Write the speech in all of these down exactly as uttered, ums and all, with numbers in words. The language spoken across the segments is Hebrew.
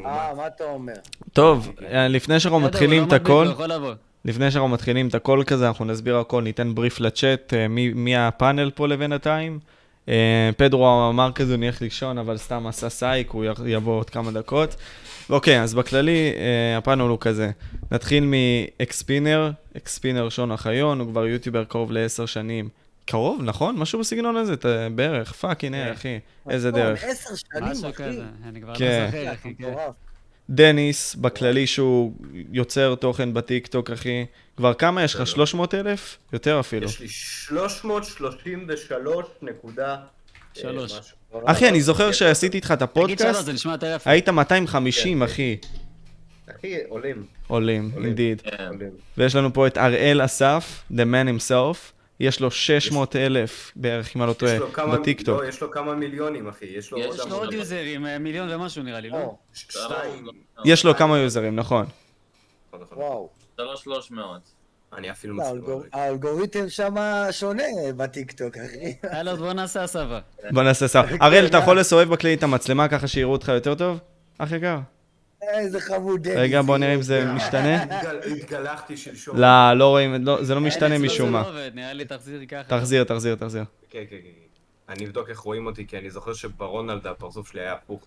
אה, מה אתה אומר? טוב, לפני שאנחנו מתחילים את הכל, יכול לבוא. לפני שאנחנו מתחילים את הכל כזה, אנחנו נסביר הכל, ניתן בריף לצ'אט, אה, מי, מי הפאנל פה לבינתיים. אה, פדרו אמר כזה, הוא נלך לישון, אבל סתם עשה סייק, הוא יבוא עוד כמה דקות. אוקיי, אז בכללי, אה, הפאנל הוא כזה. נתחיל מאקספינר, אקספינר שון החיון, הוא כבר יוטיובר קרוב לעשר שנים. קרוב, נכון? משהו בסגנון הזה, אתה, בערך, פאק, הנה, אחי, איזה דרך. עשר שנים, משהו אחי. כזה, אני כבר לא כן. זוכר, אחי. כן. מטורף. דניס, בכללי שהוא יוצר תוכן בטיק-טוק, אחי. כבר כמה יש לך? שלוש מאות אלף? יותר אפילו. יש לי שלוש מאות שלושים ושלוש נקודה שלוש. משהו. אחי, אני זוכר שעשיתי איתך את תגיד שלוש, הפודקאסט, זה נשמע יותר יפה. היית מאתיים וחמישים, אחי. אחי, עולים. עולים, עולים. indeed. עולים. ויש לנו פה את אראל אסף, the man himself. יש לו שש מאות אלף בערך, אם אני לא יש לו טועה, כמה- בטיקטוק. לא, יש לו כמה מיליונים, אחי. יש לו יש עוד יש לו עוד יוזרים, אה, מיליון ומשהו נראה לי, לא? או, שתיים. יש לו כמה יוזרים, נכון. וואו. שלוש שלוש מאות. אני אפילו לא, מצליח. האלגור- האלגוריתם שם שונה בטיקטוק, אחי. הלאה, בוא נעשה הסבה. בוא נעשה סף. אראל, אתה יכול לסובב בכלי את המצלמה ככה שיראו אותך יותר טוב? אח יקר. איזה חמוד דניס. רגע, בוא נראה אם זה משתנה. התגל- התגלחתי שלשום. לא, לא רואים, לא, זה לא משתנה אצלו משום זה מה. לא עובד, נראה לי תחזיר ככה. תחזיר, תחזיר, תחזיר. כן, כן, כן. אני אבדוק איך רואים אותי, כי אני זוכר שברונלד הפרצוף שלי היה הפוך.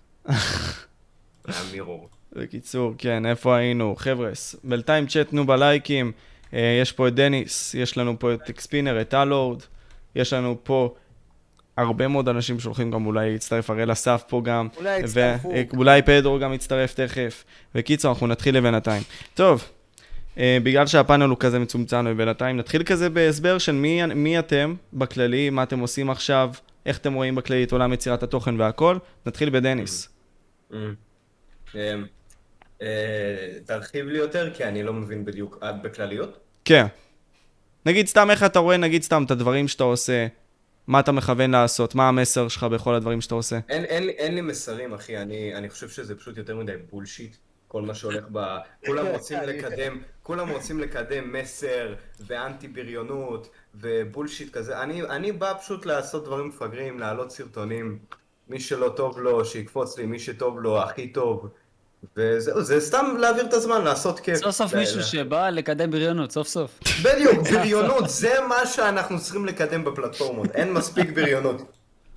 היה מירור. בקיצור, כן, איפה היינו? חבר'ס, בינתיים צ'אט תנו בלייקים. אה, יש פה את דניס, יש לנו פה את אקספינר, את הלורד. יש לנו פה הרבה מאוד אנשים שהולכים גם אולי להצטרף, הראל אסף פה גם. אולי יצטרפו. ואולי פדרו גם יצטרף תכף. וקיצור, אנחנו נתחיל לבינתיים. טוב, אה, בגלל שהפאנל הוא כזה מצומצם לבינתיים, נתחיל כזה בהסבר של מי, מי אתם בכללי, מה אתם עושים עכשיו, איך אתם רואים בכללי את עולם יצירת התוכן והכל. נתחיל בדניס. אמ, אמ, אה, תרחיב לי יותר, כי אני לא מבין בדיוק. את בכלליות? כן. נגיד סתם איך אתה רואה, נגיד סתם את הדברים שאתה עושה, מה אתה מכוון לעשות, מה המסר שלך בכל הדברים שאתה עושה. אין, אין, לי- אין לי מסרים, אחי. אני, אני חושב שזה פשוט יותר מדי בולשיט. כל מה שהולך ב... כולם רוצים לקדם, כולם רוצים לקדם מסר ואנטי בריונות ובולשיט כזה. אני, אני בא פשוט לעשות דברים מפגרים, להעלות סרטונים. מי שלא טוב לו, שיקפוץ לי, מי שטוב לו, הכי טוב. וזהו, זה סתם להעביר את הזמן, לעשות כיף. סוף סוף ל- מישהו ל- שבא לקדם בריונות, סוף סוף. בדיוק, בריונות, זה מה שאנחנו צריכים לקדם בפלטפורמות. אין מספיק בריונות.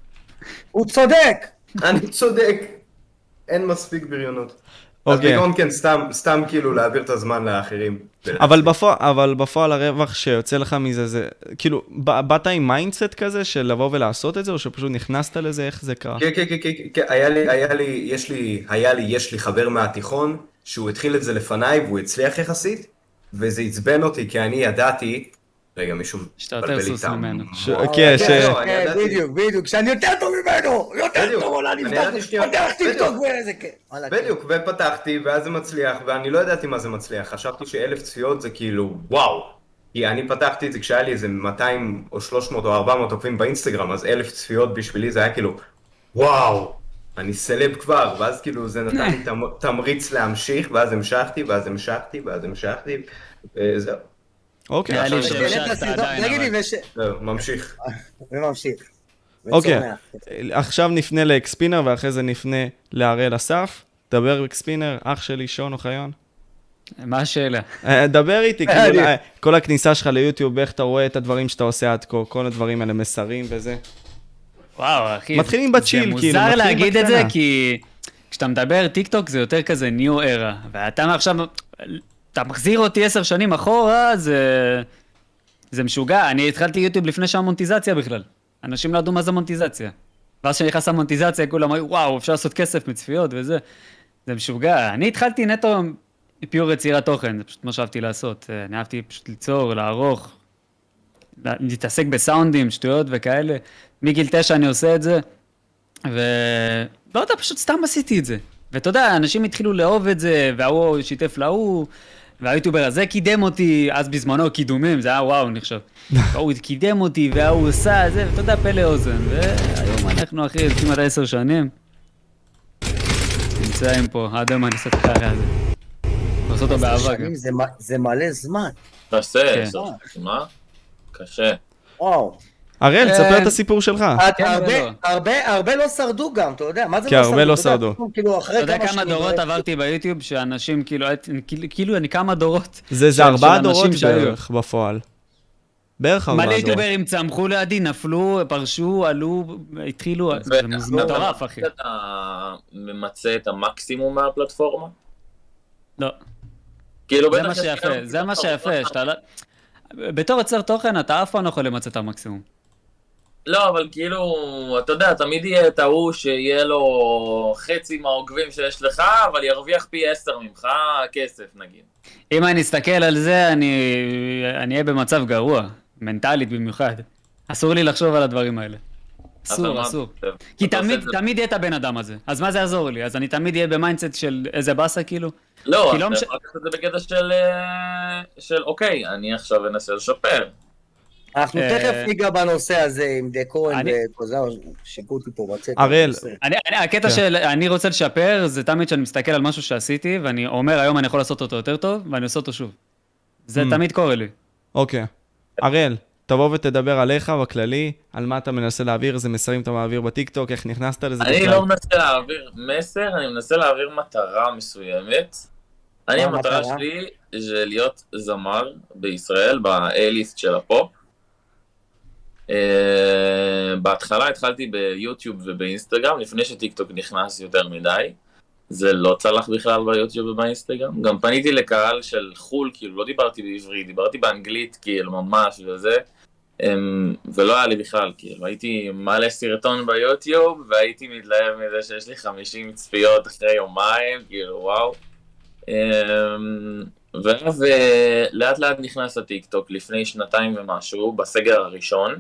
הוא צודק! אני צודק. אין מספיק בריונות. אז אוקיי. בעיקרון כן, סתם, סתם כאילו להעביר את הזמן לאחרים. אבל בפועל, אבל בפועל הרווח שיוצא לך מזה, זה, כאילו, ב- באת עם מיינדסט כזה של לבוא ולעשות את זה, או שפשוט נכנסת לזה, איך זה קרה? כן, כן, כן, כן, כן, היה לי, היה לי, יש לי, היה לי, יש לי חבר מהתיכון, שהוא התחיל את זה לפניי, והוא הצליח יחסית, וזה עצבן אותי, כי אני ידעתי, רגע, מישהו שאתה יותר מבלבל לי סוס את ה- ממנו. ש- וואו, כן, ש... לא, אני כן, ידעתי. בדיוק, בדיוק. שאני יותר טוב ממנו! יותר בדיוק. טוב, אולי אני נפתח ידעתי שנייה. פתח טיקטוק בדיוק. ואיזה כן. וואלה, כן. בדיוק, ופתחתי, ואז זה מצליח, ואני לא ידעתי מה זה מצליח, חשבתי שאלף צפיות זה כאילו, וואו. כי אני פתחתי את זה כשהיה לי איזה מאתיים או שלוש מאות או ארבע מאות עוקבים באינסטגרם, אז אלף צפיות בשבילי זה היה כאילו, וואו, אני סלב כבר, ואז כאילו זה נתן לי תמ- תמריץ להמשיך, ואז המשכתי, ואז המשכתי, ואז המשכתי, וזהו, אוקיי. נראה לי עכשיו תראה את שהמשכת הסרטון, עדיין, תגיד לי, אבל. וש- זהו, ממשיך. וממשיך. אוקיי. וצומח. עכשיו נפנה לאקספינר, ואחרי זה נפנה להראל אסף. דבר אקספינר, אח שלי, שון אוחיון. מה השאלה? אה, דבר איתי, כאילו, אני- אה, כל הכניסה שלך ליוטיוב, איך אתה רואה את הדברים שאתה עושה עד כה, כל הדברים האלה, מסרים וזה. וואו, אחי. מתחילים בצ'יל, כאילו, זה מוזר מתחילים להגיד את זה, בקטנה. כי כשאתה מדבר טיקטוק זה יותר כזה ניו ארה, ואתה עכשיו, אתה מחזיר אותי עשר שנים אחורה, זה... זה משוגע. אני התחלתי יוטיוב לפני שהמונטיזציה בכלל. אנשים לא ידעו מה זה מונטיזציה. ואז כשנכנס המונטיזציה, כולם אמרו, וואו, אפשר לעשות כסף מצפיות וזה. זה משוגע. אני התחלתי נטו פיור יצירת תוכן, זה פשוט מה שאהבתי לעשות. אני אהבתי פשוט ליצור, לערוך, לה- להתעסק בסאונדים, שטויות וכאלה. מגיל תשע אני עושה את זה, ולא יודע, פשוט סתם עשיתי את זה. ואתה יודע, אנשים התחילו לאהוב את זה, והוא שיתף להוא, והיוטיובר הזה קידם אותי, אז בזמנו קידומים, זה היה וואו נחשב. הוא קידם אותי, והוא עושה זה, ואתה יודע, פלא אוזן. והיום אנחנו אחי, כמעט עשר שנים, נמצאים פה, עד היום אני עושה את החרא הזה. עושה אותו באהבה גם. שנים זה מ- זה מלא זמן. קשה, כן. עשר שנים, מה? קשה. וואו. אראל, כן. תספר את הסיפור שלך. כן, הרבה- ולא. הרבה- הרבה לא שרדו גם, אתה יודע, מה זה כן, לא הרבה שרדו? לא אתה יודע, שרדו. פתאום, כאילו, אחרי אתה יודע כמה כמה שנים, דורות לא- עברתי ביוטיוב, שאנשים, כאילו, כאילו, כאילו אני כמה דורות. זה של- זה ארבעה של דורות אנשים שהיו. בערך בפועל. בערך ארבעה מלא דורות. יוטיוברים צמחו לידי, נפלו, פרשו, עלו, התחילו, זה מטורף, אחי. אתה ממצה את המקסימום מהפלטפורמה? לא. כאילו זה בטח מה יש שיפה, כאלה זה מה פלטפורמות. שיפה, שאתה לא... בתור יוצר תוכן, אתה אף פעם לא יכול למצוא את המקסימום. לא, אבל כאילו, אתה יודע, תמיד יהיה את ההוא שיהיה לו חצי מהעוקבים שיש לך, אבל ירוויח פי עשר ממך כסף נגיד. אם אני אסתכל על זה, אני אני אהיה במצב גרוע, מנטלית במיוחד. אסור לי לחשוב על הדברים האלה. אז אסור, מה אסור. אתה חושב? כי אתה עושה תמיד, את זה- תמיד יהיה את הבן אדם הזה. אז מה זה יעזור לי? אז אני תמיד אהיה במיינדסט של איזה באסה, כאילו? לא, כי אתה לא מש- יכול לקחת את זה בקטע של, אה, של אוקיי, אני עכשיו אנסה לשפר. אנחנו אה, תכף ניגע בנושא הזה עם דה כהן אני- וקוזר, שיקו אותי פה בצאת. אראל. אני, אני, הקטע כן. של אני רוצה לשפר, זה תמיד שאני מסתכל על משהו שעשיתי, ואני אומר, היום אני יכול לעשות אותו יותר טוב, ואני עושה אותו שוב. זה Mm. תמיד קורה לי. אוקיי. אראל, תבוא ותדבר עליך בכללי, על מה אתה מנסה להעביר, איזה מסרים אתה מעביר בטיקטוק, איך נכנסת לזה אני בכלל. לא מנסה להעביר מסר, אני מנסה להעביר מטרה מסוימת. אני, מה המטרה המטרה? שלי זה להיות זמר בישראל, ב-A-ליסט של הפופ. אה, בהתחלה התחלתי ביוטיוב ובאינסטגרם, לפני שטיקטוק נכנס יותר מדי. זה לא צלח בכלל ביוטיוב ובאינסטגרם. גם פניתי לקהל של חול, כאילו לא דיברתי בעברית, דיברתי באנגלית, כאילו ממש וזה. אמ, ולא היה לי בכלל, כאילו, הייתי מעלה סרטון ביוטיוב, והייתי מתלהב מזה שיש לי חמישים צפיות אחרי יומיים, כאילו, וואו. אמ, ואז אה, לאט לאט נכנס הטיקטוק לפני שנתיים ומשהו, בסגר הראשון,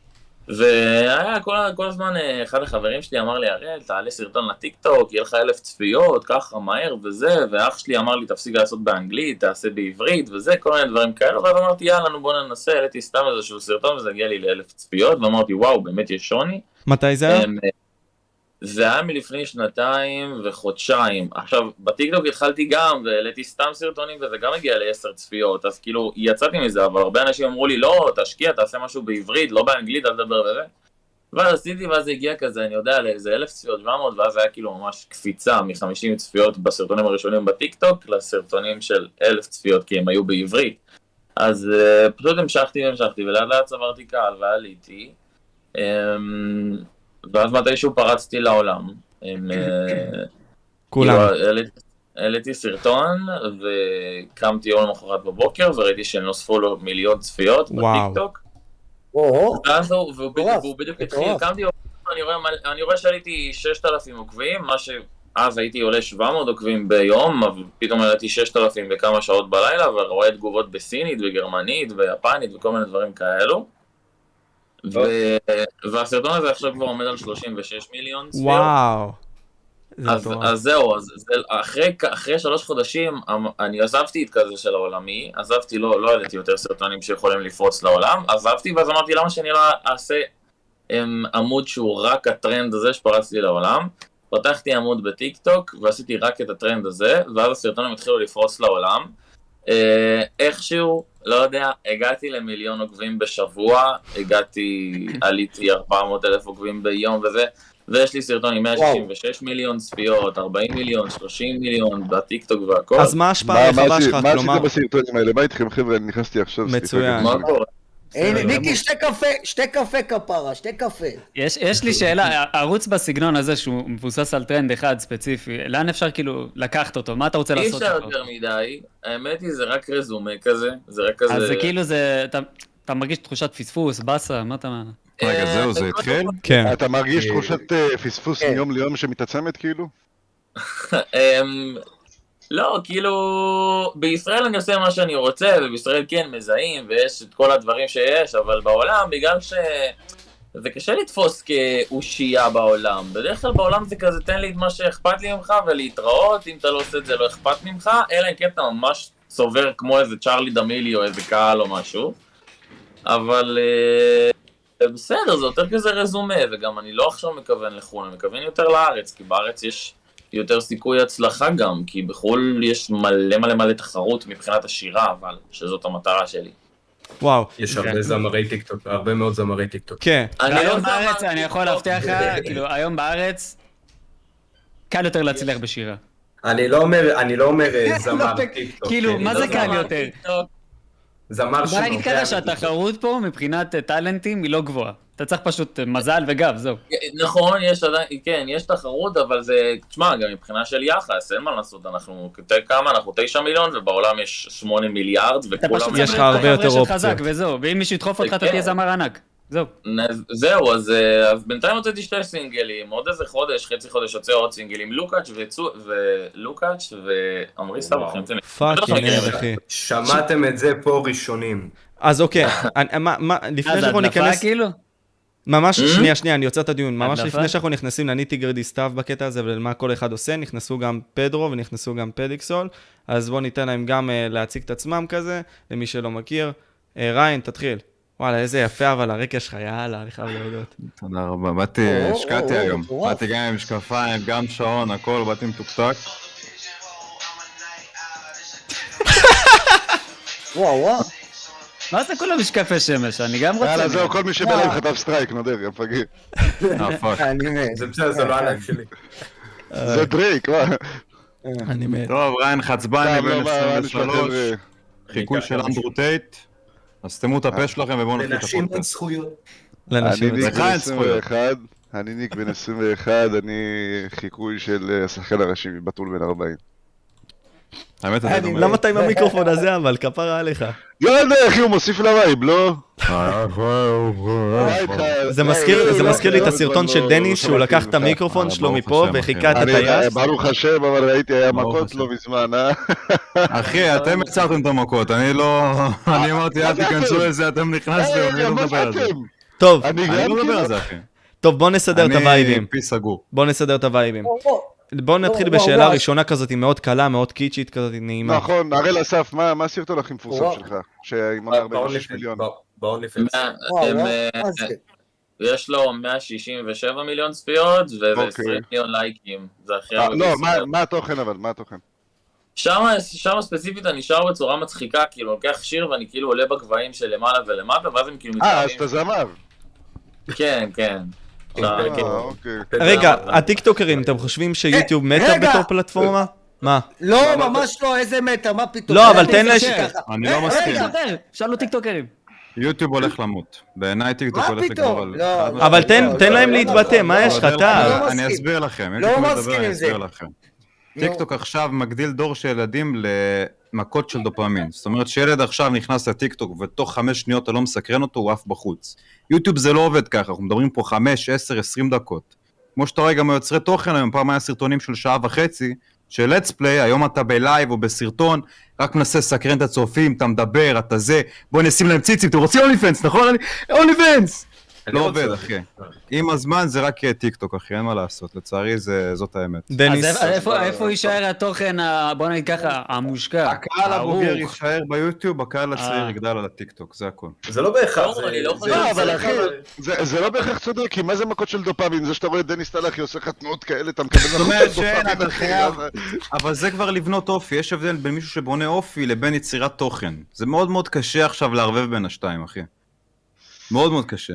והיה כל, כל הזמן אה, אחד החברים שלי אמר לי, אראל, תעלה סרטון לטיקטוק, יהיה לך אלף צפיות, ככה מהר וזה, ואח שלי אמר לי, תפסיק לעשות באנגלית, תעשה בעברית וזה, כל מיני דברים כאלה, ואז אמרתי, יאללה, נו בוא ננסה, העליתי סתם איזשהו סרטון וזה הגיע לי לאלף צפיות, ואמרתי, וואו, באמת יש שוני. מתי זה היה? אמ, זה היה מלפני שנתיים וחודשיים. עכשיו, בטיקטוק התחלתי גם, והעליתי סתם סרטונים, וזה גם הגיע לעשר צפיות, אז כאילו, יצאתי מזה, אבל הרבה אנשים אמרו לי, לא, תשקיע, תעשה משהו בעברית, לא באנגלית, אל תדבר וזה. ואז עשיתי, ואז הגיע כזה, אני יודע, לאיזה אלף צפיות, שבע מאות, ואז היה כאילו ממש קפיצה מ-חמישים צפיות בסרטונים הראשונים בטיקטוק, לסרטונים של אלף צפיות, כי הם היו בעברית. אז uh, פשוט המשכתי והמשכתי, ולאט לאט צברתי קהל, ועליתי. Um, ואז מתישהו פרצתי לעולם. עם, uh, כולם. כאילו, העליתי- העליתי סרטון, וקמתי יום למחרת בבוקר, וראיתי שנוספו לו מיליון צפיות וואו. בטיקטוק. או, ואז הוא, והוא בדיוק, מטורף, והוא בדיוק התחיל, מטורף. קמתי, אני רואה, מלא- אני רואה שעליתי ששת אלפים עוקבים, מה שאז הייתי עולה שבע מאות עוקבים ביום, אבל פתאום עליתי ששת אלפים בכמה שעות בלילה, ורואה תגובות בסינית וגרמנית ויפנית וכל מיני דברים כאלו. ו... והסרטון הזה עכשיו כבר עומד על שלושים ושש מיליון צפיות. וואו. זה אז, מטורף. אז זהו, אז זה, אחרי, אחרי שלוש חודשים אמ- אני עזבתי את כזה של העולמי, עזבתי, לא, לא העליתי יותר סרטונים שיכולים לפרוץ לעולם, עזבתי ואז אמרתי למה שאני לא אעשה אמ, עמוד שהוא רק הטרנד הזה שפרצתי לעולם, פתחתי עמוד בטיק טוק ועשיתי רק את הטרנד הזה, ואז הסרטונים התחילו לפרוץ לעולם, אה, איכשהו, לא יודע, הגעתי למיליון עוקבים בשבוע, הגעתי, עליתי ארבע מאות אלף עוקבים ביום וזה, ויש לי סרטון עם מאה שישים ושש מיליון צפיות, ארבעים מיליון, שלושים מיליון, בטיקטוק והכל. אז מה ההשפעה מה- מה הרחבה עשית- שלך? מה כלומר, עשית בסרטונים האלה? מה איתכם חבר'ה? אני נכנסתי עכשיו. סליחה, מצוין. ככה. מה קורה? הנה, בסדר מיקי, גמור. שתי קפה, שתי קפה כפרה, שתי קפה. יש, יש לי שאלה, ערוץ בסגנון הזה שהוא מבוסס על טרנד אחד ספציפי, לאן אפשר כאילו לקחת אותו? מה אתה רוצה אי לעשות אפשר איתו? יותר מדי, האמת היא זה רק רזומה כזה, זה רק כזה... אז זה כאילו זה, אתה, אתה מרגיש תחושת פספוס, באסה, מה אתה... רגע, אה, זהו, זה קודם התחיל? כל, כן. אתה מרגיש תחושת אה, פספוס כן. מיום ליום שמתעצמת כאילו? אמ, לא, כאילו, בישראל אני עושה מה שאני רוצה, ובישראל כן מזהים, ויש את כל הדברים שיש, אבל בעולם, בגלל ש... זה קשה לתפוס כאושייה בעולם. בדרך כלל בעולם זה כזה, תן לי את מה שאכפת לי ממך, ולהתראות, אם אתה לא עושה את זה לא אכפת ממך, אלא אם כן אתה ממש צובר כמו איזה צ'רלי דמילי או איזה קהל או משהו. אבל אה, בסדר, זה יותר כזה רזומה, וגם אני לא עכשיו מכוון לחו"ל, אני מכוון יותר לארץ, כי בארץ יש יותר סיכוי הצלחה גם, כי בחו"ל יש מלא מלא מלא תחרות מבחינת השירה, אבל שזאת המטרה שלי. וואו. יש הרבה זמרי טיקטוק, הרבה מאוד זמרי טיקטוק. כן. היום בארץ, אני יכול להבטיח לך, כאילו, היום בארץ, קל יותר להצליח בשירה. אני לא אומר, אני לא אומר זמר טיקטוק. כאילו, מה זה קל יותר? זמר בוא נגיד ככה שהתחרות פה מבחינת טלנטים היא לא גבוהה. אתה צריך פשוט מזל וגב, זהו. נכון, יש עדיין, כן, יש תחרות, אבל זה, תשמע, גם מבחינה של יחס, אין מה לעשות, אנחנו כמה, אנחנו תשע מיליון, ובעולם יש שמונה מיליארד, וכולם... יש לך הרבה יותר אופציות. וזהו, ואם מישהו ידחוף אותך, אתה תהיה זמר ענק. זהו. זהו, אז בינתיים הוצאתי שתי סינגלים, עוד איזה חודש, חצי חודש יוצא עוד סינגלים, לוקאץ' ולוקאץ' ועמרי סבח. פאקינג, אחי. שמעתם את זה פה ראשונים. אז אוקיי, לפני שאנחנו ניכנס... ממש, שנייה, שנייה, אני יוצא את הדיון. ממש לפני שאנחנו נכנסים לניטי גרדי סתיו בקטע הזה ולמה כל אחד עושה, נכנסו גם פדרו ונכנסו גם פדיקסול, אז בואו ניתן להם גם להציג את עצמם כזה, למי שלא מכיר. ריין, תתחיל. וואלה, איזה יפה, אבל הרקע שלך, יאללה, אני חייב להודות. תודה רבה, באתי, השקעתי היום. באתי גם עם משקפיים, גם שעון, הכל, באתי מתוקתק. וואו, וואו. מה זה כל המשקפי שמש? אני גם רוצה... יאללה, זהו, כל מי שבלב חטף סטרייק, נודר, יא מפגר. אה, פאק. אני מת. זה בסדר, זה לא הלייב שלי. זה דרייק, מה? אני מת. טוב, ריין חצבני בן מה עשרים נשמע, ושלוש, חבר'ה? חיקוי של אנדרו טייט. אז תמו את הפה שלכם ובואו נתחיל את לנשים אין הפודקאסט. זכויות. אני לאנשים. ניק לך בן אין עשרים ואחת, אני ניק בן עשרים ואחת, אני חיקוי של השחקן הראשי מבתול בן ארבעים. האמת, אתה דומה. למה אתה עם המיקרופון הזה, אבל כפרה עליך? לא יודע, אחי, הוא מוסיף לווייב, לא? זה מזכיר זה מזכיר לי את הסרטון של דניס, שהוא לקח את המיקרופון שלו מפה וחיכה את הטייס. ברוך השם, אבל ראיתי, היה מכות לא מזמן, אה? אחי, אתם יצרתם את המכות, אני לא... אני אמרתי, אל תיכנסו לזה, אתם נכנסתם, אני לא מדבר על זה. טוב, אני לא מדבר על זה, אחי. טוב, בוא נסדר את הווייבים. אני פי סגור. בוא נסדר את הווייבים. בואו נתחיל בשאלה ראשונה כזאת, היא מאוד קלה, מאוד קיצ'ית כזאת, נעימה. נכון, הראל אסף, מה הסרטון הכי מפורסם שלך? שעם ארבעים ושש מיליון. באוניפלס. יש לו מאה שישים ושבע מיליון צפיות, ו-עשרים מיליון לייקים. זה הכי הרבה. לא, מה התוכן אבל? מה התוכן? שם ספציפית אני שר בצורה מצחיקה, כאילו לוקח שיר ואני כאילו עולה בגבהים של למעלה ולמטה, ואז הם כאילו אה, אז אתה זמר. כן, כן. רגע, הטיקטוקרים, אתם חושבים שיוטיוב מתה בתור פלטפורמה? מה? לא, ממש לא, איזה מטה, מה פתאום? לא, אבל תן לש... אני לא מסכים. שאלו טיקטוקרים. יוטיוב הולך למות. בעיניי טיקטוק מה הולך לגבור פתאום? על... לא, אבל תן לא, תן לא, להם לא, להתבטא, לא, מה לא, יש לך, לא, טל? לא אני מסכים. אסביר לכם. לא יש לי מסכים מדבר, עם אני זה. אסביר לכם. טיקטוק עכשיו מגדיל דור של ילדים למכות של דופמין. זאת אומרת שילד עכשיו נכנס לטיקטוק ותוך חמש שניות אתה לא מסקרן אותו, הוא עף בחוץ. יוטיוב זה לא עובד ככה, אנחנו מדברים פה חמש, עשר, עשרים דקות. כמו שאתה רואה גם היוצרי תוכן היום, פעם היה סרטונים של שעה וחצי, של let's play, היום אתה בלייב או בסרטון, רק מנסה לסקרן את הצופים, אתה מדבר, אתה זה, בוא נשים להם ציצים, אתם רוצים אוניפנס, נכון? אוניפנס! לא עובד, אחי. עם הזמן זה רק טיקטוק, אחי, אין מה לעשות, לצערי זאת האמת. דניס. אז איפה יישאר התוכן, בוא נגיד ככה, המושקע? הקהל הבוגר יישאר ביוטיוב, הקהל הצעיר יגדל על הטיקטוק, זה הכל. זה לא בהכרח, אני לא חושב. לא, אבל אחי, זה לא בהכרח צודק, כי מה זה מכות של דופמין? זה שאתה רואה את דניס טלחי עושה לך תנועות כאלה, אתה מקבל זאת אומרת שאין, אתה חייב, אבל זה כבר לבנות אופי, יש הבדל בין מישהו שבונה אופי לבין יצירת תוכן. זה מאוד מאוד קשה עכשיו לערבב בין השתיים, אחי. מאוד מאוד קשה.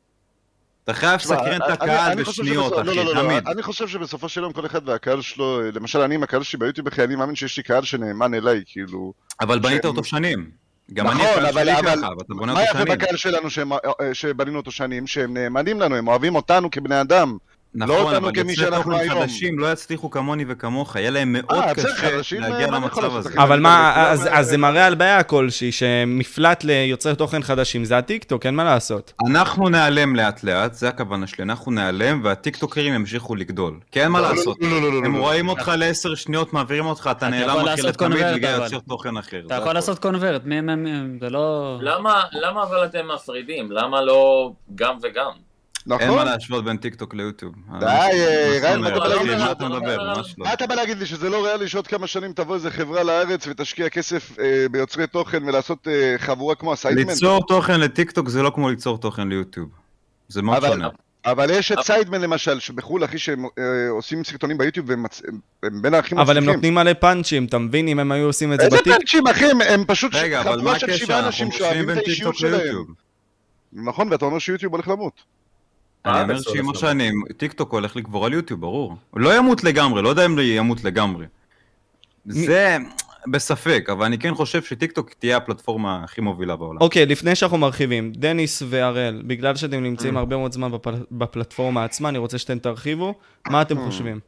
אתה חייב לסקרן את הקהל בשניות, אחי, תמיד. אני חושב שבסופו של יום כל אחד והקהל שלו, למשל אני עם הקהל שלי ביוטיוב, אחי, אני מאמין שיש לי קהל שנאמן אליי, כאילו... אבל בנית אותו שנים. גם אני הקהל שלי ככה, ואתה בונה אותו שנים. מה יפה בקהל שלנו שבנינו אותו שנים, שהם נאמנים לנו, הם אוהבים אותנו כבני אדם. נכון, אבל יוצרי תוכן חדשים לא יצליחו כמוני וכמוך, יהיה להם מאוד קשה להגיע למצב הזה. אבל מה, אז זה מראה על בעיה כלשהי, שמפלט ליוצרי תוכן חדשים, זה הטיקטוק, אין מה לעשות. אנחנו נעלם לאט לאט, זה הכוונה שלי, אנחנו נעלם, והטיקטוקרים ימשיכו לגדול. כי אין מה לעשות, הם רואים אותך לעשר שניות, מעבירים אותך, אתה נעלם אחי לתמיד בגלל יוצר תוכן אחר. אתה יכול לעשות קונברט, זה לא... למה אבל אתם מפרידים? למה לא גם וגם? אין מה להשוות בין טיקטוק ליוטיוב. די, ריין, מה אתה מדבר? מה אתה בא להגיד לי שזה לא ריאלי שעוד כמה שנים תבוא איזה חברה לארץ ותשקיע כסף ביוצרי תוכן ולעשות חבורה כמו הסיידמן? ליצור תוכן לטיקטוק זה לא כמו ליצור תוכן ליוטיוב. זה מאוד שונה. אבל יש את סיידמן למשל, שבחול אחי שהם אה, עושים סרטונים ביוטיוב והם מצ- הם בין האחים אבל הם מצליחים. נותנים מלא פאנצ'ים, אתה מבין? אם הם היו עושים את זה איזה בטיק... פאנצ'ים אחי, הם- הם פשוט רגע, אבל מה חבורה של הקשר? שבעה אנחנו אנשים משווים שאוהבים את בין האישיות טיקטוק שלהם. ליוטיוב. נכון, ואתה אומר שיוטיוב הולך למות. אני אה, אומר בסדר, שעם בסדר. השנים, טיקטוק הולך לגבור על יוטיוב, ברור. הוא לא ימות לגמרי, לא יודע אם ימות לגמרי. זה בספק, אבל אני כן חושב שטיקטוק תהיה הפלטפורמה הכי מובילה בעולם. אוקיי, לפני שאנחנו מרחיבים, דניס והראל, בגלל שאתם נמצאים הרבה מאוד זמן בפל- בפלטפורמה עצמה, אני רוצה שאתם תרחיבו, מה אתם חושבים?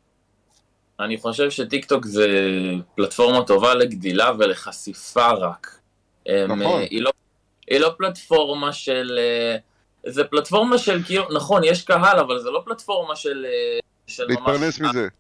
אני חושב שטיקטוק זה פלטפורמה טובה לגדילה ולחשיפה רק. הם, נכון. אה, היא לא, היא לא פלטפורמה של... אה, זה פלטפורמה של כאילו, נכון, יש קהל, אבל זה לא פלטפורמה של... אה, של להתפרנס מזה.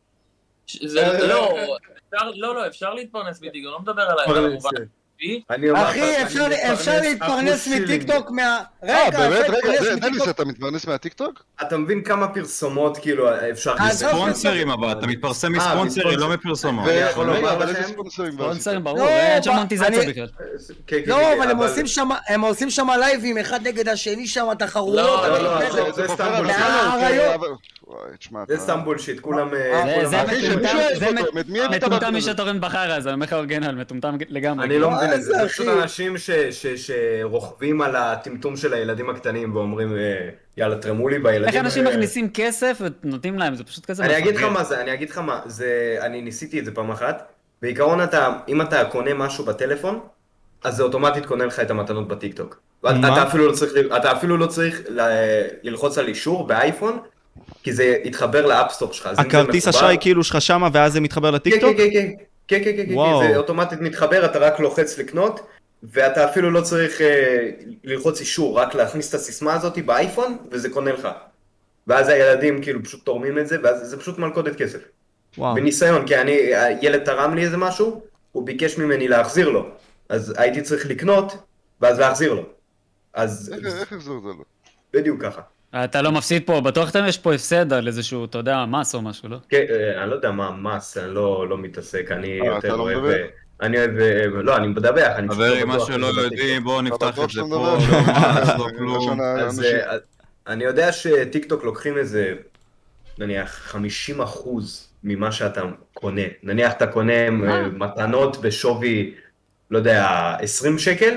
זה לא, אפשר, לא, לא, אפשר להתפרנס מטיקטוק, אני לא מדבר על המובן הכספי. אני אומר לך, אחי, אני אפשר- מתפרנס אפשר להתפרנס אחוז שילינג. מטיקטוק מה... אה, רגע, באמת? אפשר רגע, להתפרנס זה- מטיקטוק. דניס, אתה מתפרנס מהטיקטוק? אתה מבין כמה פרסומות כאילו אפשר... עזוב, ספונסרים אבל, אתה מתפרסם אה, מספונסרים, לא מספונסר. מפרסומות. אני יכול רגע, לומר אבל לכם? איזה ספונסרים? כבר ספונסרים, עשית? ברור, לא, אין שם ב- מונטיזציה אני- בכלל. כן, כן, לא, כן, אבל הם עושים שם, הם עושים שם לייבים אחד נגד השני שם, תחרויות. לא, אני לא, לא, יודע. זה- זה חופר סתם על בולשיט. הסולר, מהאריות. אבל- וואי, תשמע, זה אתה- סתם בולשיט, כולם... אה, זה- כולם- זה אחי, מטומטם, שמישהו זה יעזור מט- אותו, את מי אתה מטומטם בא- מי שתורם בחרא, אז אני אומר לך אורגנל, מטומטם לגמרי. אני לא מה מבין את זה, זה, זה אחי? פשוט אנשים ש- ש- שרוכבים על הטמטום של הילדים הקטנים ואומרים, אה, יאללה, תרמו לי בילדים. איך אנשים אה, מכניסים כסף ונותנים להם, זה פשוט כזה אני אגיד לך מפגר. מה זה, אני אגיד לך מה, זה, אני ניסיתי את זה פעם אחת. בעיקרון אתה, אם אתה קונה משהו בטלפון, אז זה אוטומטית קונה לך את המתנות בטיקטוק. מה? אתה אפילו לא צריך, אתה אפילו לא צריך ל- ללחוץ על אישור באייפון, כי זה יתחבר לאפסטור שלך. אז אם זה הכרטיס מחובר- אשראי כאילו שלך שמה ואז זה מתחבר כן, לטיקטוק? כן, כן, כן, כן, כן, כן, וואו. זה אוטומטית מתחבר, אתה רק לוחץ לקנות, ואתה אפילו לא צריך אה, ללחוץ אישור, רק להכניס את הסיסמה הזאת באייפון, וזה קונה לך. ואז הילדים כאילו פשוט תורמים את זה, ואז זה פשוט מלכודת כסף. וואו. בניסיון, כי אני, הילד תרם לי איזה משהו, הוא ביקש ממני להחזיר לו. אז הייתי צריך לקנות, ואז להחזיר לו. אז איך- איך יחזור זה לו? בדיוק ככה. אתה לא מפסיד פה, בטוח אתם יש פה הפסד על איזשהו, אתה יודע, מס או משהו, לא? כן, אה, אני לא יודע מה המס, אני לא, לא מתעסק, אני אה, יותר אתה לא אוהב... מדבר? אה, אני אוהב... אה, לא, אני מדווח, אני פשוט חברים, לא מה בטוח שלא שזה יודעים, בואו אתה נפתח בטוח את זה שאתה פה, מדבר? לא מס, לא לשון כלום. אז האנשים. אה, אני יודע שטיקטוק לוקחים איזה, נניח, חמישים אחוז ממה שאתה קונה. נניח אתה קונה אה, מתנות בשווי, לא יודע, עשרים שקל,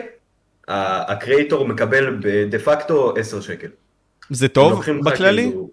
ה- הקריאטור מקבל דה פקטו עשר שקל. זה הם טוב לוקחים לך בכללי? כאילו-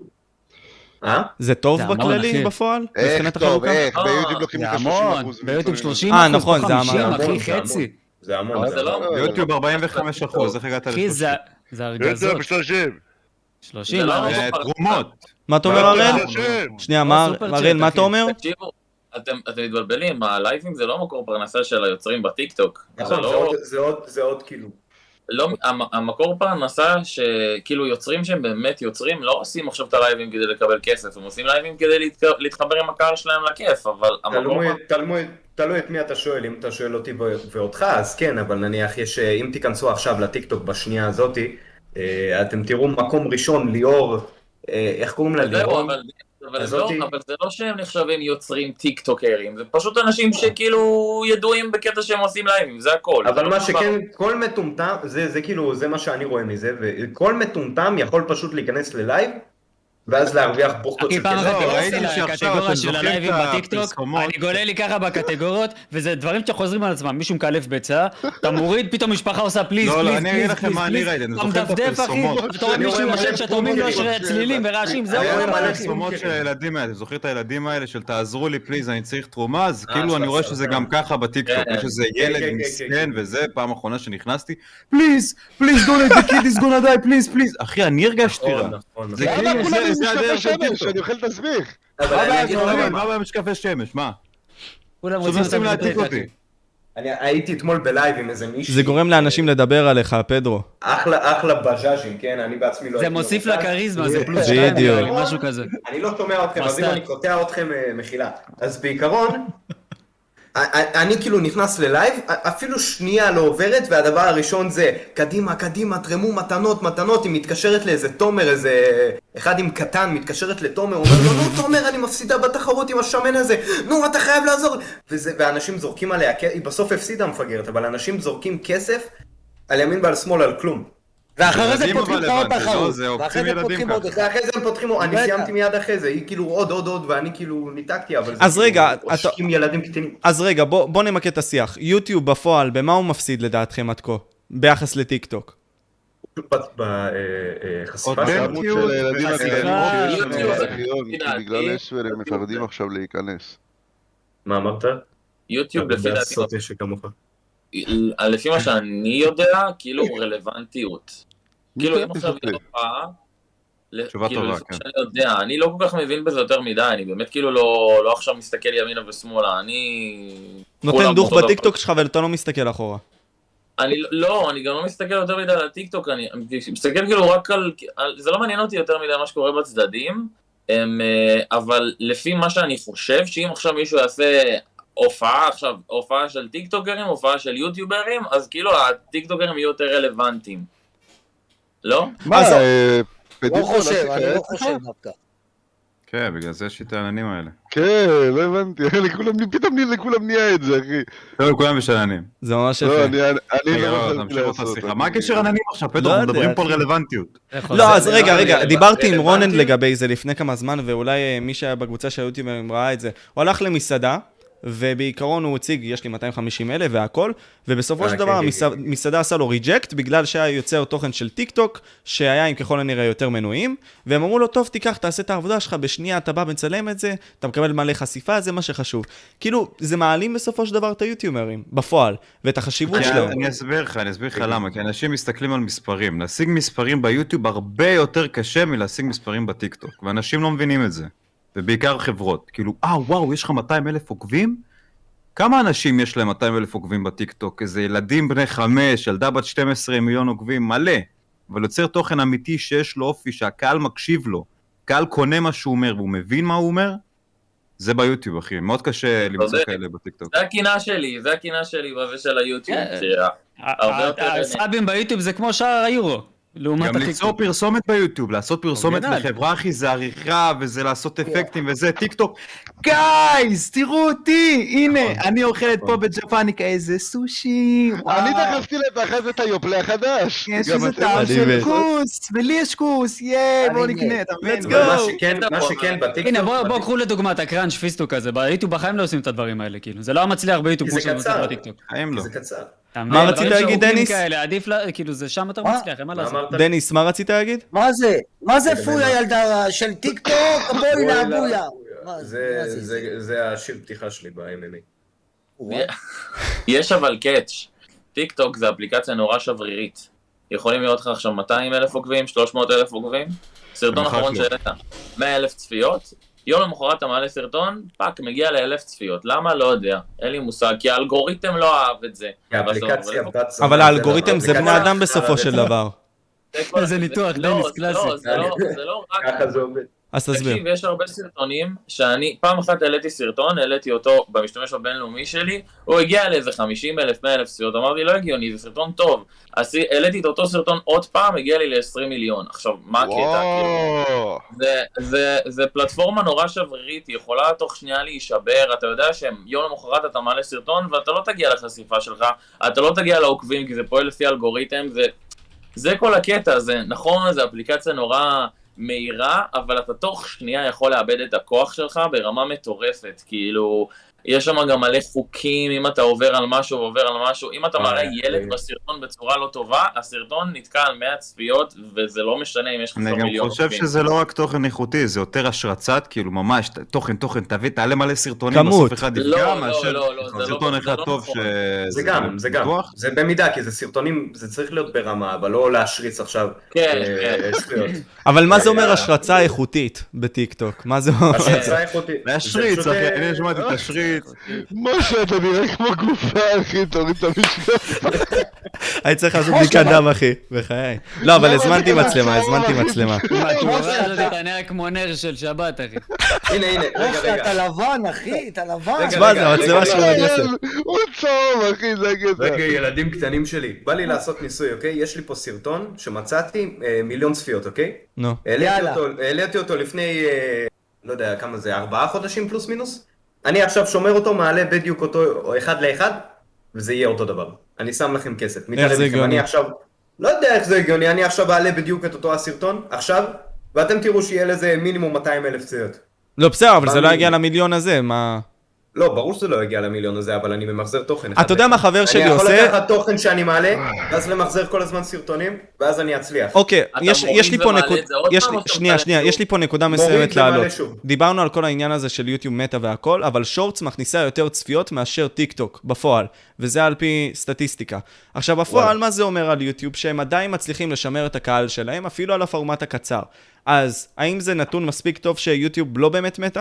אה? זה טוב זה המון, בכללי אחי. בפועל? איך מבחינת טוב, החלוקה? איך, אה, ביוטיוב לוקחים זה לך שלושים המון, אחוז. ביוטיוב שלושים אה, אחוז, נכון, פה זה חמישים, המון, אחי, זה המון. חצי. זה המון. אבל זה לא... המון. יוטיוב ארבעים וחמישה אחוז, איך הגעת אחי, זה ל-שלושים? זה ארגזות. שלושים. שלושים, זה לא- אבל- זה תרומות. מה אתה אומר לא, הראל? לא, שלושים. שנייה, לא, מה- סופר הראל, צ'אט, מה אחי. אתה אומר? תקשיבו, אתם אתם מתבלבלים, הלייבים זה לא מקור פרנסה של היוצרים בטיקטוק. זה נכון, זה לא... עוד- זה עוד- זה עוד כאילו. לא, המ- המקור פרנסה שכאילו יוצרים שהם באמת יוצרים לא עושים עכשיו את הלייבים כדי לקבל כסף, הם עושים לייבים כדי להתק- להתחבר עם הקהל שלהם לכיף, אבל המקור תלוי- פרנסה... תלוי- תלוי את מי אתה שואל, אם אתה שואל אותי ו- ואותך, אז כן, אבל נניח יש, אה, אם תיכנסו עכשיו לטיקטוק בשנייה הזאתי, אה, אתם תראו מקום ראשון, ליאור, אה, איך קוראים לה? זהו, ליאור? אבל, אבל, הזאתי- לא, אבל זה לא שהם נחשבים יוצרים טיק טוקרים, זה פשוט אנשים שכאילו ידועים בקטע שהם עושים לייבים, זה הכל. זה אבל לא מה דבר. שכן, כל מטומטם, זה, זה כאילו, זה מה שאני רואה מזה, וכל מטומטם יכול פשוט להיכנס ללייב, ואז להרוויח בוכטות אחי, של פעם כסף. אחת לא, נכנסתי ראיתי שעכשיו לקטגוריה אתם של זוכרים הלייבים את בטיקטוק, הפרסומות. אני גולל לי ככה בקטגוריות, וזה דברים שחוזרים על עצמם, מישהו מקלף ביצה, אתה מוריד, פתאום משפחה עושה פליז, לא, לא, פליז, אני אגיד פליז, לכם פליז, מה אני פליז, ראיתי, אני אתה זוכר את מדפדף, אחי, הפרסומות. ואתה רואה אני מישהו רואה יושב מלא שתורמים לו פרסומות. יש צלילים ורעשים, זהו, אני רואה זה מלא מה הפרסומות של הילדים האלה, אתה זוכר את הילדים האלה של תעזרו לי פליז, אני צריך תרומה, אז אה, כאילו של אני רואה הסרטן. שזה גם ככה בטיקטוק, כן. יש איזה כן, ילד כן, כן, מסכן כן. וזה, פעם אחרונה שנכנסתי, פליז, פליז don't let the kid is gonna die, פליז, פליז, אחי, אני הרגשתי רע. נכון, נכון. זה למה כאילו, כולם זה- עם זה הדרך משקפי של שמש? טיקטוק. אני אוכל תסביך. אבל מה אני הבעיה אגיד שלך? לכם, מה הבעיה עם משקפי שמש? מה? כולם עכשיו רוצים מנסים אותם להעתיק בטיקטוק. אותי. אני הייתי אתמול בלייב עם איזה מישהי. זה גורם לאנשים לדבר עליך, פדרו. אחלה, אחלה בז'אז'ים, כן? אני בעצמי לא... זה הייתי מוסיף מרוכז. לכריזמה, זה פלוס בדיוק. שתיים, נראה לי, משהו כזה. אני לא שומע אתכם, אז אם מסטאט. אני קוטע אתכם, אה, מחילה. אז בעיקרון, אני כאילו נכנס ללייב, אפילו שנייה לא עוברת, והדבר הראשון זה, קדימה, קדימה, תרמו מתנות, מתנות, היא מתקשרת לאיזה תומר, איזה... אחד עם קטן מתקשרת לתומר, אומר לו, נו תומר, אני מפסידה בתחרות עם השמן הזה, נו, אתה חייב לעזור. וזה, ואנשים זורקים עליה, היא בסוף הפסידה מפגרת, אבל אנשים זורקים כסף על ימין ועל שמאל על כלום. ואחרי זה ילדים פותחים אבל לך עוד הבנתי, לא? תחרות. זה עוקצים ואחרי זה ילדים פותחים ככה. עוד אחד. ואחרי זה הם פותחים, אני בטח. סיימתי מיד אחרי זה, היא כאילו עוד עוד עוד, ואני כאילו ניתקתי, אבל זה אז כאילו רגע, אתה- עושקים ילדים קטנים. אז רגע, בוא, בוא נמקד את השיח. יוטיוב בפועל, במה הוא מפסיד לדעתכם עד כה? ביחס לטיק טוק. בחשיפה אותנטיות. שלנו. הכמות של הילדים הקטנים שיש יוטיוב, לנו זה- בארכיון, כי לדעתי- בגלל אספל הם מפחדים עכשיו להיכנס. מה אמרת? יוטיוב לפי דעתי, לעשות יש כמוך. לפי מה שאני יודע, כאילו רלוונטיות. כאילו אם עכשיו צודק. יש תופעה, ל- תשובה כאילו טובה, לפי כן. שאני יודע, אני לא כל כך מבין בזה יותר מדי, אני באמת כאילו לא לא עכשיו מסתכל ימינה ושמאלה, אני... נותן כולם דוך אותו בטיקטוק שלך ואתה לא מסתכל אחורה. אני לא, אני גם לא מסתכל יותר מדי על הטיקטוק, אני אני מסתכל כאילו רק על, על, זה לא מעניין אותי יותר מדי מה שקורה בצדדים, הם, אה, אבל לפי מה שאני חושב, שאם עכשיו מישהו יעשה הופעה, עכשיו, הופעה של טיקטוקרים, הופעה של יוטיוברים, אז כאילו הטיקטוקרים יהיו יותר רלוונטיים. לא? מה? אז- אה, לא פדיקו, חושב, הלכתי אני לא כעת? חושב דווקא. כן, בגלל זה יש את העננים האלה. כן, לא הבנתי, לכולם- פתאום לי- לכולם נהיה את זה, אחי. לא, כולם בשעננים. זה ממש לא, יפה. אני אני רגע, לא לא, יכולתי תמשיך אותה לעשות. שיחה. אני- מה הקשר עננים עכשיו? פדרו, לא אנחנו מדברים יודע, פה על אחי. רלוונטיות. לא, אז רגע, רגע, רלוונטי. דיברתי עם רונן רלוונטי. לגבי זה לפני כמה זמן, ואולי אה, מי שהיה בקבוצה של היוטיובים ראה את זה. הוא הלך למסעדה, ובעיקרון הוא הציג, יש לי מאתיים וחמישים אלף והכל, ובסופו אה, של כן, דבר כן, המסע- כן. המסעדה עשה לו ריג'קט, בגלל שהיה יוצר תוכן של טיק טוק, שהיה עם ככל הנראה יותר מנויים, והם אמרו לו, טוב, תיקח, תעשה את העבודה שלך, בשנייה אתה בא מצלם את זה, אתה מקבל מלא חשיפה, זה מה שחשוב. כאילו, זה מעלים בסופו של דבר את היוטיוברים, בפועל, ואת החשיבות כי שלהם. אני אסביר לך, אני אסביר לך למה, כי אנשים מסתכלים על מספרים. להשיג מספרים ביוטיוב הרבה יותר קשה מלהשיג מספרים בטיקטוק, ואנשים לא מבינים את זה. ובעיקר חברות. כאילו, אה, וואו, יש לך מאתיים אלף עוקבים? כמה אנשים יש להם מאתיים אלף עוקבים בטיקטוק? איזה ילדים בני חמש, ילדה בת שנים עשר מיליון עוקבים, מלא. אבל יוצר תוכן אמיתי שיש לו אופי, שהקהל מקשיב לו. קהל קונה מה שהוא אומר, והוא מבין מה הוא אומר, זה ביוטיוב, אחי. מאוד קשה למצוא צודק. כאלה בטיקטוק. זה הקינה שלי, זה הקינה שלי בזה של היוטיוב, כן. שה- הרבה יותר- הסאבים ביוטיוב זה כמו שער היורו, לעומת גם ליצור הטיקטוק. פרסומת ביוטיוב, לעשות פרסומת אורגינל. לחברה, אחי, זה עריכה, וזה לעשות אפקטים, וזה טיקטוק. גייז, תראו אותי, הנה, אני אוכלת פה בג'פניקה איזה סושי, אני וואו, דחפתי להם אחרי זה את היופלה החדש. יש גם איזה אתם- טעם אני של מת. כוס, ולי יש כוס, ייי, אני בואו מת. נקנה, אתה מבין? Let's אבל מה go. שכן, מה שכן בטיקטוק... הנה, בואו בוא, בטיקטוק- קחו לדוגמה את הקראנץ' פיסטוק הזה, ביוטיוב בחיים לא עושים את הדברים האלה, כאילו. זה לא מצליח ביוטיוב כי כמו זה שזה מצליח קצר. בטיקטוק. חיים לא. זה קצר. אתה מה מבין? רצית דברים להגיד, שארוכים דניס? כאלה, עדיף, לה- כאילו, זה שם יותר מה? מצליח, אין מה מה לעשות. אמרת? דניס, מה רצית להגיד? מה זה? מה זה זה פוי באמת. הילדה של טיק טוק? בואי בואי לאבויה. לה- מה זה- מה זה? זה- זה השיר פתיחה שלי ב-אם אם איי. וואי. יש אבל קאץ', טיק טוק זה אפליקציה נורא שברירית. יכולים להיות לך עכשיו מאתיים אלף עוקבים, שלוש מאות אלף עוקבים, סרטון במחר אחרון שלו. שהעלית, מאה אלף צפיות, יום למחרת אתה מעלה סרטון, פאק, מגיע לאלף צפיות. למה? לא יודע. אין לי מושג, כי האלגוריתם לא אהב את זה. כי האפליקציה בסוף, בת אבל האלגוריתם זה האפליקציה- בני אדם בסופו של דבר. זה כל- איזה ניתוח, לא, דניס, זה קלאסי. לא, זה לא, זה לא רק... ככה זה עובד. אז תסביר. תקשיב, יש הרבה סרטונים שאני, פעם אחת העליתי סרטון, העליתי אותו במשתמש הבינלאומי שלי, הוא הגיע לאיזה חמישים אלף, מאה אלף צפיות, אמרתי לא הגיוני, זה סרטון טוב. אז העליתי את אותו סרטון עוד פעם, הגיע לי ל-עשרים מיליון. עכשיו, מה הקטע? כאילו? וואו. זה, זה, זה פלטפורמה נורא שברירית, היא יכולה תוך שנייה להישבר, אתה יודע שיום למחרת אתה מעלה סרטון ואתה לא תגיע לחשיפה שלך, אתה לא תגיע לעוקבים כי זה פועל לפי אלגוריתם, זה, זה כל הקטע, זה נכון, זה אפליקציה נורא מהירה, אבל אתה תוך שנייה יכול לאבד את הכוח שלך ברמה מטורפת, כאילו, יש שם גם מלא חוקים, אם אתה עובר על משהו ועובר על משהו, אם אתה מראה ילד בסרטון בצורה לא טובה, הסרטון נתקע על מאה צפיות, וזה לא משנה אם יש לך אני עשרה גם מיליון חושב עוקבים. שזה לא רק תוכן איכותי, זה יותר השרצת, כאילו ממש, תוכן, תוכן, תביא, תעלה מלא סרטונים, כמות. בסוף אחד לא, יפגע, לא, מאשר לא, לא, זה לא- סרטון זה אחד לא טוב נכון. ש... זה גם, זה גם. פיתוח. זה במידה, כי זה סרטונים, זה צריך להיות ברמה, אבל לא להשריץ עכשיו כן, אה, שטויות. אבל מה זה אומר השרצה איכותית בטיקטוק? מה זה אומר? השרצה איכותית. להשריץ, זה פשוט, אחי, אה, אני שמעתי את השריץ. משה, אתה נראה כמו גופה, אחי, תוריד את המשקף. הייתי צריך לעשות בדיקת דם, אחי, בחיי. לא, אבל למה הזמנתי אתה מצלמה, ככה, הזמנתי אחי? מצלמה. התשובה משה, הזאת אתה- אתה נראה כמו נר של שבת, אחי. הנה, הנה, רגע, משה, אתה רגע. לבן, אחי, אתה לבן. רגע, תשמע, זה המצלמה רגע, של רגע. בן עשר. הוא צהוב, אחי, זה הקטע. רגע, ילדים קטנים שלי, בא לי לעשות ניסוי, אוקיי? יש לי פה סרטון שמצאתי אה, מיליון צפיות, אוקיי? נו. העליתי יאללה. אותו, העליתי אותו לפני, אה, לא יודע כמה זה, ארבעה חודשים פלוס מינוס. אני עכשיו שומר אותו, מעלה בדיוק אותו, או אחד לאחד, וזה יהיה אותו דבר. אני שם לכם כסף. מתערב זה לכם. הגיוני? אני עכשיו, לא יודע איך זה הגיוני, אני עכשיו אעלה בדיוק את אותו הסרטון, עכשיו, ואתם תראו שיהיה לזה מינימום מאתיים אלף צפיות. לא, בסדר, אבל זה לא במינימום. יגיע למיליון הזה, מה... לא, ברור שזה לא יגיע למיליון הזה, אבל אני ממחזר תוכן. אתה יודע מה חבר שלי אני יכול עושה? לקחת תוכן שאני מעלה, ואז למחזר כל הזמן סרטונים, ואז אני אצליח. אוקיי, אתה יש, מוריד יש לי פה ומעלה נקודה, את זה עוד יש פעם, לי, או שאתה שנייה, מעלה שנייה, שוב? יש לי פה נקודה מוריד מסוימת ומעלה לעלות. שוב. דיברנו על כל העניין הזה של יוטיוב מטא והכל, אבל שורטס מכניסה יותר צפיות מאשר טיק טוק, בפועל, וזה על פי סטטיסטיקה. עכשיו, בפועל, וואלה. מה זה אומר על יוטיוב? שהם עדיין מצליחים לשמר את הקהל שלהם, אפילו על הפורמט הקצר. אז, האם זה נתון מספיק טוב שיוטיוב לא באמת מטא?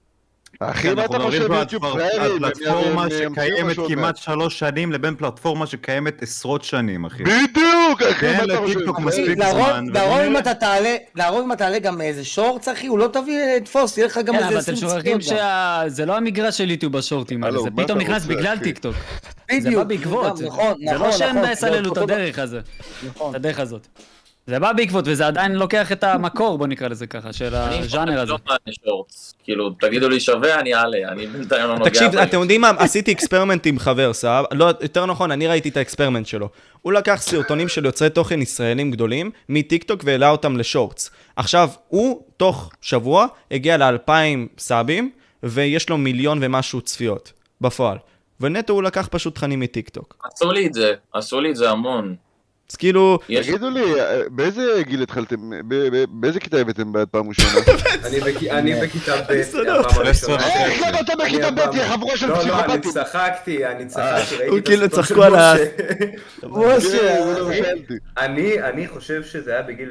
אחי, מה אתה אנחנו חושב מדברים פה ביוטיוב על פריירים? על פלטפורמה הם- הם- הם- שקיימת הם- כמעט שלוש שנים לבין פלטפורמה שקיימת עשרות שנים, אחי. בדיוק, אחי, תן מה אתה חושב? לטיקטוק מספיק לרוב זמן, לרוב אם ונראה. אתה תעלה, לרוב אם אתה תעלה גם איזה שורטס, אחי, הוא לא תביא לתפוס, יהיה לך גם כן, איזה אבל עשרים אתם צפיות שוכחים גם. שזה לא המגרש של יוטיוב השורטים האלה, הלו, זה מה פתאום אתה נכנס רוצה, בגלל אחי? טיקטוק. זה בדיוק, בא בעקבות, גם, נכון, זה נכון, לא שהם נכון, סללו את אותו הדרך הזה, נכון. את הדרך הזאת. זה בא בעקבות, וזה עדיין לוקח את המקור, בוא נקרא לזה ככה, של אני הז'אנר הזה. לא מעלה שורטס. כאילו, תגידו לי שווה, אני אעלה. אני בינתיים לא נוגע. תקשיב, בהם. אתם יודעים מה? עשיתי אקספרימנט עם חבר, סבב? לא, יותר נכון, אני ראיתי את האקספרימנט שלו. הוא לקח סרטונים של יוצרי תוכן ישראלים גדולים מטיקטוק והעלה אותם לשורטס. עכשיו, הוא תוך שבוע הגיע לאלפיים סאבים, ויש לו מיליון ומשהו צפיות, בפועל. ונטו הוא לקח פשוט תכנים מטיקטוק. עשו לי את זה, עשו לי את זה המון. אז כאילו, יש תגידו לי, באיזה גיל התחלתם, ב- ב- באיזה כיתה הבאתם בעד פעם ראשונה? אני בכ- אני בכיתה ב', בסדר. הפעם הראשונה. איך למה אתה בכיתה אני ב', הפעם- יא חבורה של לא, לא, אני פסיכופטים? צחקתי, אני צחקתי, ראיתי הוא את כאילו הסרטון צחקו של על ה- משה. כן, זה לא שאלתי. אני, אני חושב שזה היה בגיל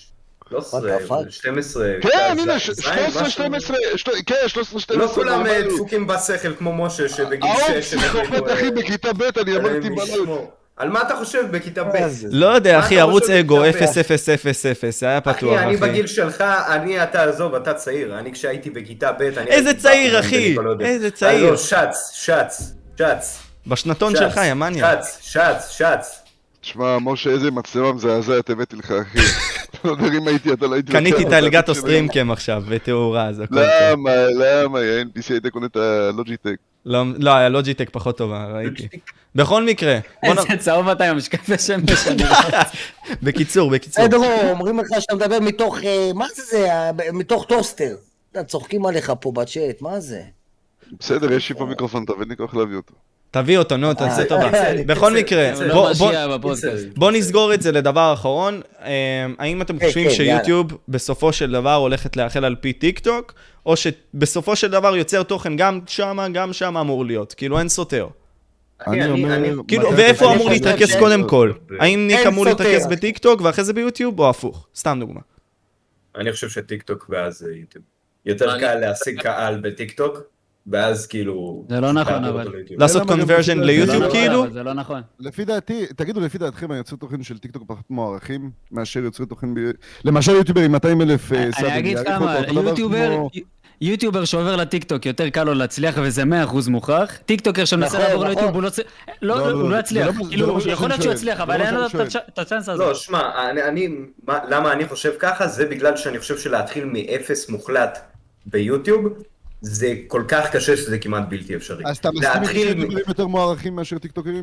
שלוש עשרה, What the fuck? שתים עשרה. כן, כזה, הנה, זין, שלוש עשרה, משהו. שתים עשרה, של- כן, שלוש עשרה, שתים לא עשרה. כולם אה, נורמלי. דפוקים בשכל כמו משה שבגיל ההוא שש. הם החליטו, פסיכופט, אה, אחי, בכיתה ב', אני אמרתי אלוהים בלילה. ישמור. על מה אתה חושב בכיתה ב'? מה זה? לא יודע, מה אחי, אתה ערוץ חושב אגו, בכיתה אפס אפס אפס אפס, זה היה פתוח, אחי, אני אחי. בגיל שלך, אני, אתה עזוב, אתה צעיר. אני כשהייתי בכיתה ב', אני... איזה הייתי צעיר, באפמן אחי? בניקולודיון. איזה אה, צעיר? לא, שץ, שץ, שץ. בשנתון שץ, שלך, יא מניה. שץ, שץ, שץ. תשמע, משה, איזה מצלמה מזעזעת הבאתי לך, אחי. לא יודע אם הייתי, אתה לא הייתי... קניתי לוקח את אותה, האלגטו שלהם. סטרימקם עכשיו, בתאורה, אז הכל טוב. למה, למה, יא אן פי סי היית קונה את הלוג'יטק. לא, לא, היה לוג'יטק פחות טובה, ראיתי. בכל מקרה, בוא נ... איזה צהוב אתה עם משקפי שמש, אני רואה. בקיצור, בקיצור. פדרו, אומרים לך שאתה מדבר מתוך, אה, מה זה זה, אה, מתוך טוסטר. אתה צוחקים עליך פה בצ'אט, מה זה? בסדר, יש לי פה מיקרופון, תביא לי כוח להביא אותו. תביא אותו, נו, תעשה אה, טובה. אה, בכל קיצר, מקרה, קיצר. לא בוא- בוא- משיע בפודקאסט. בוא נסגור את זה לדבר האחרון. אה, האם אתם כן, חושבים כן, יאללה. שיוטיוב בסופו של דבר הולכת לאחל על פי טיק טוק, או שבסופו של דבר יוצר תוכן גם שמה, גם שמה אמור להיות? כאילו אין סותר. אחי, אני, אני... כאילו, מתי ואיפה אתה אמור חושב להתרכז ש- קודם כל? ב- האם ניק אין אמור סותר. להתרכז בטיק טוק ואחרי זה ביוטיוב, או הפוך? סתם דוגמה. אני חושב שטיקטוק ואז יוטיוב. יותר אני- קל להשיג קהל בטיקטוק, ואז כאילו... זה לא נכון, להעביר אבל. אותו ליוטיוב. לעשות למה גם קונברז'ן בסדר, זה לא ליוטיוב נכון, כאילו? אבל זה לא נכון. לפי דעתי, תגידו, לפי דעתכם, היוצרי תוכן של טיקטוק פחות מוערכים מאשר יוצרי תוכן ב... למשל יוטיובר עם מאתיים אלף סאבים. אני אגיד יעריכו כמה, אותו אותו דבר יוטיובר, כמו- יוטיובר שעובר לטיקטוק יותר קל לו להצליח וזה מאה אחוז מוכח. טיקטוקר שמנסה נכון, לעבור נכון. ליוטיוב הוא לא צ- לא- לא, לא, הוא זה לא לא יצליח. מה- זה כאילו, לא מה שאני יכול להיות שהוא שואל. יצליח, זה אבל לא אין מה לו שאני את הצ'- את הצ'אנס הזה. לא, שמע, אני, אני, מה, למה אני חושב ככה? זה בגלל שאני חושב שלהתחיל מאפס מוחלט ביוטיוב, זה כל כך קשה שזה כמעט בלתי אפשרי. אז אתה מסכים איתי להתחיל מ- שיוטיוברים יותר מוערכים מאשר טיקטוקרים?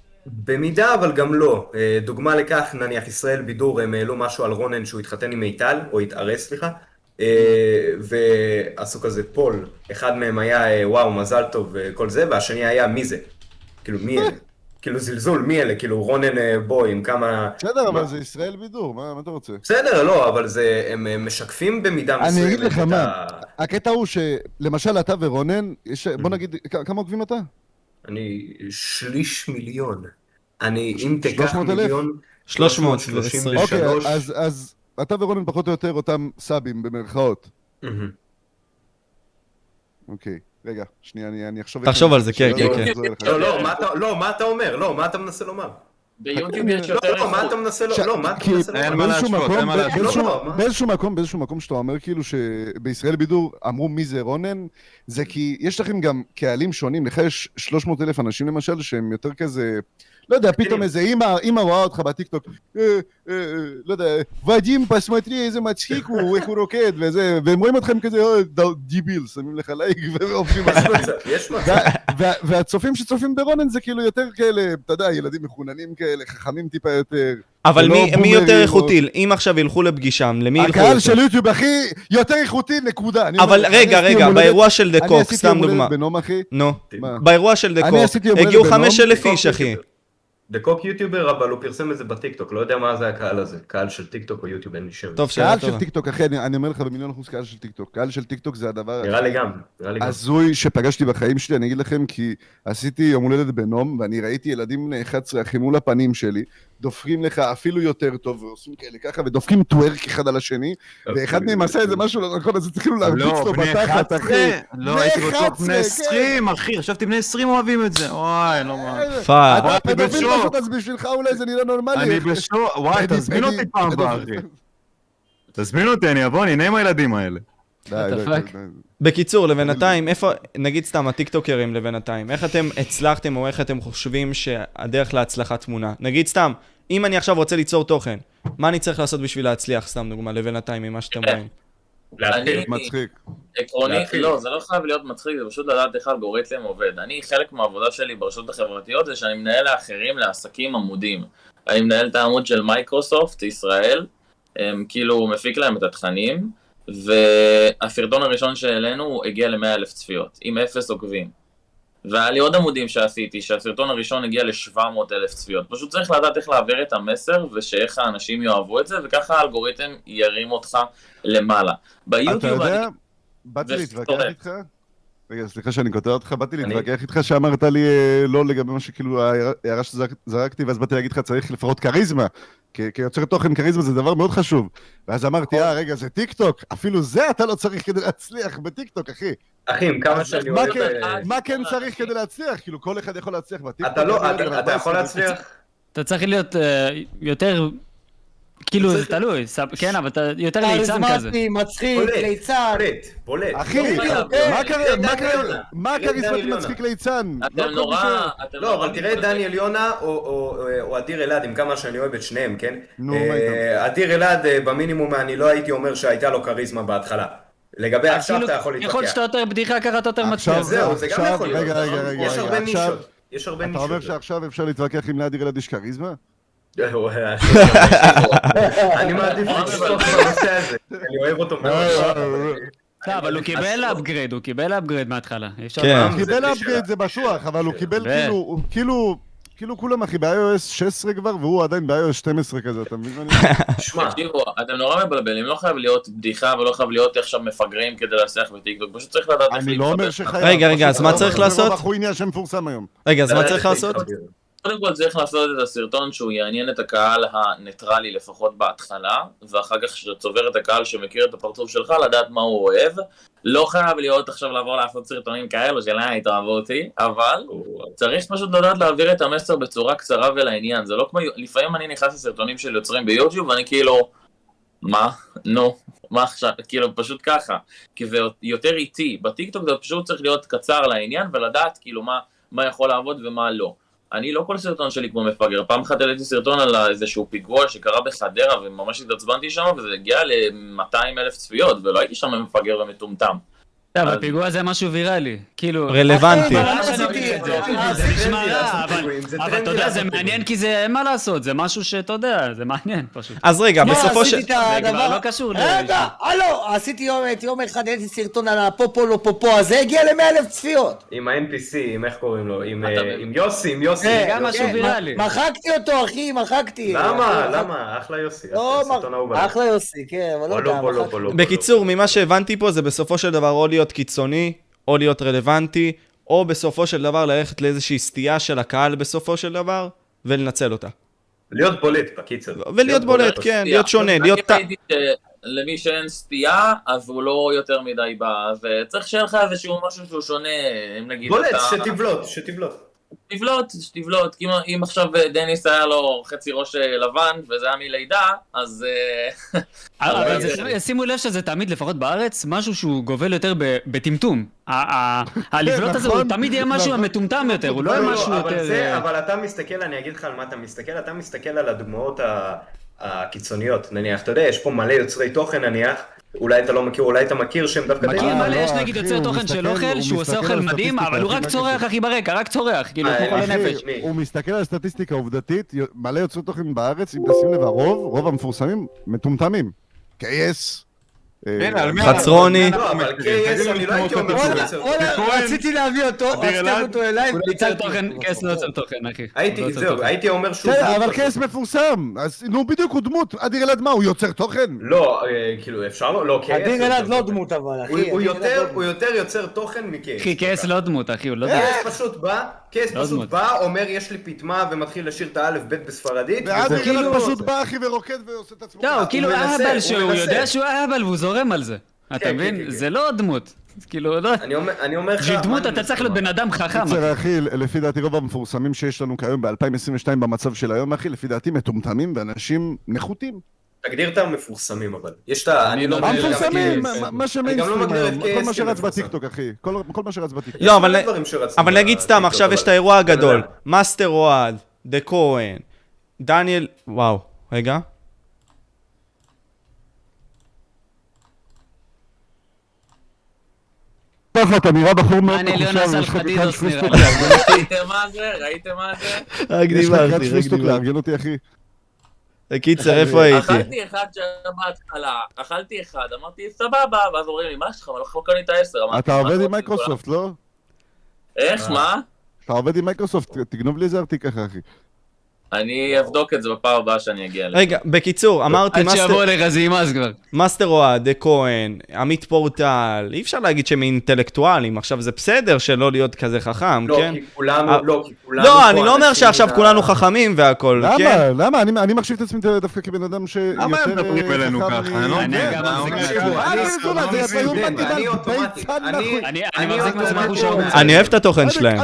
במידה, אבל גם לא. אה, דוגמה לכך, נניח ישראל בידור, הם העלו משהו על רונן שהוא התחתן עם מיטל, או התארס, סליחה, אה, ועשו כזה פול. אחד מהם היה, אה, וואו, מזל טוב וכל זה, והשני היה, מי זה? כאילו, מי אלה? כאילו זלזול, מי אלה? כאילו רונן אה, בוי עם כמה... בסדר, אבל מה? זה ישראל בידור, מה מה אתה רוצה? בסדר, לא, אבל זה, הם אה, משקפים במידה אני מסוימת אגיד לך את מה. ה... הקטע הוא שלמשל אתה ורונן, יש- בוא נגיד, כ- כמה עוקבים אתה? אני שליש מיליון. אני, אם תיקח שלוש מאות אלף? מיליון... שלוש מאות שלושים ועשרים. אוקיי, ושלוש. אז- אז אתה ורונן פחות או יותר אותם סאבים במרכאות. מהמם. אוקיי, רגע, שנייה, אני אני אחשוב... תחשוב איך- על זה, כן, שלא- כן, לא כן. אחזור אליך. לא, לא, מה אתה- לא, מה אתה אומר? לא, מה אתה מנסה לומר? ביוטיוב יש לא, יותר לא, מה אתה איכות. מנסה ש- לומר? לא, מה אתה כי מנסה אין לומר? מה באיזשהו להשוות, מקום, אין מה להשוות. באיזשהו- לא, מה? באיזשהו מקום, באיזשהו מקום שאתה אומר כאילו שבישראל בידור אמרו מי זה רונן, זה כי יש לכם גם קהלים שונים, לך יש שלוש מאות אלף אנשים למשל שהם יותר כזה לא יודע, פתאום איזה אמא, אמא רואה אותך בטיקטוק, אה, אה, אה, לא יודע, ודים, פסמטרי, איזה מצחיק הוא, איך הוא רוקד, וזה, והם רואים אתכם כזה, אה, דיביל, שמים לך לייק, ועובדים על זה. יש מצב. וה- והצופים שצופים ברונן זה כאילו יותר כאלה, אתה יודע, ילדים מחוננים כאלה, חכמים טיפה יותר. אבל ולא מי, מי בומרים יותר או- איכותי? אם עכשיו ילכו לפגישה, למי ילכו הקהל יותר? של יוטיוב, אחי, יותר איכותי, נקודה. אני אבל אומר, רגע, אני עשיתי רגע, יום הולדת- באירוע של דה אני קוק, עשיתי סתם יום הולדת דוגמה. בנום, אחי. נו, מה? באירוע של דה אני קוק, עשיתי יום הולדת הגיעו בנום. חמש אלף דה איש, קוק אחי. יוטיובר. דה קוק יוטיובר, אבל הוא פרסם את זה בטיקטוק, לא יודע מה זה הקהל הזה. קהל של טיקטוק או יוטיוב, אין לי שם. טוב, שאלה קהל של טובה. טיקטוק, אחי, אני אני אומר לך במיליון אחוז קהל של טיקטוק. קהל של טיקטוק זה הדבר נראה לי גם, נראה לי גם. הזוי שפגשתי בחיים שלי, אני אגיד לכם, כי עשיתי יום הולדת בנום, ואני ראיתי ילדים בני אחת עשרה אחי מול הפנים שלי, דופקים לך אפילו יותר טוב, ועושים כאלה ככה, ודופקים טוורק אחד על השני, ואחד מהם עשה איזה משהו לא נכון, אז התחילו להרביץ לא, לו בני בתחת, אחת אחי. עשרה? לא, בני הייתי בטוח אחת עשרה, בני כן. עשרים, אחי, חשבתי בני עשרים אוהבים את זה. וואי, לא מה. פאק. אתה הייתי פדופיל בשוק. פשוט, אז בשבילך אולי זה נראה נורמלי. אני בשוק, וואי, פדי- תזמין פדי- אותי פעם פדופיל. הבאה, אחי. תזמין אותי, אני אבוא, אני אנהה עם הילדים האלה. די, What the די, fuck? די, די. בקיצור, לבינתיים, איפה, נגיד סתם הטיקטוקרים לבינתיים, איך אתם הצלחתם או איך אתם חושבים שהדרך להצלחה תמונה? נגיד סתם, אם אני עכשיו רוצה ליצור תוכן, מה אני צריך לעשות בשביל להצליח, סתם דוגמה, לבינתיים ממה שאתם רואים? להתחיל. אני- מצחיק. עקרונית, להתחיל. לא, זה לא חייב להיות מצחיק, זה פשוט לדעת איך האלגוריתם עובד. אני, חלק מהעבודה שלי ברשתות החברתיות זה שאני מנהל לאחרים, לעסקים עמודים. אני מנהל את העמוד של מייקרוסופט, ישראל, הם, כאילו מפיק להם את התכנים, והסרטון הראשון שהעלינו הגיע ל-מאה אלף צפיות, עם אפס עוקבים. והיה לי עוד עמודים שעשיתי, שהסרטון הראשון הגיע ל-שבע מאות אלף צפיות. פשוט צריך לדעת איך להעביר את המסר, ושאיך האנשים יאהבו את זה, וככה האלגוריתם ירים אותך למעלה. אתה ביוטיוב יודע, אני... באתי זה להתווכח סטורק. איתך, רגע, סליחה שאני קוטע אותך, באתי אני- להתווכח איתך שאמרת לי אה, לא לגבי מה שכאילו ההערה- ההערה שזרקתי, ואז באתי להגיד לך צריך לפחות כריזמה, כ- כיוצר תוכן כריזמה זה דבר מאוד חשוב, ואז אמרתי, אה רגע זה טיק טוק, אפילו זה אתה לא צריך כדי להצליח בטיק טוק, אחי. אחי, עם כמה אז שאני מה אוהב... כן- אה, מה כן צריך כדי להצליח? כאילו כל אחד יכול להצליח בטיק טוק. אתה לא, אני אתה- בן אתה יכול ארבע עשרה, להצליח? אתה צריך להיות אה, יותר, כאילו זה תלוי, סב- כן, אבל אתה יותר ליצן כזה. כריזמטי, מצחיק, בולט, ליצן. בולט, בולט. אחי, לא חייב. מה קרה- תראה את מה דני קרה- יונה. מה תראה את דני כריזמטי יונה. מצחיק ליצן? לא אתם הכל נורא... בסדר. אתם לא, נורא אבל תראה את מתבלבלים. דניאל יונה או- או או אדיר אלעד, עם כמה שאני אוהב את שניהם, כן? נו, אה, מה איתם? אדיר אלעד, אה, במינימום, אני לא הייתי אומר שהייתה לו כריזמה בהתחלה. לגבי עכשיו כאילו, אתה יכול ככל להתווכח. שאתה יותר בדיחה ככה אתה יותר עכשיו מצליח. זהו, זה גם עכשיו, יכול להיות. רגע, רגע, רגע, יש רגע, הרבה עכשיו- נישות. יש הרבה אתה נישות. אומר שעכשיו אפשר להתווכח אם לאדיר אלעד יש כריזמה? אני מעדיף לשתוק בנושא הזה. אני אוהב אותו מאוד. לא, אבל הוא קיבל אפגרייד, הוא קיבל אפגרייד מההתחלה. אי אפשר כן. לומר. הוא זה קיבל בלי אפגרייד זה בטוח, אבל הוא קיבל באמת. כאילו, הוא כאילו, כאילו כולם אחי ב-iOS שש עשרה כבר, והוא עדיין ב-iOS שתים עשרה כזה, אתה מבין מה אני אומר? שמע, תקשיבו, אתם נורא מבלבלים, לא חייב להיות בדיחה ולא חייב להיות עכשיו מפגרים כדי להצליח בטיקטוק, פשוט צריך לדעת איך אני לא אומר להתחבר. שחייב. רגע, רגע, פשוט אז מה לא צריך אומר, לעשות? זה רוב החויניה שמפורסם היום. רגע, אז מה איך צריך לעשות? להתחבר. קודם כל צריך לעשות את הסרטון שהוא יעניין את הקהל הניטרלי לפחות בהתחלה, ואחר כך שצובר את הקהל שמכיר את הפרצוף שלך, לדעת מה הוא אוהב. לא חייב להיות עכשיו לעבור לעשות סרטונים כאלו של היי, תאהבו אותי, אבל צריך פשוט לדעת להעביר את המסר בצורה קצרה ולעניין. זה לא כמו, לפעמים אני נכנס לסרטונים של יוצרים ביוטיוב ואני כאילו, מה? נו, מה עכשיו? כאילו פשוט ככה, כי זה יותר איטי. בטיקטוק זה פשוט צריך להיות קצר לעניין ולדעת כאילו מה, מה יכול לעבוד ומה לא. אני לא כל סרטון שלי כמו מפגר, פעם אחת העליתי סרטון על איזשהו פיגוע שקרה בחדרה וממש התעצבנתי שם וזה הגיע ל-מאתיים אלף צפיות ולא הייתי שם מפגר ומטומטם. אבל אז- פיגוע זה משהו ויראלי, כאילו... רלוונטי. אחי, מה שאני עשיתי את זה. זה זה נשמע טרנדי רע, לעשות אבל פיגועים, זה אבל טרנדי אתה יודע, זה לעשות מעניין פיגועים. כי זה, אין מה לעשות, זה משהו שאתה יודע, זה מעניין פשוט. אז רגע, מה, בסופו של... עשיתי את זה כבר הדבר... לא קשור רגע, הלו, עשיתי יום, את יום אחד, העליתי סרטון על הפופו לא פופו הזה, הגיע ל-מאה אלף צפיות. עם ה-אן פי סי, עם איך קוראים לו? עם, אתה אה, מבין. עם יוסי, עם יוסי. כן, גם יוסי. משהו כן, ויראלי. מחקתי אותו, אחי, מחקתי. למה? אחי, למה? אחלה יוסי. לא, הסרטון אהוב עליי. אחלה יוסי, כן, אבל לא בולו, יודע, בולו, מחקתי. בולו, בולו. בקיצור, ממה שהבנתי פה זה בסופו של דבר או להיות קיצוני, או להיות רלוונטי, או בסופו של דבר ללכת לאיזושהי סטייה של הקהל בסופו של דבר, ולנצל אותה. להיות בולט, בקיצר. ולהיות בולט, כן, להיות שונה, להיות... אני ראיתי שלמי שאין סטייה, אז הוא לא יותר מדי בא, וצריך שיהיה לך איזשהו משהו שהוא שונה, אם נגיד בולט, אתה... שתבלוט, שתבלוט. תבלוט, תבלוט, כי אם- אם עכשיו דניס היה לו חצי ראש לבן, וזה היה מלידה, אז... אה, אבל אבל- זה- שימו לב שזה תמיד, לפחות בארץ, משהו שהוא גובל יותר ב- בטמטום. ה- ה- הלבלוט הזה הוא נכון, תמיד יהיה משהו נכון. המטומטם יותר, הוא לא לא, יהיה לא, משהו אבל יותר... זה, אה, אבל אתה מסתכל, אני אגיד לך על מה אתה מסתכל, אתה מסתכל על הדוגמאות ה- הקיצוניות, נניח, אתה יודע, יש פה מלא יוצרי תוכן נניח, אולי אתה לא מכיר, אולי אתה מכיר שהם דווקא... די- מכיר אה, מלא, לא, יש אחי, נגיד יוצר הוא תוכן של מסתכל- אוכל, הוא שהוא עושה מסתכל אוכל על מדהים, הסטטיסטיקה, אבל הוא אחי, רק מה צורח הקשר? אחי ברקע, רק צורח, כאילו אה, כמו חולה אחי, נפש. מי? הוא מסתכל על הסטטיסטיקה העובדתית, מלא יוצרי תוכן בארץ, אם תשים לב, הרוב, רוב המפורסמים, מטומטמים. קייס. הנה, על מי חצרוני. אנחנו- לא, על מי אבל אנחנו מפילים? קייס, תגידו אני לי לא הייתי כמו אומר כתוב. שהוא וואלה, יוצר וואלה, כהן, רציתי להביא אותו, אדיר רציתי להביא אלעד. אותו אליי, הוא לא יוצר וניצלתי תוכן, אותו קייס לא בסוף. יוצר תוכן, אחי. הוא לא הייתי, יוצר זהו, תוכן. הייתי אומר שהוא... בסדר, דמות אבל פשוט. קייס מפורסם. אז נו, בדיוק, הוא דמות. אדיר אלעד מה, הוא יוצר תוכן? לא, אה, כאילו, אפשר לא, לא, קייס... אדיר אלעד יוצר לא תוכן. דמות אבל, אחי. הוא- הוא אדיר אלעד יותר- לא דמות. הוא יותר יוצר תוכן מקייס. אחי, קייס לא דמות, אחי, הוא לא דמות. קייס פשוט בא, קייס לא פשוט דמות. בא, אומר יש לי פתמה ומתחיל לשיר את האלף בית בספרדית. וזה ואדיר כאילו- אלעד פשוט בא, אחי, ורוקד ועושה את עצמו. לא, הוא כאילו מנסה, אהבל הוא שהוא מנסה. יודע שהוא אהבל והוא זורם על זה. אתה כן, מבין? כן, כן. זה לא דמות. כאילו, לא... אני אומר- אני אומר לך... בשביל מה דמות אני אתה צריך מנסה להיות בן אדם חכם. אחי. קיצר, אחי, לפי דעתי רוב המפורסמים שיש לנו כיום ב-אלפיים עשרים ושתיים במצב של היום, אחי, לפי דעתי מטומטמים ואנשים נחותים. תגדיר את המפורסמים אבל. יש את ה... אני לא לא מגדיר גם את המפורסמים, קייס. מה- מה אני גם לא שמיינסטרים מגדיר את היום, קייס כל מה שרץ כמפורסם. בטיקטוק, אחי. כל כל מה שרץ בטיקטוק. לא, אבל מלא נ- דברים שרצים אבל נגיד סתם, בטיקטוק, עכשיו אבל- יש את האירוע הגדול. יודע. מאסטר אוהד, דה כהן, דניאל... וואו, רגע. ככה, אתה נראה בחור מאוד דניאל מחושב, יונס יש לך אלחדידוס בכלל נראה שוויסטוק לי. ראיתם מה זה? ראיתם מה זה? רק יש לך דיברתי, בכלל רק שוויסטוק דיברתי. לארגן אותי, אחי. קיצר, איפה הייתי? אכלתי אחד שהיה בהתחלה, אכלתי אחד, אמרתי סבבה, ואז אומרים לי, מה שלך, אבל לא קנית עשר. אמרתי, אתה "מה עובד אתה עם רוצה?" מייקרוסופט, לא? איך, מה? אתה עובד עם מייקרוסופט, תגנוב לי איזה ארטיק ככה, אחי. אני אבדוק את זה בפעם הבאה שאני אגיע לזה. רגע, בקיצור, אמרתי עד מאסטר... שיבוא לך זה ימאס כבר. מאסטר אוהד, דה כהן, עמית פורטל, אי אפשר להגיד שהם אינטלקטואלים, עכשיו זה בסדר שלא להיות כזה חכם, לא, כן? כי כולנו, אה, לא, כי כולנו... לא, פה אני לא אומר אנשים שעכשיו מה- כולנו חכמים והכל, כן? למה? למה? אני אני מחשיב את עצמי דווקא כבן אדם שיותר... למה הם מדברים אה, אלינו חכם ככה? מ- אני לא אני מבין. גם מה, מחזיק אומר, מעצמי. אה, אני- אני אסביר לך, זה אני- היום אני- באתי אני על אוטומטית, ביצן אני- נחוי. אני אני אני מחזיק מעצמי אוטומטית אחוז שהוא אומר- מצוין. אני אוהב את התוכן שלהם.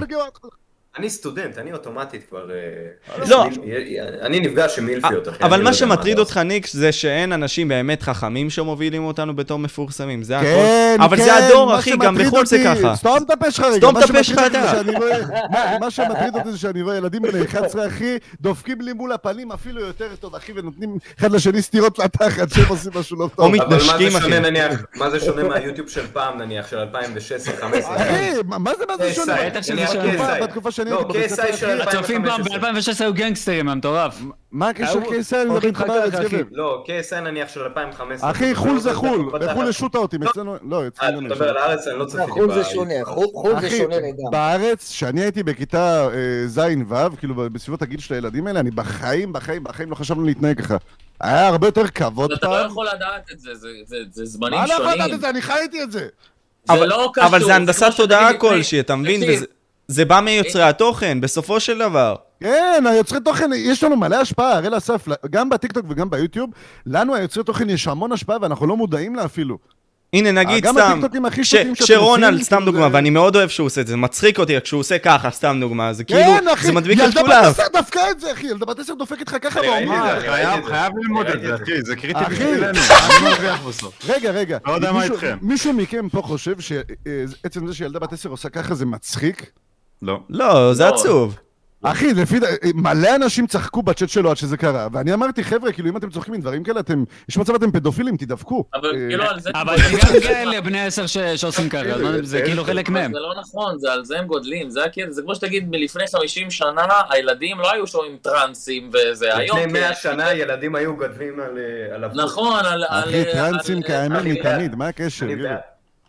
אני סטודנט, אני אוטומטית כבר... אה, לא. אני נפגש עם מילפיות, אחי. אבל אני מה לא יודע שמטריד אתה אותך, ניק, זה שאין אנשים באמת חכמים שמובילים אותנו בתור מפורסמים, זה כן, הכל. אבל כן, זה הדור, מה אחי, גם שמטריד בחו"ל זה אותי- ככה. סתום את הפה שלך רגע. סתום מה את הפה שלך, שמטריד אותי אתה. זה שאני רואה- מה- מה שמטריד אותי זה שאני רואה ילדים בני אחת עשרה, אחי, דופקים לי מול הפנים אפילו יותר טוב, אחי, ונותנים אחד לשני סטירות לתחת, שהם עושים משהו לא טוב. או אבל מה מתנשקים, זה אחי. שונה נניח, מה זה שונה מהיוטיוב של פעם נניח, של אלפיים ושש עשרה חמש עשרה? אחי, מה מה זה מה זה שונה? קייס-איי, בטח שזה נניח שונה. קייס-איי. בתקופה שאני לא, הייתי בבית קייס-איי ספר, של אחי. אלפיים הצופים פעם וחמש עשרה. ב-אלפיים ושש עשרה היו גנגסטרים, המטורף. מה הקשר היו- קייסאי? אני מדבר הולכים איתך לך בארץ, ככה, אחי. גבר. לא, קייס-איי נניח של אלפיים וחמש עשרה. אחי, חו"ל זה חו"ל, פתח- בחו"ל השוטה אותי, אצלנו, לא, אה, אצלנו אתה לא. מדבר על הארץ, אני לא צפיתי חו"ל זה ב- שונה, חו"ל חו"ל זה אחי, שונה לגמרי. בארץ, כשאני הייתי בכיתה אה, ז'-ו', כאילו בסביבות הגיל של הילדים האלה, אני בחיים, בחיים, בחיים לא חשבנו להתנהג ככה. היה הרבה יותר כבוד אתה לא פעם. יכול לדעת את זה, זה- זה- זה זמנים מה לא יכול לדעת שונים. את זה? אני חייתי את זה. זה אבל- לא קשור. אבל זה הנדסת כמו תודעה שתגיד לפני- כלשהי, אתה מבין? תקשיב, וזה- זה בא מיוצרי התוכן, בסופו של דבר. כן, היוצרי תוכן, יש לנו מלא השפעה, הראל אסף, גם בטיקטוק וגם ביוטיוב, לנו היוצרי תוכן יש המון השפעה ואנחנו לא מודעים לה אפילו. הנה נגיד גם סתם, הטיקטוקים הכי כש- שוטים שאתם כשרונלד, עושים, סתם כאילו דוגמה, זה- ואני מאוד אוהב שהוא עושה את זה, מצחיק אותי כשהוא עושה ככה, סתם דוגמה, זה כאילו, כן, אחי, זה מדביק את ילדה כולם. בת עשר דפקה את זה, אחי, ילדה בת עשר דופקת לך ככה אני ראיתי את באומה. זה, אני ראיתי חייב את זה. חייב ללמוד אני את זה, ראיתי אחי, זה קריטי אחי. בשבילנו, אני מרוויח בסוף. רגע, רגע, לא יודע מה מישהו- איתכם. מישהו מכם פה חושב שעצם זה שילדה בת עשר עושה ככה זה מצחיק? לא. לא, זה לא. עצוב. אחי, לפי ד... מלא אנשים צחקו בצ'אט שלו עד שזה קרה, ואני אמרתי, חבר'ה, כאילו, אם אתם צוחקים מדברים כאלה, אתם... יש מצב אתם פדופילים, תדפקו. אבל אה, כאילו על זה... אבל זה גם כאלה בני עשר ש- שעושים ככה, לא- זה כאילו חלק אבל מהם. זה לא נכון, זה על זה הם גודלים, זה הקטע, זה כמו שתגיד מלפני חמישים שנה, הילדים לא היו שומעים טרנסים וזה, היום... לפני מאה כן. שנה ילדים היו גדלים על... אה, על אבוק. נכון, על... על- אחי, על- טרנסים על- קיימים על- מתמיד, מה הקשר? אני כאילו? בעד.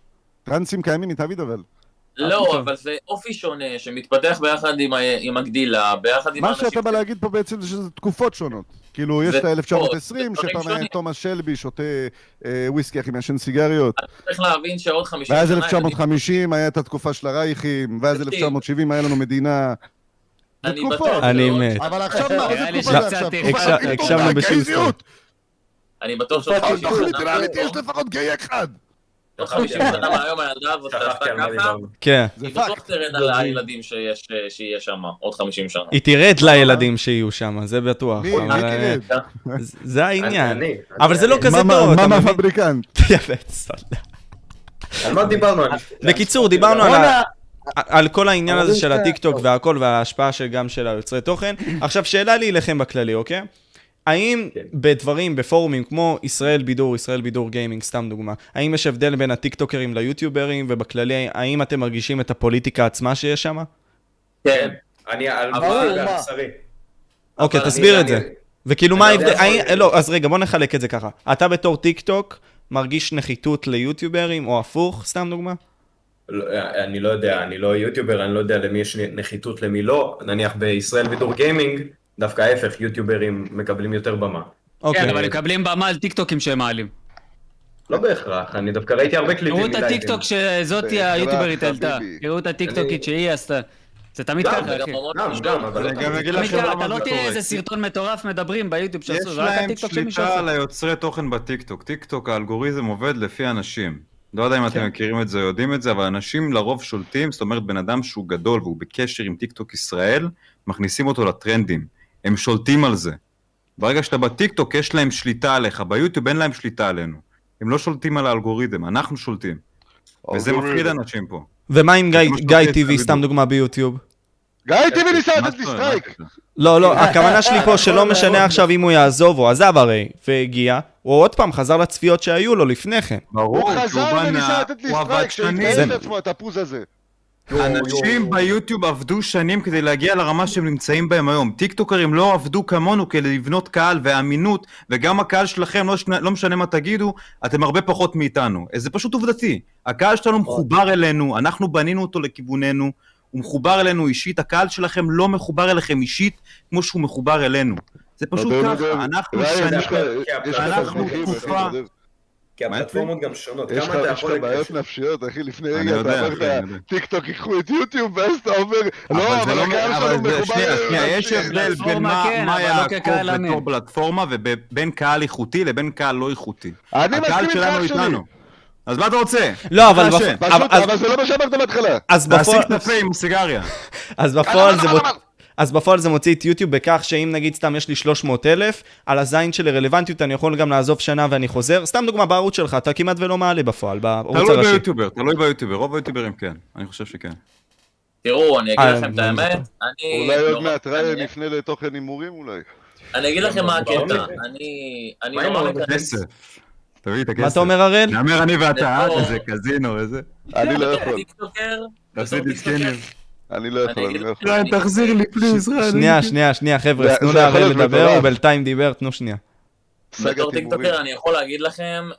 טרנסים קיימים מתמיד, אבל. לא, אבל זה אופי שונה, שמתפתח ביחד עם ה- עם הגדילה, ביחד עם מה האנשים... שאתה בא להגיד פה בעצם זה שזה תקופות שונות. כאילו, יש זה את ה-אלף תשע מאות עשרים, תקופות, זה שפעם דברים היה שונים. תומאס שלבי שותה אה, וויסקי, אחי, מעשן סיגריות. צריך להבין שעוד חמישים ואז שנה... אלף תשע מאות וחמישים היה את התקופה של הרייכים, ואז תקשיב. אלף תשע מאות שבעים היה לנו מדינה. זה אני תקופות. בטוח אני שעוד- מת. אבל עכשיו מה, איזה נראה לי תקופה זה שקצת עכשיו? הקשב- תקופת הקשבנו הטיקטוק, בשוסטר. הגייזיות. אני בטוח תקופת שעוד תחליט, חמישים ריאליטי שנה... יש לפחות גיי אחד. עוד חמישים שנה מהיום הילדה הזאת שכחתי עשתה על מה ככה, דיברנו. כן. היא בטוח תרד על הילדים שיש- שיהיה שם עוד חמישים שנה. היא תרד לילדים שיהיו שם, זה בטוח. מי- אבל, מי אה, תרד? זה- זה העניין. אני- אבל זה לא אני- כזה מה- טוב, אתה מה מבין? מהפבריקנט? יפה, סודה. על מה דיברנו? אני- בקיצור, דיברנו על ה- בואנה, על כל העניין אבל הזה זה של טוב. הטיקטוק והכל וההשפעה של גם של היוצרי תוכן. עכשיו, שאלה לי אליכם בכללי, אוקיי? האם כן. בדברים, בפורומים כמו ישראל בידור, ישראל בידור גיימינג, סתם דוגמה, האם יש הבדל בין הטיקטוקרים ליוטיוברים, ובכללי, האם אתם מרגישים את הפוליטיקה עצמה שיש שם? כן. אני על אבל- מה מה? בשרי. אוקיי, אבל תסביר אני- את זה. אני- וכאילו אני מה יודע ההבדל, יכול- האם- לא, אז רגע, בוא נחלק את זה ככה. אתה בתור טיק טוק מרגיש נחיתות ליוטיוברים, או הפוך, סתם דוגמה? לא, אני לא יודע, אני לא יוטיובר, אני לא יודע למי יש נחיתות, למי לא. נניח בישראל בידור גיימינג, דווקא ההפך, יוטיוברים מקבלים יותר במה. אוקיי. כן, אבל הם מקבלים במה על טיקטוקים שהם מעלים. לא בהכרח, אני דווקא ראיתי הרבה קליפים תראו את מלייבים. הטיקטוק שזאתי בהכרח, היוטיוברית העלתה. חביבי. תראו את הטיקטוקית אני- שהיא עשתה. זה תמיד גם, ככה, וגם אחי. אומרות גם, לשאול. גם, אבל לא אני גם תמיד. אגיד תמיד לכם ככה, למה אתה לא זה תראה קורה. איזה סרטון מטורף מדברים ביוטיוב יש שעשו, זה רק להם הטיקטוק של מישהו שליטה עשה. על היוצרי תוכן בטיקטוק. טיקטוק, האלגוריתם עובד לפי אנשים. לא יודע אם אתם מכירים את זה או יודעים את זה, אבל אנשים לרוב שולטים, זאת אומרת בן אדם שהוא גדול והוא בקשר עם טיקטוק ישראל, מכניסים אותו לטרנדים. הם שולטים על זה. ברגע שאתה בטיקטוק יש להם שליטה עליך, ביוטיוב אין להם שליטה עלינו. הם לא שולטים על האלגוריתם, אנחנו שולטים. וזה מפחיד אנשים פה. ומה עם גיא- כמו גיא שאתה טיווי, עושה סתם בדיוק. דוגמה ביוטיוב? גיא טיבי ניסה מה לתת לי אתה- סטרייק. מה אתה- לא, לא, הכוונה שלי פה שלא משנה עכשיו אם הוא יעזוב, הוא עזב הרי, והגיע, הוא עוד פעם חזר לצפיות שהיו לו לפני כן. ברור, הוא כי הוא חזר בנה, וניסה לתת לי הוא עבד סטרייק, שנים. שהתגייס לעצמו, את הפוז הזה. אנשים ביוטיוב עבדו שנים כדי להגיע לרמה שהם נמצאים בהם היום. טיקטוקרים לא עבדו כמונו כדי לבנות קהל ואמינות, וגם הקהל שלכם, לא, שנה, לא משנה מה תגידו, אתם הרבה פחות מאיתנו. זה פשוט עובדתי. הקהל שלנו מחובר אלינו, אנחנו בנינו אותו לכיווננו, הוא מחובר אלינו אישית, הקהל שלכם לא מחובר אליכם אישית כמו שהוא מחובר אלינו. זה פשוט אתה יודע, ככה, אנחנו ריין, שנים... יש לך- יש לך אנחנו תסמיכים, תקופה- אתה יודע. כי מה הפלטפורמות גם שונות. יש לך כמה אתה יש לך יכול... בעיות נפשיות, אחי, לפני אני רגע יודע, אתה אחי, אני אמרת, יודע. טיק טוק ייקחו את יוטיוב, ואז אתה אומר, לא, אבל זה אבל לא- הקהל אבל שלנו זה- מחובר... שנייה, אלינו, שנייה, יש אחי." הבדל בין פלטפורמה מה כן, מה אבל לא יעקב כקהל אמין. בתור פלטפורמה ובין קהל איכותי לבין קהל לא איכותי. אני מסכים הקהל איתך, שלנו אח שלי. איתנו. אז מה אתה רוצה? לא, אבל מה בפ- השם? אבל- פשוט, אז- אבל זה לא מה שאמרת בהתחלה. אז להשיג בפועל- את הפה עם סיגריה. אז בפועל זה מוצ- אז בפועל זה מוציא את יוטיוב בכך שאם נגיד סתם יש לי שלוש מאות אלף, על הזין של רלוונטיות אני יכול גם לעזוב שנה ואני חוזר. סתם דוגמה בערוץ שלך, אתה כמעט ולא מעלה בפועל, בערוץ תלוי הראשי. ביוטיובר, תלוי ביוטיובר, רוב היוטיוברים כן, אני חושב שכן. תראו, אני אה, אגיד לכם את לא האמת, אני... אולי עוד נורא מעט ריין מקנא. נפנה לתוכן הימורים אולי. אני אגיד לכם מה הקטע, בעולם. אני... אני מה עם נורא העולם? מקנא. כסף. תביא את הכסף. מה אתה אומר הראל? נאמר אני ואתה, זה אה? לא- איזה קזינו, איזה... אני לא בתור יכול, טיקטוקר, תעשי בתור דיסקנים. טיקטוקר, אני לא יכול, אני אני אגיד לא יכול. ריין, תחזיר לי פליז, ריין. שנייה, שנייה, שנייה, חבר'ה, זה- תנו זה יכול להראל להיות לדבר, מטורף. הוא בינתיים דיבר, תנו שנייה. סאגת בתור הימורים. טיקטוקר אני יכול להגיד לכם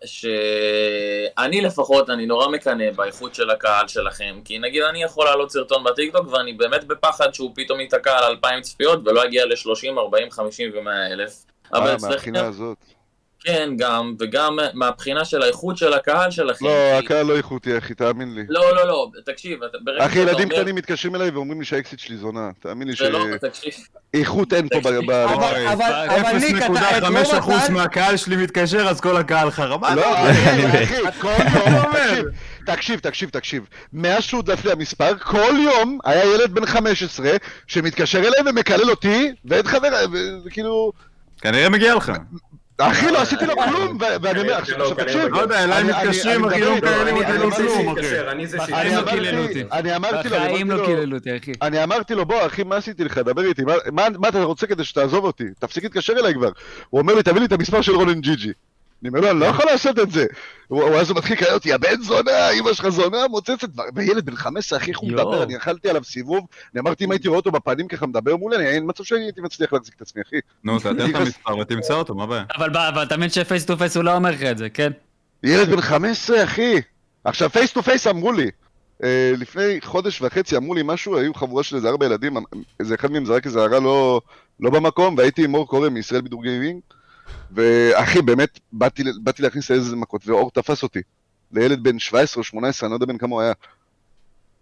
שאני לפחות, אני נורא מקנא באיכות של הקהל שלכם, כי נגיד אני יכול לעלות סרטון בטיקטוק ואני באמת בפחד שהוא פתאום ייתקע על אלפיים צפיות ולא יגיע ל-שלושים, ארבעים, חמישים ו-מאה אלף. אבל אה, אצלכם, מהבחינה הזאת. כן, גם, וגם מהבחינה של האיכות של הקהל שלכם. לא, כי- הקהל לא איכותי, אחי, תאמין לי. לא, לא, לא, תקשיב, אתה- ברגע אחי, שאתה ילדים אומר- קטנים מתקשרים אליי ואומרים לי שהאקסיט שלי זונה. תאמין לי זה לא, תקשיב, שאיכות אין פה ב... ב- אבל- אבל אבל ניק, אתה את אפס נקודה חמש רוב אחוז הקהל... מהקהל שלי מתקשר, אז כל הקהל חרמה. לא, אני אחי, אחי, כל יום, תקשיב, תקשיב, תקשיב, תקשיב. מאז שהודלף לי המספר, כל יום היה ילד בן חמש עשרה שמתקשר אליי ומקלל אותי, ואת חבר... וכאילו... כנראה מגיע לך. אחי, לא עשיתי לו כלום, ו- ואני אומר, עכשיו עכשיו, תקשיב. לא יודע, אליי אני- אני- מתקשרים, אני אחי, לא מדבר מקללים איתו, אותי, אני- לא אני- כלום, אני- אחי. אני זה בחיים אני לא אמרתי- קיללו אותי. אני אמרתי לו, אני בחיים אמרתי לא לו, קיללו אותי, אחי. אני אמרתי לו, בוא, אחי, מה עשיתי לך? דבר איתי, מה- מה מה אתה רוצה כדי שתעזוב אותי? תפסיק להתקשר אליי כבר. הוא אומר לי, תביא לי את המספר של רונן ג'יג'י. אני אומר לו, אני לא יכול לעשות את זה. הוא הוא- אז הוא מתחיל לקרוא אותי, יא בן זונה, אמא שלך זונה, מוצצת. וילד בן חמש עשרה, אחי, איך הוא יואו. מדבר, אני אכלתי עליו סיבוב, אני אמרתי, אם הייתי רואה אותו בפנים ככה מדבר מולי, אני אין מצב שהייתי מצליח להחזיק את עצמי, אחי. נו, תתן את המספר ותמצא אותו, מה הבעיה? אבל ב- אבל אתה מבין שפייס טו פייס הוא לא אומר לך את זה, כן? ילד בן חמש עשרה, אחי. עכשיו, פייס טו פייס אמרו לי, אה, לפני חודש וחצי אמרו לי משהו, היו חבורה של איזה ארבע ילדים, איזה אחד מהם זרק איזה הערה לא, לא במקום, והייתי עם אור קורא מישראל בידור גיימינג, ואחי, באמת, באתי, באתי להכניס איזה מכות, ואור תפס אותי. לילד בן שבע עשרה או שמונה עשרה, אני לא יודע בן כמה הוא היה.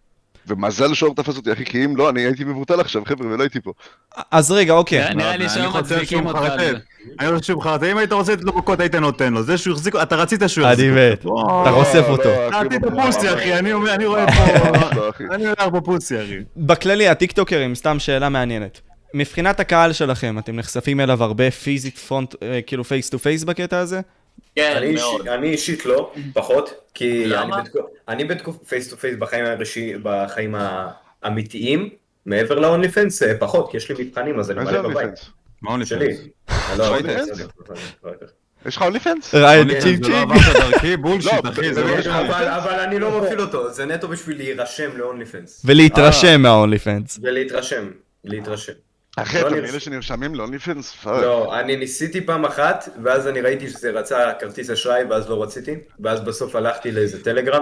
ומזל שאור תפס אותי, אחי, כי אם לא, אני הייתי מבוטל עכשיו, חבר'ה, ולא הייתי פה. אז רגע, אוקיי. נראה לי שהיום מצדיקים אותך על זה. אני חושב שהוא מחרטט, אם היית רוצה לתת לו מכות, היית נותן לו. זה שהוא החזיק, אתה רצית שהוא יחזיק אני אותו. מת. בוא, אתה חושף לא, אותו. לא, קראתי את אחי, הפוסי, אחי, אני אומר, אני רואה פה... אני הולך פה פוסי, אחי. בכללי, הטיקטוקרים, סתם שאלה מעניינת. מבחינת הקהל שלכם, אתם נחשפים אליו הרבה פיזית פרונט, אה, כאילו פייס טו פייס בקטע הזה? כן, אני מאוד. אישית- אני אישית לא, פחות, כי למה? אני בתקו- אני בתקופה פייס טו פייס בחיים הראשי, בחיים האמיתיים, מעבר ל-only fans פחות, כי יש לי מבחנים, אז אני איזה מלא אונלי בבית. פנס? מה עוני שלי. פנס? אני לא יש לך יודע, OnlyFans? בסדר. יש לך אונלי פנס? ראיין עוני צ'יק פנס, זה לא צ'יק. עברת דרכי, בולשיט, לא, אחי, זה לא... באמת. אבל אבל אני לא מפעיל אותו, זה נטו בשביל להירשם ל-only fans. ולהתרשם מהאונלי פנס. ולהתרשם, להתרשם. אחי, לא אתם נרש- אלה שנרשמים לאונלי פנס? פאק. לא, אני ניסיתי פעם אחת, ואז אני ראיתי שזה רצה כרטיס אשראי, ואז לא רציתי, ואז בסוף הלכתי לאיזה טלגרם.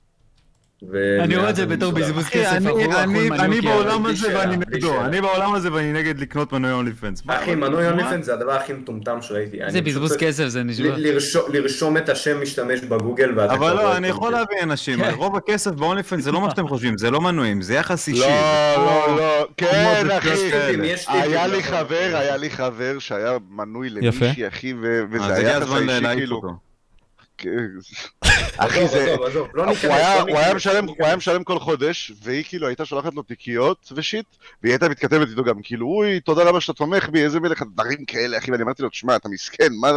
ו- אני רואה את זה מאז בתור אני מסודר. בזבוז אחי, כסף אני- עבור אני- אחוי אני מניוקי. בעולם בלי הזה שאלה, ואני בלי נגדו, שאלה. אני בעולם הזה ואני נגד לקנות מנוי אונלי פנס. אחי, מנוי אונלי פנס זה הדבר הכי מטומטם שראיתי. זה אני בזבוז פשוט- כסף, זה נשמע. ל- לרשום- לרשום את השם משתמש בגוגל ואתה... אבל כבר לא, רואה אני את יכול זה. להבין אנשים, רוב הכסף באונלי פנס זה לא מה שאתם חושבים, זה לא מנויים, זה יחס אישי. לא, זה לא, כמו- לא, כן, כמו אחי. בקרסטל. יש טיפים, היה לי נכון. חבר, היה לי חבר שהיה מנוי יפה. למישהי, אחי, ו- אז וזה הגיע היה הזמן אישי, להעיף כאילו. אותו. כן. אחי, עזוב, זה... עזוב, עזוב, לא הוא ניכנס, היה- לא הוא היה ניכנס, משלם, לא הוא היה ניכנס. משלם כל חודש, והיא כאילו הייתה שולחת לו תיקיות ושיט, והיא הייתה מתכתבת איתו גם, כאילו, אוי, תודה רבה שאתה תומך בי, איזה מלך, דברים כאלה, אחי, ואני אמרתי לו, תשמע, אתה מסכן, מה...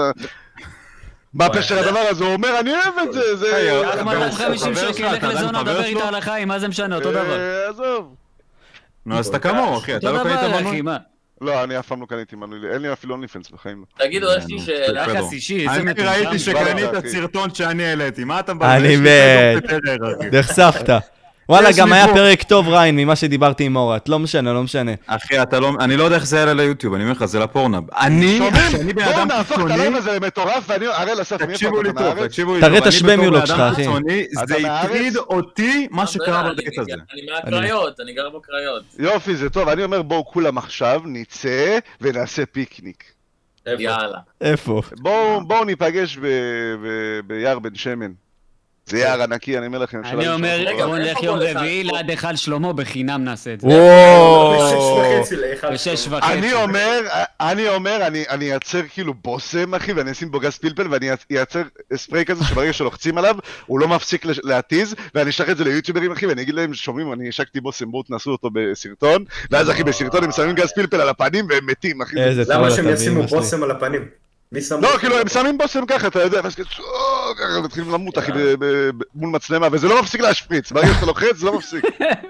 מה הפשר הדבר הזה? הוא אומר, אני אוהב את זה, זה... היי, קח חבר מאתיים שלך, וחמישים חבר שקל, שלך, לך אתה עדיין לזונה, חבר דבר שלו? איתה על החיים, מה זה משנה, אותו דבר. אה, עזוב. נו, אז אתה כמוהו, אחי, אתה אותו לא קנית דבר, מנוי? אחי, מה? לא, אני אף פעם לא קניתי מנוי, אין לי אפילו אונלי פנס בחיים. לא. תגידו, יש לי שאלה. יחס אישי, איזה אני מטומטם. ראיתי שקנית אחי. סרטון שאני העליתי, מה אתה אני יש לי מת. פתאום בטרר, אחי. נחשפת. וואלה, יש גם לי היה פה- פרק טוב ריין ממה שדיברתי עם אורת. לא משנה, לא משנה. אחי, אתה לא... אני לא יודע איך זה יעלה ליוטיוב, אני אומר לך, זה לפורנב. אני, שומעים? שאני בן בואו אדם נהפוך את קיצוני... הלב הזה למטורף, ואני... הראל אסף, מאיפה תקשיבו לי אתה טוב, מהארץ? תקשיבו לי תראה טוב. את אני השבמיולות בתור שלך, בן אדם אחי. קיצוני, אתה זה מהארץ? הטריד אותי, מה שקרה אני- בדייט הזה. אני מהקריות, אני גר בקריות. יופי, זה טוב, אני אומר בואו כולם עכשיו נצא ונעשה פיקניק. איפה? יאללה. איפה? בואו בואו ניפגש ב- ב- ביער בן שמן. זה יער ענקי, אני אומר לכם. אפשר אני למצוא אומר, אותו. רגע, בוא נלך איפה יום כל אחד רביעי פה? ליד היכל שלמה, בחינם נעשה את זה. בשש וואו. וחצי לאחד. בשש וחצי. אני אומר, אני אומר, אני אני אייצר כאילו בושם, אחי, ואני אשים בו גז פלפל, ואני אייצר ספרי כזה שברגע שלוחצים עליו, הוא לא מפסיק לש- להתיז, ואני אשלח את זה ליוטיוברים, אחי, ואני אגיד להם, שומעים, אני השקתי בושם, בואו תנסו אותו בסרטון, ואז, אחי, בסרטון הם שמים גז פלפל על הפנים, והם מתים, אחי. איזה למה טוב שהם אתה ישימו ואמא שלי. בושם על הפנים? מי שם לא, בושם כאילו, על הם הפנים? שמים בושם ככה, אתה יודע, ואז כאילו, "צוק", ככה, מתחילים למות, אחי, ב- ב- ב- מול מצלמה, וזה לא מפסיק להשפריץ, ברגע שאתה לוחץ, זה לא מפסיק.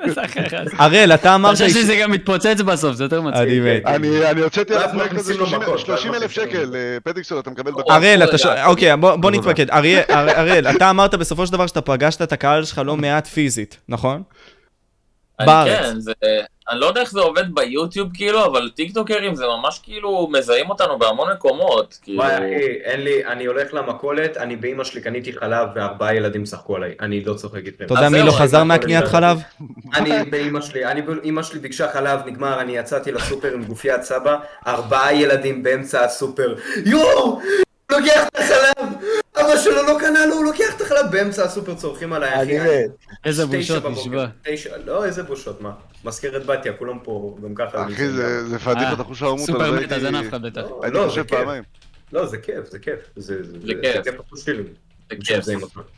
הראל, אתה אמרת... חושב שזה גם מתפוצץ בסוף, זה יותר מצחיק. אני מת. אני אני הוצאתי על ואז הפרויקט הזה מכניסים לו מכות, שלושים אלף ואז מכניסים שקל, לו. אה, פדיקסון, אתה מקבל בכל... הראל, אתה רגע, שואל, רגע. אוקיי, בוא בוא נתמקד. אריה- הר- הראל, אתה אמרת בסופו של דבר שאתה פגשת את הקהל שלך לא מעט פיזית, נכון? אני בארץ. כן, זה... אני לא יודע איך זה עובד ביוטיוב כאילו, אבל טיקטוקרים זה ממש כאילו מזהים אותנו בהמון מקומות. כאילו... וואי אחי, אין לי, אני הולך למכולת, אני באמא שלי קניתי חלב וארבעה ילדים שחקו עליי, אני לא צוחק איתכם. אתה יודע אז מי זהו, לא חזר אני- מהקניית חלב? אני באמא שלי, אני באמא שלי ביקשה חלב, נגמר, אני יצאתי לסופר עם גופיית סבא, ארבעה ילדים באמצע הסופר, יואו! הוא לוקח את החלב! אבא שלו לא קנה לו, הוא לוקח את החלב באמצע הסופר, צורכים עליי, אני אחי. מת. איזה תשע בושות, בבוקר, נשבע. תשע, לא, איזה בושות, מה? מזכרת בתיה, כולם פה גם ככה. אחי, זה זה פדיחה את החוש הערמות, סופר אבל מטה, זה הייתי נפחא בטח. הייתי לא, חושב זה כיף. פעמיים. לא, זה כיף, זה כיף. זה זה- זה כיף. זה כיף הפושילים. זה כיף.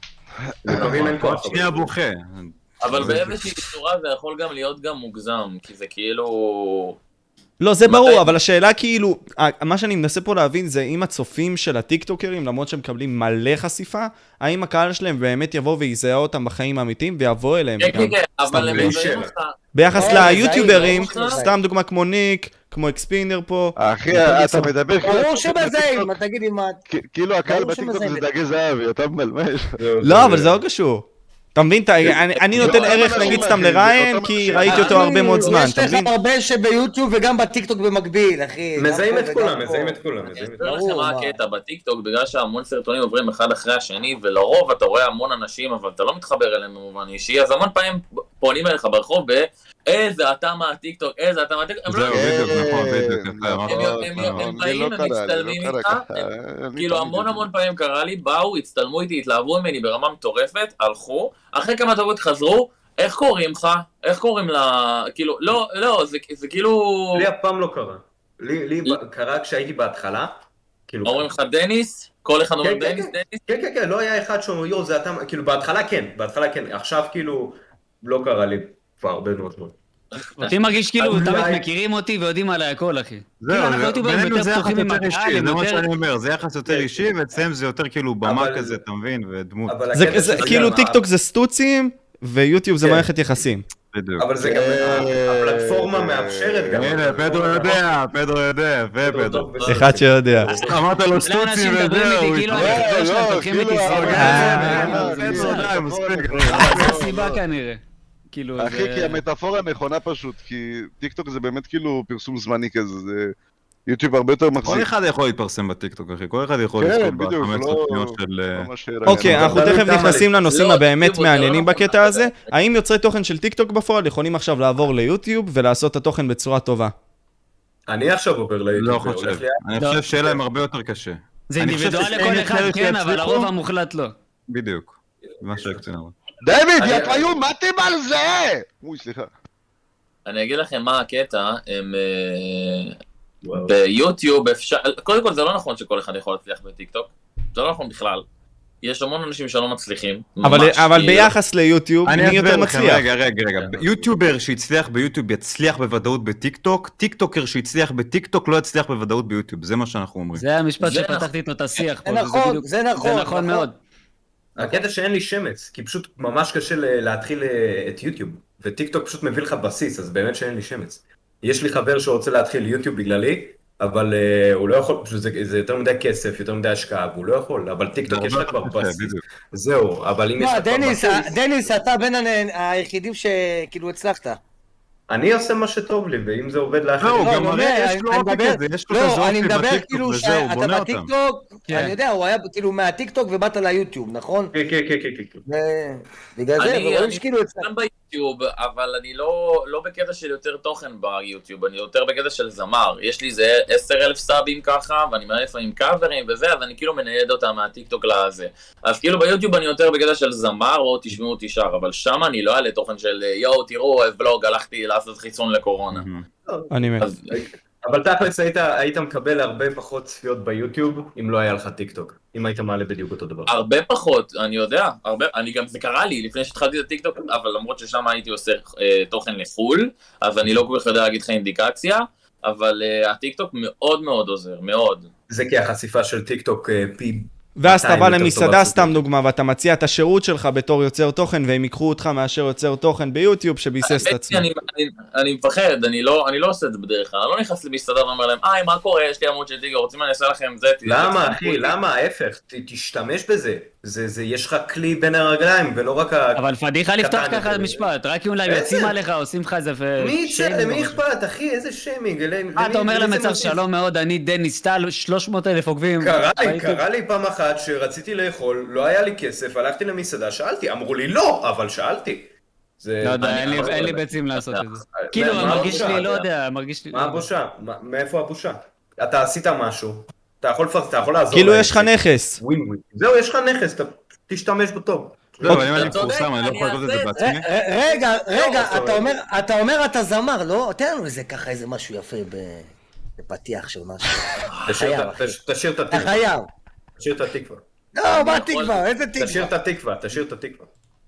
לפעמים אין כוח. שנייה בוכה. אבל באיזושהי צורה זה יכול גם להיות גם מוגזם, כי זה כאילו... לא, זה מתי? ברור, אבל השאלה כאילו, ה- מה שאני מנסה פה להבין זה אם הצופים של הטיקטוקרים, למרות שהם מקבלים מלא חשיפה, האם הקהל שלהם באמת יבוא ויזהה אותם בחיים האמיתיים ויבוא אליהם כן, גם. כן, כן, אבל הם בלי מזהים שאלה. אותך. ביחס אה, ליוטיוברים, מזהים, סתם דוגמה כמו ניק, כמו אקספינר פה. אחי, יכול אתה לעשות. מדבר כאילו... ברור שמזהים, תגיד לי מה... כ- כאילו הקהל ברור בטיקטוק שמזהים זה דגי זהבי, אתה מבלבל. לא, אבל זה לא קשור. אתה מבין? אתה- אני אני נותן לא, ערך אבל נגיד אחי, סתם זה לריין, אותו כי מכשיר. ראיתי אותו הרבה מאוד זמן, יש אתה לך מבין? הרבה שביוטיוב וגם בטיקטוק במקביל, אחי. מזהים גם את פה כולם, וגם פה. מזהים את כולם. אני מזהים את אסביר לכם ברור, מה מה. הקטע בטיקטוק, בגלל שהמון סרטונים עוברים אחד אחרי השני, ולרוב אתה רואה המון אנשים, אבל אתה לא מתחבר אליהם במובן אישי, אז המון פעמים פונים אליך ברחוב ב... איזה אתה מהטיקטוק, איזה אתה מהטיקטוק, הם לא זהו, יודעים. בדיוק, נכון, בדיוק, יפה, נכון, אמרת. הם- הם- נכון, הם לי באים, לא הם קרה, לי לא מצטלמים קרה איתך, ככה, הם- אני כאילו תמיד המון יודע. המון פעמים קרה לי, באו, הצטלמו איתי, התלהבו ממני ברמה מטורפת, הלכו, אחרי כמה דקות חזרו, איך קוראים לך? איך קוראים לה... כאילו, לא, לא, זה, זה כאילו... לי אף פעם לא קרה. לי, לי קרה כשהייתי בהתחלה. כאילו... אומרים לך דניס? כל אחד אומר כן, כן, דניס, כן. דניס? כן, כן, כן, לא היה אחד שאומר, יו, זה אתה... כאילו, בהתחלה כן, בהתחלה כן. עכשיו כאילו, לא קרה לי כבר הרבה מאוד זמן. אותי מרגיש כאילו, אולי- תמיד מכירים אותי ויודעים עליי הכל, אחי. זהו, כאילו, אנחנו זה- יוטיוברים בינינו יותר זה יחס פתוחים יותר עם הקהל, אישי, הם זה מה יותר... שאני אומר, זה יחס יותר אישי, ואצלם זה יותר כאילו במה אבל- כזה, אתה מבין, ודמות. אבל זה הקטע זה- שזה כאילו גם- טיק טוק זה סטוצים, ויוטיוב זה כן. מערכת יחסים. בדיוק. אבל זה גם... הפלטפורמה מאפשרת גם... הנה, פדרו יודע, פדרו יודע, ופדרו. טוב, בסדר. אחד שיודע. אמרת לו לא סטוצים אנשים מדברים וזהו, איתי הוא כאילו התראה. אני חבר שלהם, לא, תוקחים כאילו, איתי אבל- סיבה. אה, פדרו, די, מספיק. זה הסיבה כנראה. כאילו, אחי, זה- כי המטאפורה נכונה פשוט, כי טיקטוק זה באמת כאילו פרסום זמני כזה, זה... יוטיוב הרבה יותר כל מחזיק. אחד יכול להתפרסם בטיקטוק, אחי, כל אחד יכול כן, לזכות בדיוק, ב-חמש עשרה לא- שניות של... אה, לא מה ש- אוקיי, אבל- אנחנו תלוי תכף כמה נכנסים לי- לנושאים לא, הבאמת תקשיבו, זה לא מעניינים נכון. בקטע הזה. האם יוצרי תוכן של טיק טוק בפועל יכולים עכשיו לעבור ליוטיוב ולעשות את התוכן בצורה טובה? אני עכשיו עובר ליוטיוב. לא והולך חושב. לי- אני לא. חושב שיהיה להם הרבה יותר קשה. זה אני חושב אינדיבידואל שאין לכל יותר אחד, כן, אבל שיצליחו. הרוב המוחלט לא. בדיוק. מה שהקצין אמר. דיוויד, אני- יא פיום, מה אתם על זה? אוי, סליחה. אני אגיד לכם מה הקטע, הם... אה, ביוטיוב אפשר... קודם כל זה לא נכון שכל אחד יכול להצליח בטיקטוק. זה לא נכון בכלל. יש המון אנשים שלא מצליחים. אבל ממש, אבל כאילו. ביחס ליוטיוב, אני מי אסביר יותר לכם, מצליח? רגע, רגע, רגע. יוטיובר שהצליח ביוטיוב יצליח בוודאות בטיקטוק, טיקטוקר שהצליח בטיקטוק לא יצליח בוודאות ביוטיוב, זה מה שאנחנו אומרים. זה המשפט זה שפתחתי איתו את השיח פה. זה נכון, בדיוק- זה נכון, זה נכון נכון. מאוד. הקטע שאין לי שמץ, כי פשוט ממש קשה ל- להתחיל אה, את יוטיוב, וטיק טוק פשוט מביא לך בסיס, אז באמת שאין לי שמץ. יש לי חבר שרוצה להתחיל יוטיוב בגללי, אבל uh, הוא לא יכול, פשוט זה, זה יותר מדי כסף, יותר מדי השקעה, והוא לא יכול, אבל טיק טוק יש לך כבר בסיס. בדיוק. זהו, אבל אם יש לא, לך כבר דניס, בסיס, דניס, אתה בין הנ- היחידים שכאילו הצלחת. אני עושה מה שטוב לי, ואם זה עובד לאחרים... לא, הוא לא, גם אני מראה, אומר, יש לו אני אופי מדבר- כזה, יש לו כזה לא, אני אופי מדבר בטיקטוק כאילו וזהו, הוא שאתה בונה אותם. בטיקטוק, כן. אני יודע, הוא היה כאילו מהטיקטוק ובאת ליוטיוב, נכון? כן, כן, כן, כן, כן. ו- בגלל זה, אני- ורואים אני שכאילו הצלחת. גם ביוטיוב, אבל אני לא, לא בקטע של יותר תוכן ביוטיוב, אני יותר בקטע של זמר. יש לי איזה עשר אלף סאבים ככה, ואני מעלה לפעמים קאברים וזה, אז אני כאילו מנייד אותם מהטיקטוק לזה. אז כאילו ביוטיוב אני יותר בקטע של זמר, או תשמעו אותי שר, אבל שם אני לא אעלה תוכן של יואו, תראו, ולוג, הלכתי לעשות חיסון לקורונה. אני מת. אז אבל תכלס היית, היית מקבל הרבה פחות צפיות ביוטיוב, אם לא היה לך טיק טוק. אם היית מעלה בדיוק אותו דבר. הרבה פחות, אני יודע, הרבה, אני גם, זה קרה לי לפני שהתחלתי את הטיקטוק, אבל למרות ששם הייתי עושה אה, תוכן לחול, אז אני לא כל כך יודע להגיד לך אינדיקציה, אבל אה, הטיקטוק מאוד מאוד עוזר, מאוד. זה כי החשיפה של טיק טוק אה, פי... ואז אתה מאתיים בא יותר למסעדה, טובה סתם פשוט. דוגמה, ואתה מציע את השירות שלך בתור יוצר תוכן, והם ייקחו אותך מאשר יוצר תוכן ביוטיוב שביסס את האמת עצמו. היא, אני, אני, אני מפחד, אני לא, אני לא עושה את זה בדרך כלל, אני לא נכנס למסעדה ואומר להם, היי, מה קורה, יש לי עמוד של טיגר, רוצים אני אעשה לכם זה, למה, אחי? למה? ההפך. ת- תשתמש בזה. זה, זה, יש לך כלי בין הרגליים, ולא רק ה... אבל פדיחה לפתוח קטן ככה יותר. משפט, רק אם אולי איזה? יוצאים עליך, עושים לך איזה... מי יצא? שיימינג למי או משהו. אכפת, אחי? איזה שיימינג? למי- אה, אתה אומר למי זה למצר מוסיף? שלום מאוד, אני דניס טל, שלוש מאות אלף עוקבים. קרה לי, ביוטיוב. קרה לי פעם אחת שרציתי לאכול, לא היה לי כסף, הלכתי למסעדה, שאלתי, אמרו לי לא, אבל שאלתי. זה... לא יודע, אני- אין לי- אני- אין לי ביצים לעשות את זה. כאילו, מה מרגיש הבושה? לי, לא יודע, מרגיש לי... מה הבושה? מה- מאיפה הבושה? אתה עשית משהו, אתה יכול לפרס, אתה יכול לעזור. כאילו להם. יש לך נכס. ווין ווין. זהו, יש לך נכס, אתה תשתמש בו טוב. לא, אבל אם אתה אני צודק, מפורסם, אני לא יכול אני לעשות את זה אעשה את בעצמי. ר- ר- רגע, רגע, לא, אתה אומר, אתה אומר אתה זמר, לא? תן לנו איזה ככה איזה משהו יפה ב- בפתיח של משהו. תשאיר חייב, את- אחי. תש- תשאיר את אתה התקווה. חייב. תשאיר את התקווה. לא, מה יכול- תקווה? איזה תשאיר תקווה? את התקווה, תשאיר את התקווה.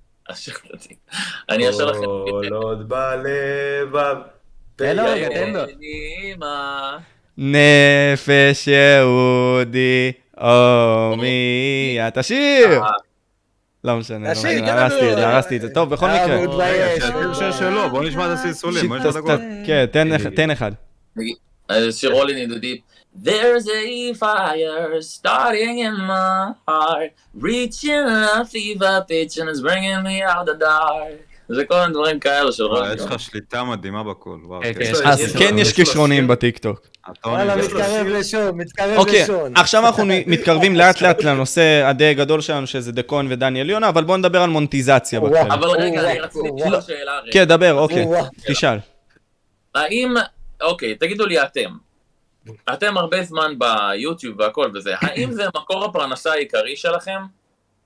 אני אשאיר לכם. כל עוד בלבב. תן לו רגע, תן לו. אמא. נפש יהודי, או מי, תשיר! לא משנה, לא תשיר, משנה, תן לנו. הרסתי את זה, הרסתי את זה. טוב, בכל אה, מקרה. הוא מתבייש. שיתחיל שיר שלו, בוא נשמע את הסלסולים, בוא נשמע את הכל. כן, תן אחד- תן אחד. אז שיר All in the Deep. There's a fire starting in my heart, reaching a fever pitch and it's bringing me out the dark. זה כל מיני דברים כאלו של וואי, רדיו. יש לך שליטה מדהימה בקול, וואו. כן, כן. כן. יש לו- אז יש לו- כן יש יש לו כישרונים שיר. בטיקטוק. אתה וואלה, עונה. יש לו מתקרב שיר. לשון, מתקרב אוקיי, לשון. עכשיו אנחנו מתקרבים לאט לאט לנושא הדי גדול שלנו, שזה דקון ודניאל יונה, אבל בואו נדבר על מונטיזציה וואו. בכלל. אבל רגע, וואו, אני רציתי וואו. לשאול שאלה רגע. כן, דבר, אוקיי, וואו. תשאל. האם, אוקיי, תגידו לי אתם. אתם הרבה זמן ביוטיוב והכל וזה, האם זה מקור הפרנסה העיקרי שלכם?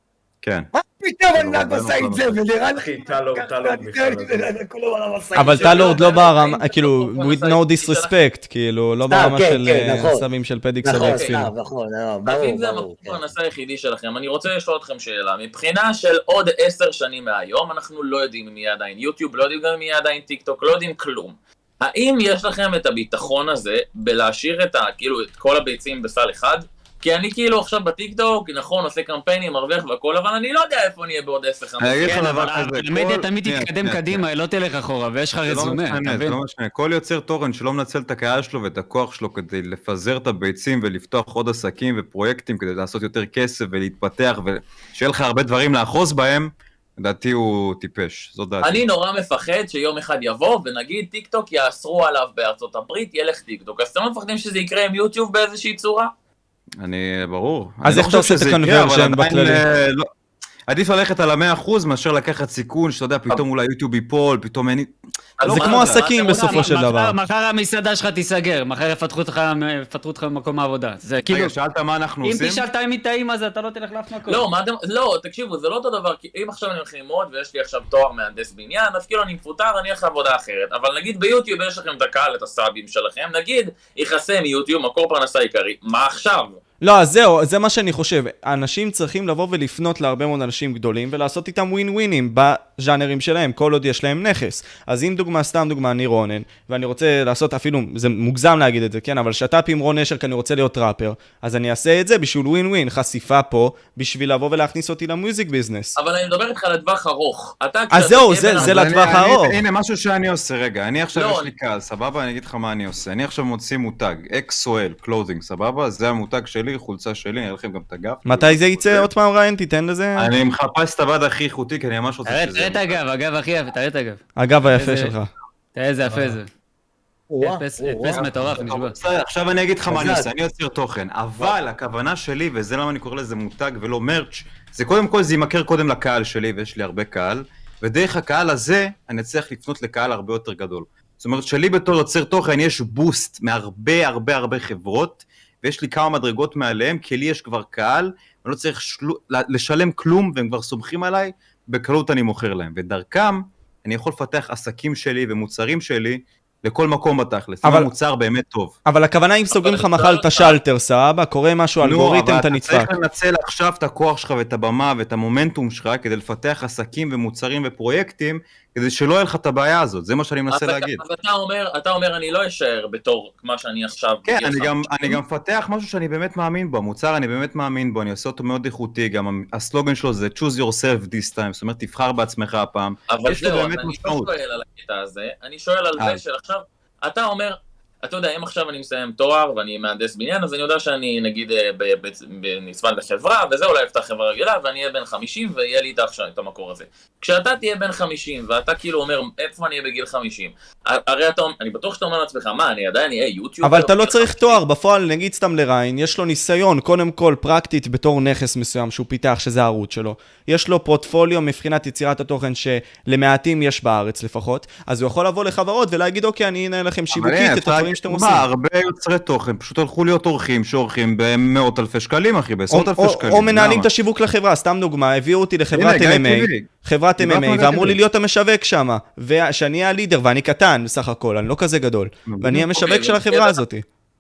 כן. מה פתאום אני נהג משאית זה, ונראה לי... אחי, טלורד, טלורד בכלל. כולם על המשאית. אבל שלו. טלורד לא ברמה, כאילו, נכון, with no disrespect, כאילו, לא סתם, ברמה כן, של כן, אה, נכון. סבים של פדיקס נכון, אקספילו. נכון, נכון, אז ברור, אם זה ברור. המקום הפרנסה היחידי שלכם, אני רוצה לשאול אתכם שאלה. מבחינה של עוד עשר שנים מהיום, אנחנו לא יודעים אם יהיה עדיין יוטיוב, לא יודעים גם אם יהיה עדיין טיק טוק, לא יודעים כלום. האם יש לכם את הביטחון הזה בלהשאיר את, ה, כאילו, את כל הביצים בסל אחד? כי אני כאילו עכשיו בטיק טוק, נכון, עושה קמפיינים, מרוויח והכל, אבל אני לא יודע איפה נהיה בעוד עשר חמש. אני אגיד לך כן, דבר אבל כזה, המדיה כל- תמיד שנייה, תתקדם שנייה, קדימה, לא תלך אחורה, ויש לך זה לא רזומה, משנה, אתה זה מבין? לא משנה. כל יוצר תורן שלא מנצל את הקהל שלו ואת הכוח שלו כדי לפזר את הביצים ולפתוח עוד עסקים ופרויקטים כדי לעשות יותר כסף ולהתפתח ושיהיה לך הרבה דברים לאחוז בהם, לדעתי הוא טיפש, זו דעתי. אני נורא מפחד שיום אחד יבוא ונגיד טיק טוק יאסרו עליו בארצות הברית, ילך טיק טוק. אז אתם לא מפחדים שזה יקרה עם יוטיוב באיזושהי צורה? אני, ברור. אז אני איך לא אתה חושב עושה את שזה יקרה, ה-conversion אבל עדיין, בכללי? אה, לא- עדיף ללכת על המאה אחוז מאשר לקחת סיכון, שאתה יודע, פתאום אולי יוטיוב ייפול, פתאום אין... זה כמו עסקים בסופו של מחר- דבר. מחר המסעדה שלך תיסגר, מחר יפתחו אותך יפטרו אותך במקום העבודה. זה כאילו, רגע, שאלת מה אנחנו אם עושים? תשאל את האם טעים אז אתה לא תלך לאף מקום. לא, מה אתם... לא, תקשיבו, זה לא אותו דבר, כי אם עכשיו אני הולך ללמוד ויש לי עכשיו תואר מהנדס בניין, אז כאילו אני מפוטר, אני הולך לעבודה אחרת. אבל נגיד ביוטיוב יש לכם את הקהל, את הסאבים שלכם, נגיד, יכסה מיוטיוב, מקור פרנסה עיקרי, מה עכשיו? לא, אז זהו, זה מה שאני חושב. אנשים צריכים לבוא ולפנות להרבה מאוד אנשים גדולים ולעשות איתם ווין ווינים בז'אנרים שלהם, כל עוד יש להם נכס. אז אם דוגמה, סתם דוגמה, אני רונן, ואני רוצה לעשות אפילו, זה מוגזם להגיד את זה, כן? אבל שת"פ עם רון נשר כי אני רוצה להיות ראפר, אז אני אעשה את זה בשביל ווין ווין, חשיפה פה, בשביל לבוא ולהכניס אותי למיוזיק ביזנס. אבל אני מדבר איתך לטווח ארוך. אתה, אז כשאתה זהו, תהיה זה- בן זה אדם- לטווח אני- הארוך. הנה, משהו שאני עושה, רגע, אני עכשיו לא, יש אני- לי קהל, סבבה? אני אגיד לך מה אני עושה. אני עכשיו מוציא מותג, אקסואל, קלוזינג, סבבה? זה המותג שלי, חולצה שלי, אני אראה לכם גם את הגב. מתי זה יצא? עוד פעם רעיין, תיתן לזה. אני מחפש את הבד הכי איכותי, כי אני ממש רוצה תראה שזה... תראה את הגב, הגב הכי יפה, תראה את הגב. הגב היפה איזה- שלך. תראה איזה יפה זה. וואה, הדפס וואה. הדפס מטורף, נשבע. בסדר, עכשיו אני אגיד לך מה אני חזק. עושה, אני יוצר תוכן, אבל הכוונה שלי, וזה למה אני קורא לזה מותג ולא מרץ', זה קודם כל זה יימכר קודם לקהל שלי, ויש לי הרבה קהל, ודרך הקהל הזה אני אצליח לפנות לקהל הרבה יותר גדול. זאת אומרת, שלי בתור יוצר תוכן יש בוסט מהרבה הרבה הרבה חברות, ויש לי כמה מדרגות מעליהם, כי לי יש כבר קהל, אני לא צריך שלו, לשלם כלום, והם כבר סומכים עליי, בקלות אני מוכר להם. ודרכם, אני יכול לפתח עסקים שלי ומוצרים שלי, לכל מקום בתכלס, אם אבל- המוצר באמת טוב. אבל הכוונה אם סוגרים לך מחר את השלטר, סבבה? קורה משהו, אלגוריתם, אתה נו, נדפק. אבל אתה צריך לנצל עכשיו את הכוח שלך ואת הבמה ואת המומנטום שלך כדי לפתח עסקים ומוצרים ופרויקטים, כדי שלא יהיה לך את הבעיה הזאת, זה מה שאני מנסה אז אתה- להגיד. אז אתה אומר, אתה אומר, אני לא אשאר בתור מה שאני עכשיו. כן, בגיל אני גם, חמישים. אני גם מפתח משהו שאני באמת מאמין בו, המוצר אני באמת מאמין בו, אני עושה אותו מאוד איכותי, גם הסלוגן שלו זה choose yourself this time, זאת אומרת תבחר בעצמך הפעם, אבל יש לו זהו, באמת אני משמעות. לא שואל על הקטע הזה, אני שואל על אז. זה של עכשיו, אתה אומר, אתה יודע, אם עכשיו אני מסיים תואר ואני מהנדס בניין, אז אני יודע שאני נגיד אה, ב- ב- ב- נצמד לחברה, וזה אולי אפתח חברה רגילה, ואני אהיה בן חמישים ויהיה לי את עכשיו את המקור הזה. כשאתה תהיה בן חמישים, ואתה כאילו אומר, איפה אני אהיה בגיל חמישים? הרי אתה, אני בטוח שאתה אומר לעצמך, מה, אני עדיין אהיה יוטיובר? אבל אתה לא בגיל צריך חמישים?" תואר, בפועל נגיד סתם לריין, יש לו ניסיון, קודם כל פרקטית בתור נכס מסוים שהוא פיתח, שזה הערוץ שלו. יש לו פורטפוליו מבחינת יצירת התוכן שלמעטים יש בארץ לפחות, אז הוא יכול לבוא לחברות ולהגיד, אוקיי, אני אנהל לכם אבל שיווקית הנה, את אפשר הדברים להגיד, שאתם מה, עושים. הרבה יוצרי תוכן פשוט הלכו להיות אורחים שעורכים במאות אלפי שקלים, אחי, או- בעשרות אלפי או- שקלים. או מנהלים למה? את השיווק לחברה, סתם דוגמה, הביאו אותי לחברת הנה, גיא אם אם איי, טבעי. חברת אם אם דיברנו איי, על גיא ואמרו לי טבעי. להיות המשווק שם, ושאני אהיה הלידר, ואני קטן בסך הכל, אני לא כזה גדול, ואני המשווק אוקיי, של אבל החברה בסדר. הזאת.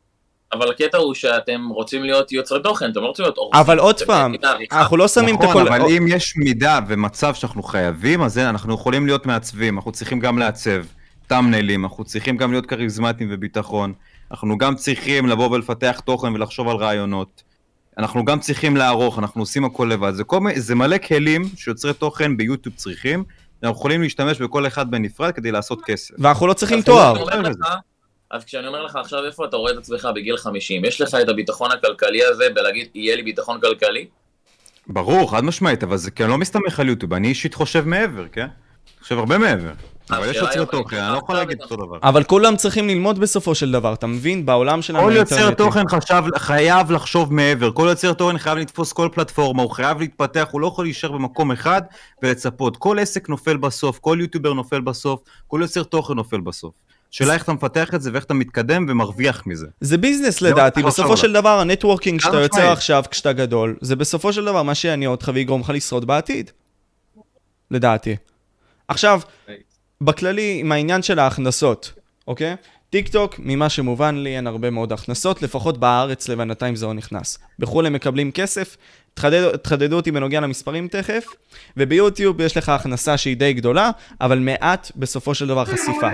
אבל הקטע הוא שאתם רוצים להיות יוצרי תוכן, אתם לא רוצים להיות אורחים. אבל עוד אתם פעם, רוצים לעריכה. אנחנו לא שמים את נכון, הכל... אבל אם יש מידה ומצב שאנחנו חייבים, אז זה, אנחנו יכולים להיות מעצבים, אנחנו צריכים גם לעצב תמנלים, אנחנו צריכים גם להיות כריזמטיים וביטחון, אנחנו גם צריכים לבוא ולפתח תוכן ולחשוב על רעיונות, אנחנו גם צריכים לערוך, אנחנו עושים הכל לבד, זה, כל, מיני- זה מלא כלים שיוצרי תוכן ביוטיוב צריכים, אנחנו יכולים להשתמש בכל אחד בנפרד כדי לעשות כסף. ואנחנו לא צריכים אז תואר. כשאני אומר לך- אז כשאני אומר לך עכשיו איפה אתה רואה את עצמך בגיל חמישים, יש לך את הביטחון הכלכלי הזה בלהגיד, יהיה לי ביטחון כלכלי? ברור, חד משמעית, אבל זה כי אני לא מסתמך על יוטיוב, אני אישית חושב מעבר, כן? חושב הרבה מעבר. אבל יש השאלה יוצרי היא, אבל תוכן, אני לא יכול אתה להגיד וגם- אותו דבר. אבל כולם צריכים ללמוד בסופו של דבר, אתה מבין? בעולם שלנו כל יוצר האינטרנטי. תוכן חשב, חייב לחשוב מעבר, כל יוצר תוכן חייב לתפוס כל פלטפורמה, הוא חייב להתפתח, הוא לא יכול להישאר במקום אחד ולצפות. כל עסק נופל בסוף, כל יוטיובר נופל בסוף, כל יוצר תוכן נופל בסוף. שאלה איך אתה מפתח את זה ואיך אתה מתקדם ומרוויח מזה. זה ביזנס לא, לדעתי, לא בסופו חשוב של דבר הנטוורקינג שאתה חד יוצר משמעית. עכשיו כשאתה גדול, זה בסופו של דבר מה שיעניין אותך ויגרום לך לשרוד בעתיד. לדעתי. עכשיו, בכללי, עם העניין של ההכנסות, אוקיי? טיק טוק, ממה שמובן לי, אין הרבה מאוד הכנסות, לפחות בארץ לבינתיים זה לא נכנס. בחו"ל הם מקבלים כסף, תחדד, תחדדו אותי בנוגע למספרים תכף, וביוטיוב יש לך הכנסה שהיא די גדולה, אבל מעט בסופו של דבר חשיפה.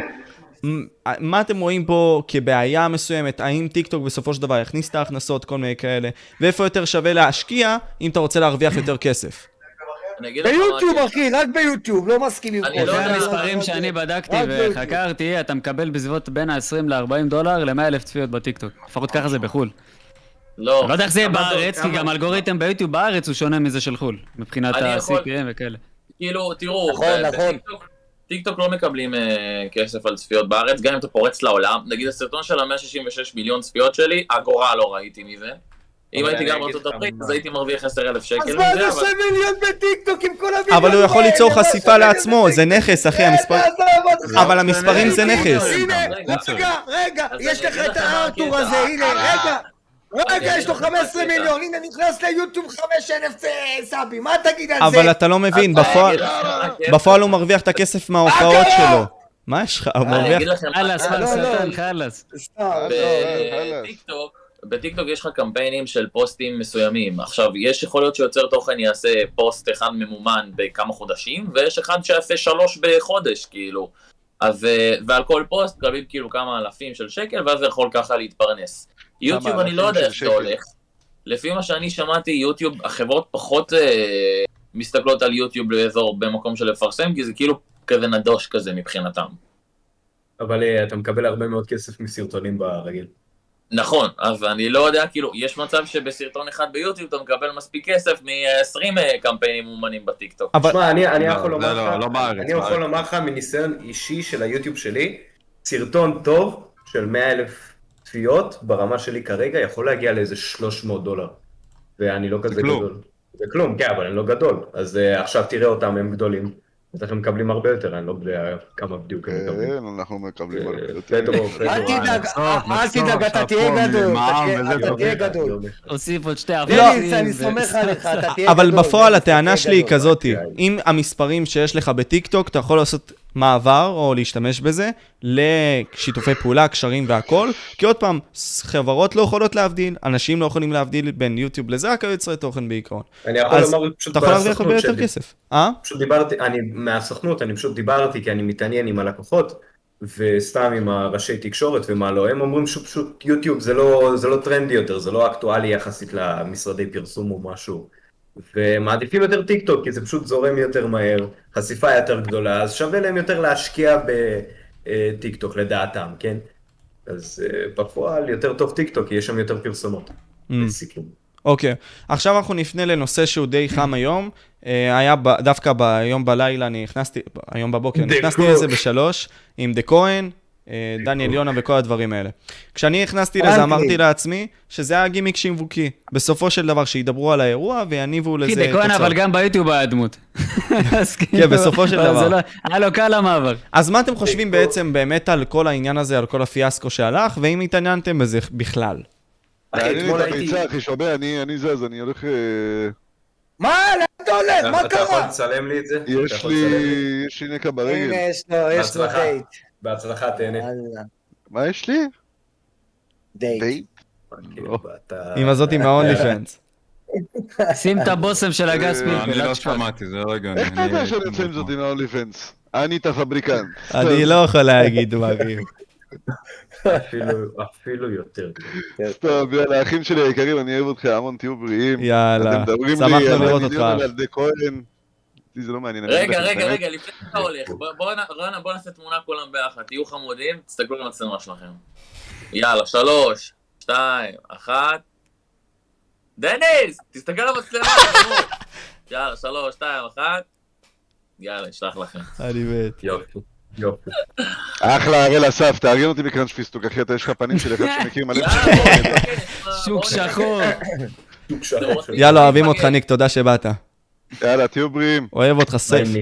מה אתם רואים פה כבעיה מסוימת? האם טיק טוק בסופו של דבר יכניס את ההכנסות, כל מיני כאלה, ואיפה יותר שווה להשקיע אם אתה רוצה להרוויח יותר כסף? אני אגיד לך ביוטיוב, מה, אחי, רק ביוטיוב, לא מסכים עם אני כל לא זה יודע, המספרים שאני בדקתי רק ביוטיוב. וחקרתי, אתה מקבל בסביבות בין ה-עשרים ל-ארבעים דולר ל-מאה אלף צפיות בטיקטוק. לפחות ככה זה בחול. לא. אני לא יודע איך זה יהיה כמה- בארץ, כי כמה- גם אלגוריתם ביוטיוב בארץ הוא שונה מזה של חול. מבחינת אני יכול- ה-סי פי אם וכאלה. כאילו, תראו, נכון, ב- נכון. בטיקטוק- טיקטוק לא מקבלים אה, כסף על צפיות בארץ, גם אם אתה פורץ לעולם. נגיד הסרטון של ה-מאה שישים ושש מיליון צפיות שלי, אגורה לא ראיתי מזה. אם אבל הייתי אני גר אגיד בארצות לך הברית, מה. אז הייתי מרוויח עשרת אלפים שקל אז מזה, מה זה אבל... שני מיליון בטיקטוק עם כל הוידאו? אבל הוא יכול ליצור חשיפה לעצמו, זה נכס, אחי, המספר... המספר... אבל המספרים זה נכס. הנה, רגע, רגע, רגע, אז יש אני לך אגיד את לכם מה הארתור הקטע. הזה, הנה, רגע. רגע, אגיד יש לו לכם מה חמישה עשר הקטע. מיליון, הנה, נכנס ליוטיוב חמישה אלף סאבים, מה תגיד על זה? אבל אתה לא מבין, אז אני בפועל... אגיד לכם מה הקטע. בפועל הוא מרוויח את הכסף מההופעות מה קרה? שלו. מה יש לך? הוא אני מרוויח... אגיד לכם מה חלאס, הקטע. לא, חלאס, לא. שטן, חלאס. סתם, לא. בטיקטוק, בטיקטוק יש לך קמפיינים של פוסטים מסוימים. עכשיו, יש יכול להיות שיוצר תוכן יעשה פוסט אחד ממומן בכמה חודשים, ויש אחד שיעשה שלוש בחודש, כאילו. אז, ועל כל פוסט מקבלים כאילו כמה אלפים של שקל, ואז זה יכול ככה להתפרנס. יוטיוב אני לא יודע איך זה הולך. לפי מה שאני שמעתי, יוטיוב, החברות פחות אה, מסתכלות על יוטיוב לאזור במקום של לפרסם, כי זה כאילו כזה נדוש כזה מבחינתם. אבל אה, אתה מקבל הרבה מאוד כסף מסרטונים ברגיל. נכון, אז אני לא יודע, כאילו, יש מצב שבסרטון אחד ביוטיוב אתה מקבל מספיק כסף מ-עשרים קמפיינים מומנים בטיקטוק. אבל... תשמע, אני, אני לא, יכול זה לומר לא- לך, לא בארץ, אני יכול בארץ. לומר לך מניסיון אישי של היוטיוב שלי, סרטון טוב של מאה אלף צפיות ברמה שלי כרגע יכול להגיע לאיזה שלוש מאות דולר. ואני לא כזה כלום. גדול. זה כלום, כן, אבל אני לא גדול. אז uh, עכשיו תראה אותם, הם גדולים. בטח הם מקבלים הרבה יותר, אני לא יודע כמה בדיוק הם מקבלים. כן, אנחנו מקבלים הרבה יותר. פדרו, פדרו. אל תדאג, נחסוך, אל נחסוך תדאג, אתה תהיה שהכל גדול, מע"מ אתה וזה תהיה- אתה תהיה גדול. הוסיף עוד שתי דניס, אני סומך עליך, אתה תהיה גדול. אבל בפועל דניס, אתה הטענה תהיה שלי היא גדול. כזאת, כן. אם המספרים שיש לך בטיקטוק, אתה יכול לעשות מעבר או להשתמש בזה לשיתופי פעולה, קשרים והכל, כי עוד פעם, חברות לא יכולות להבדיל, אנשים לא יכולים להבדיל בין יוטיוב לזה, רק היוצרי תוכן בעיקרון. אני יכול אז לומר פשוט אתה יכול להרוויח הרבה מהסוכנות יותר שלי. כסף. אה? פשוט דיברתי, אני מהסוכנות, אני פשוט דיברתי כי אני מתעניין עם הלקוחות, וסתם עם הראשי תקשורת ומה לא, הם אומרים שפשוט יוטיוב זה לא, זה לא טרנדי יותר, זה לא אקטואלי יחסית למשרדי פרסום או משהו, ומעדיפים יותר טיק טוק, כי זה פשוט זורם יותר מהר, חשיפה יותר גדולה, אז שווה להם יותר להשקיע בטיק טוק לדעתם, כן? אז אה, בפועל יותר טוב טיק טוק, כי יש שם יותר פרסומות. לסיכום. אוקיי, עכשיו אנחנו נפנה לנושא שהוא די חם היום, אה, היה ב- דווקא ביום בלילה, אני נכנסתי, היום בבוקר, דה נכנסתי כהן. לזה בשלוש, עם דה כהן, אה, דניאל יונה וכל הדברים האלה. כשאני נכנסתי לזה, אנטי. אמרתי לעצמי, שזה היה גימיק שיווקי. בסופו של דבר, שידברו על האירוע ויניבו אחי, לזה דה כהן, אבל גם ביוטיוב היה דמות. אז כאילו, בסופו של אבל דבר. זה לא- היה לו קל המעבר. אז מה אתם חושבים בעצם באמת על כל העניין הזה, על כל הפיאסקו שהלך, ואם התעניינתם בזה בכלל? אחי, תעניין לי אתמול את הייתי... הביצה, אחי, שומע, אני אני זז, אני הולך... אה, מה? לאן אתה הולך? מה אתה יכול קרה? לצלם לי את זה? אתה יש יכול לי... לצלם לי? יש לי נקע הנה, ברגל. יש לו, יש לו בהצלחה. דייט. בהצלחה תהנה. יאללה, מה יש לי? דייט. דייט? כאילו, אתה- עם הזאתי מהאונלי פנס. שים את הבושם של הגס אה, לא, פלפל. אני אל לא תשכח. שמעתי, זה לא הגיוני. איך אתה יודע אני- שאני יוצא עם זאת עם האונלי פנס? אני את הפבריקנט. אני לא יכול להגיד דברים. אפילו- אפילו יותר. טוב, יאללה, אחים שלי היקרים, אני אוהב אתכם המון, תהיו בריאים. יאללה, אתם מדברים לי שמחנו על לראות דניאל אותך. ועל דה כהן. אותי זה לא מעניין. אני אגיד רגע, לכם את רגע, האמת. רגע, לפני שאתה הולך, בוא- בוא נ- רנה, בוא נעשה תמונה כולם ביחד, תהיו חמודים, תסתכלו למצלמה שלכם. יאללה, שלוש, שתיים, אחת. דניס, תסתכל למצלמה, נו. יאללה, שלוש, שתיים, אחת. יאללה, נשלח לכם. אני מת. יופי, יופי. אחלה, הראל אסף, תארגן אותי בקראנץ' פיסטוק, אחי, אתה יש לך פנים של אחד שמכיר מלא. יאללה, בוא נתקן, שוק בוא שחור. שוק שחור. נתקן. יאללה, אוהבים אותך ניק, תודה שבאת. יאללה, תהיו בריאים. אוהב אותך ביי, סף. ניק.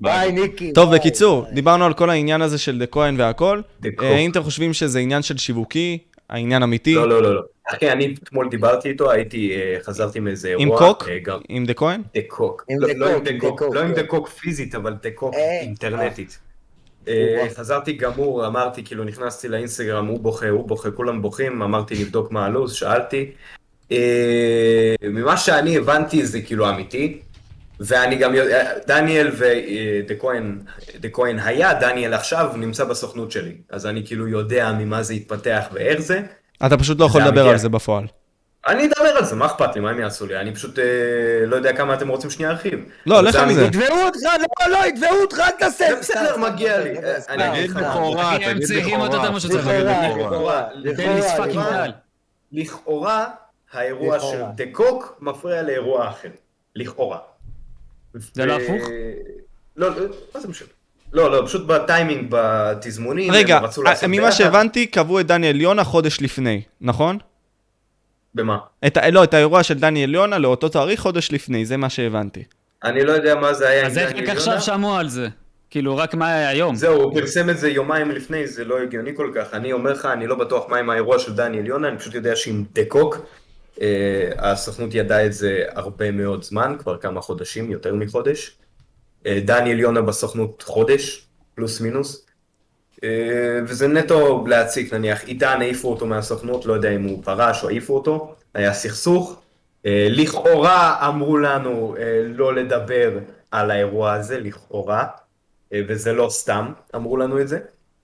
ביי, ניקי. טוב, ביי, בקיצור, ביי. דיברנו על כל העניין הזה של דה כהן והכל. דה אה, קוק. האם אתם חושבים שזה עניין של שיווקי, העניין אמיתי? לא, לא, לא, לא. אחי, אני אתמול דיברתי איתו, הייתי, אה, חזרתי מאיזה אירוע. עם קוק? אה, גם- עם דה כהן? דה קוק. עם לא- דה לא עם קוק, דה עם קוק, דה קוק, לא עם כן. דה קוק פיזית, אבל דה קוק אה, אינטרנטית. אה. אה, חזרתי גמור, אמרתי, כאילו נכנסתי לאינסטגרם, הוא בוכה, הוא בוכה, כולם בוכים, אמרתי לבדוק מה הלו"ז, שאלתי. אה, ממה שאני הבנתי זה כאילו אמיתי, ואני גם יודע, דניאל ודה כהן, דה כהן היה, דניאל עכשיו נמצא בסוכנות שלי, אז אני כאילו יודע ממה זה יתפתח ואיך זה. אתה פשוט לא יכול זה לדבר אמיתי. על זה בפועל. אני אדבר על זה, מה אכפת לי, מה הם יעשו לי? אני פשוט אה, לא יודע כמה אתם רוצים שנייה להרחיב. לא, אבל לך על אמיתי. זה. יתבעו אותך, לא, לא, יתבעו אותך, אל תעשה. זה בסדר, מגיע לי. אני אגיד לך, לכאורה, אחי, הם תגיד צריכים אותו יותר לכאורה. מה שצריך להגיד. לכאורה, לכאורה, תן לי לכאורה, פאקינג לכאורה. קהל. לכאורה, האירוע של לכאורה. דה קוק מפריע לאירוע אחר. לכאורה. זה לא ו- הפוך? לא, לא, מה זה משנה? לא, לא, פשוט בטיימינג, בתזמונים, רגע, הם רצו לעשות ממה ביחד. שהבנתי, קבעו את דניאל יונה חודש לפני, נכון? במה? את ה- לא, את האירוע של דניאל יונה לאותו תאריך חודש לפני, זה מה שהבנתי. אני לא יודע מה זה היה עם אז איך דניאל רק עכשיו יונה. שמעו על זה? כאילו, רק מה היה היום? זהו, הוא פרסם את זה יומיים לפני, זה לא הגיוני כל כך. אני אומר לך, אני לא בטוח מה עם האירוע של דניאל יונה, אני פשוט יודע שעם דה קוק, אה, הסוכנות ידעה את זה הרבה מאוד זמן, כבר כמה חודשים, יותר מחודש. אה, דניאל יונה בסוכנות חודש, פלוס מינוס. אה, וזה נטו להציק, נניח, עידן העיפו אותו מהסוכנות, לא יודע אם הוא פרש או העיפו אותו, היה סכסוך. אה, לכאורה אמרו לנו אה, לא לדבר על האירוע הזה, לכאורה. וזה לא סתם, אמרו לנו את זה.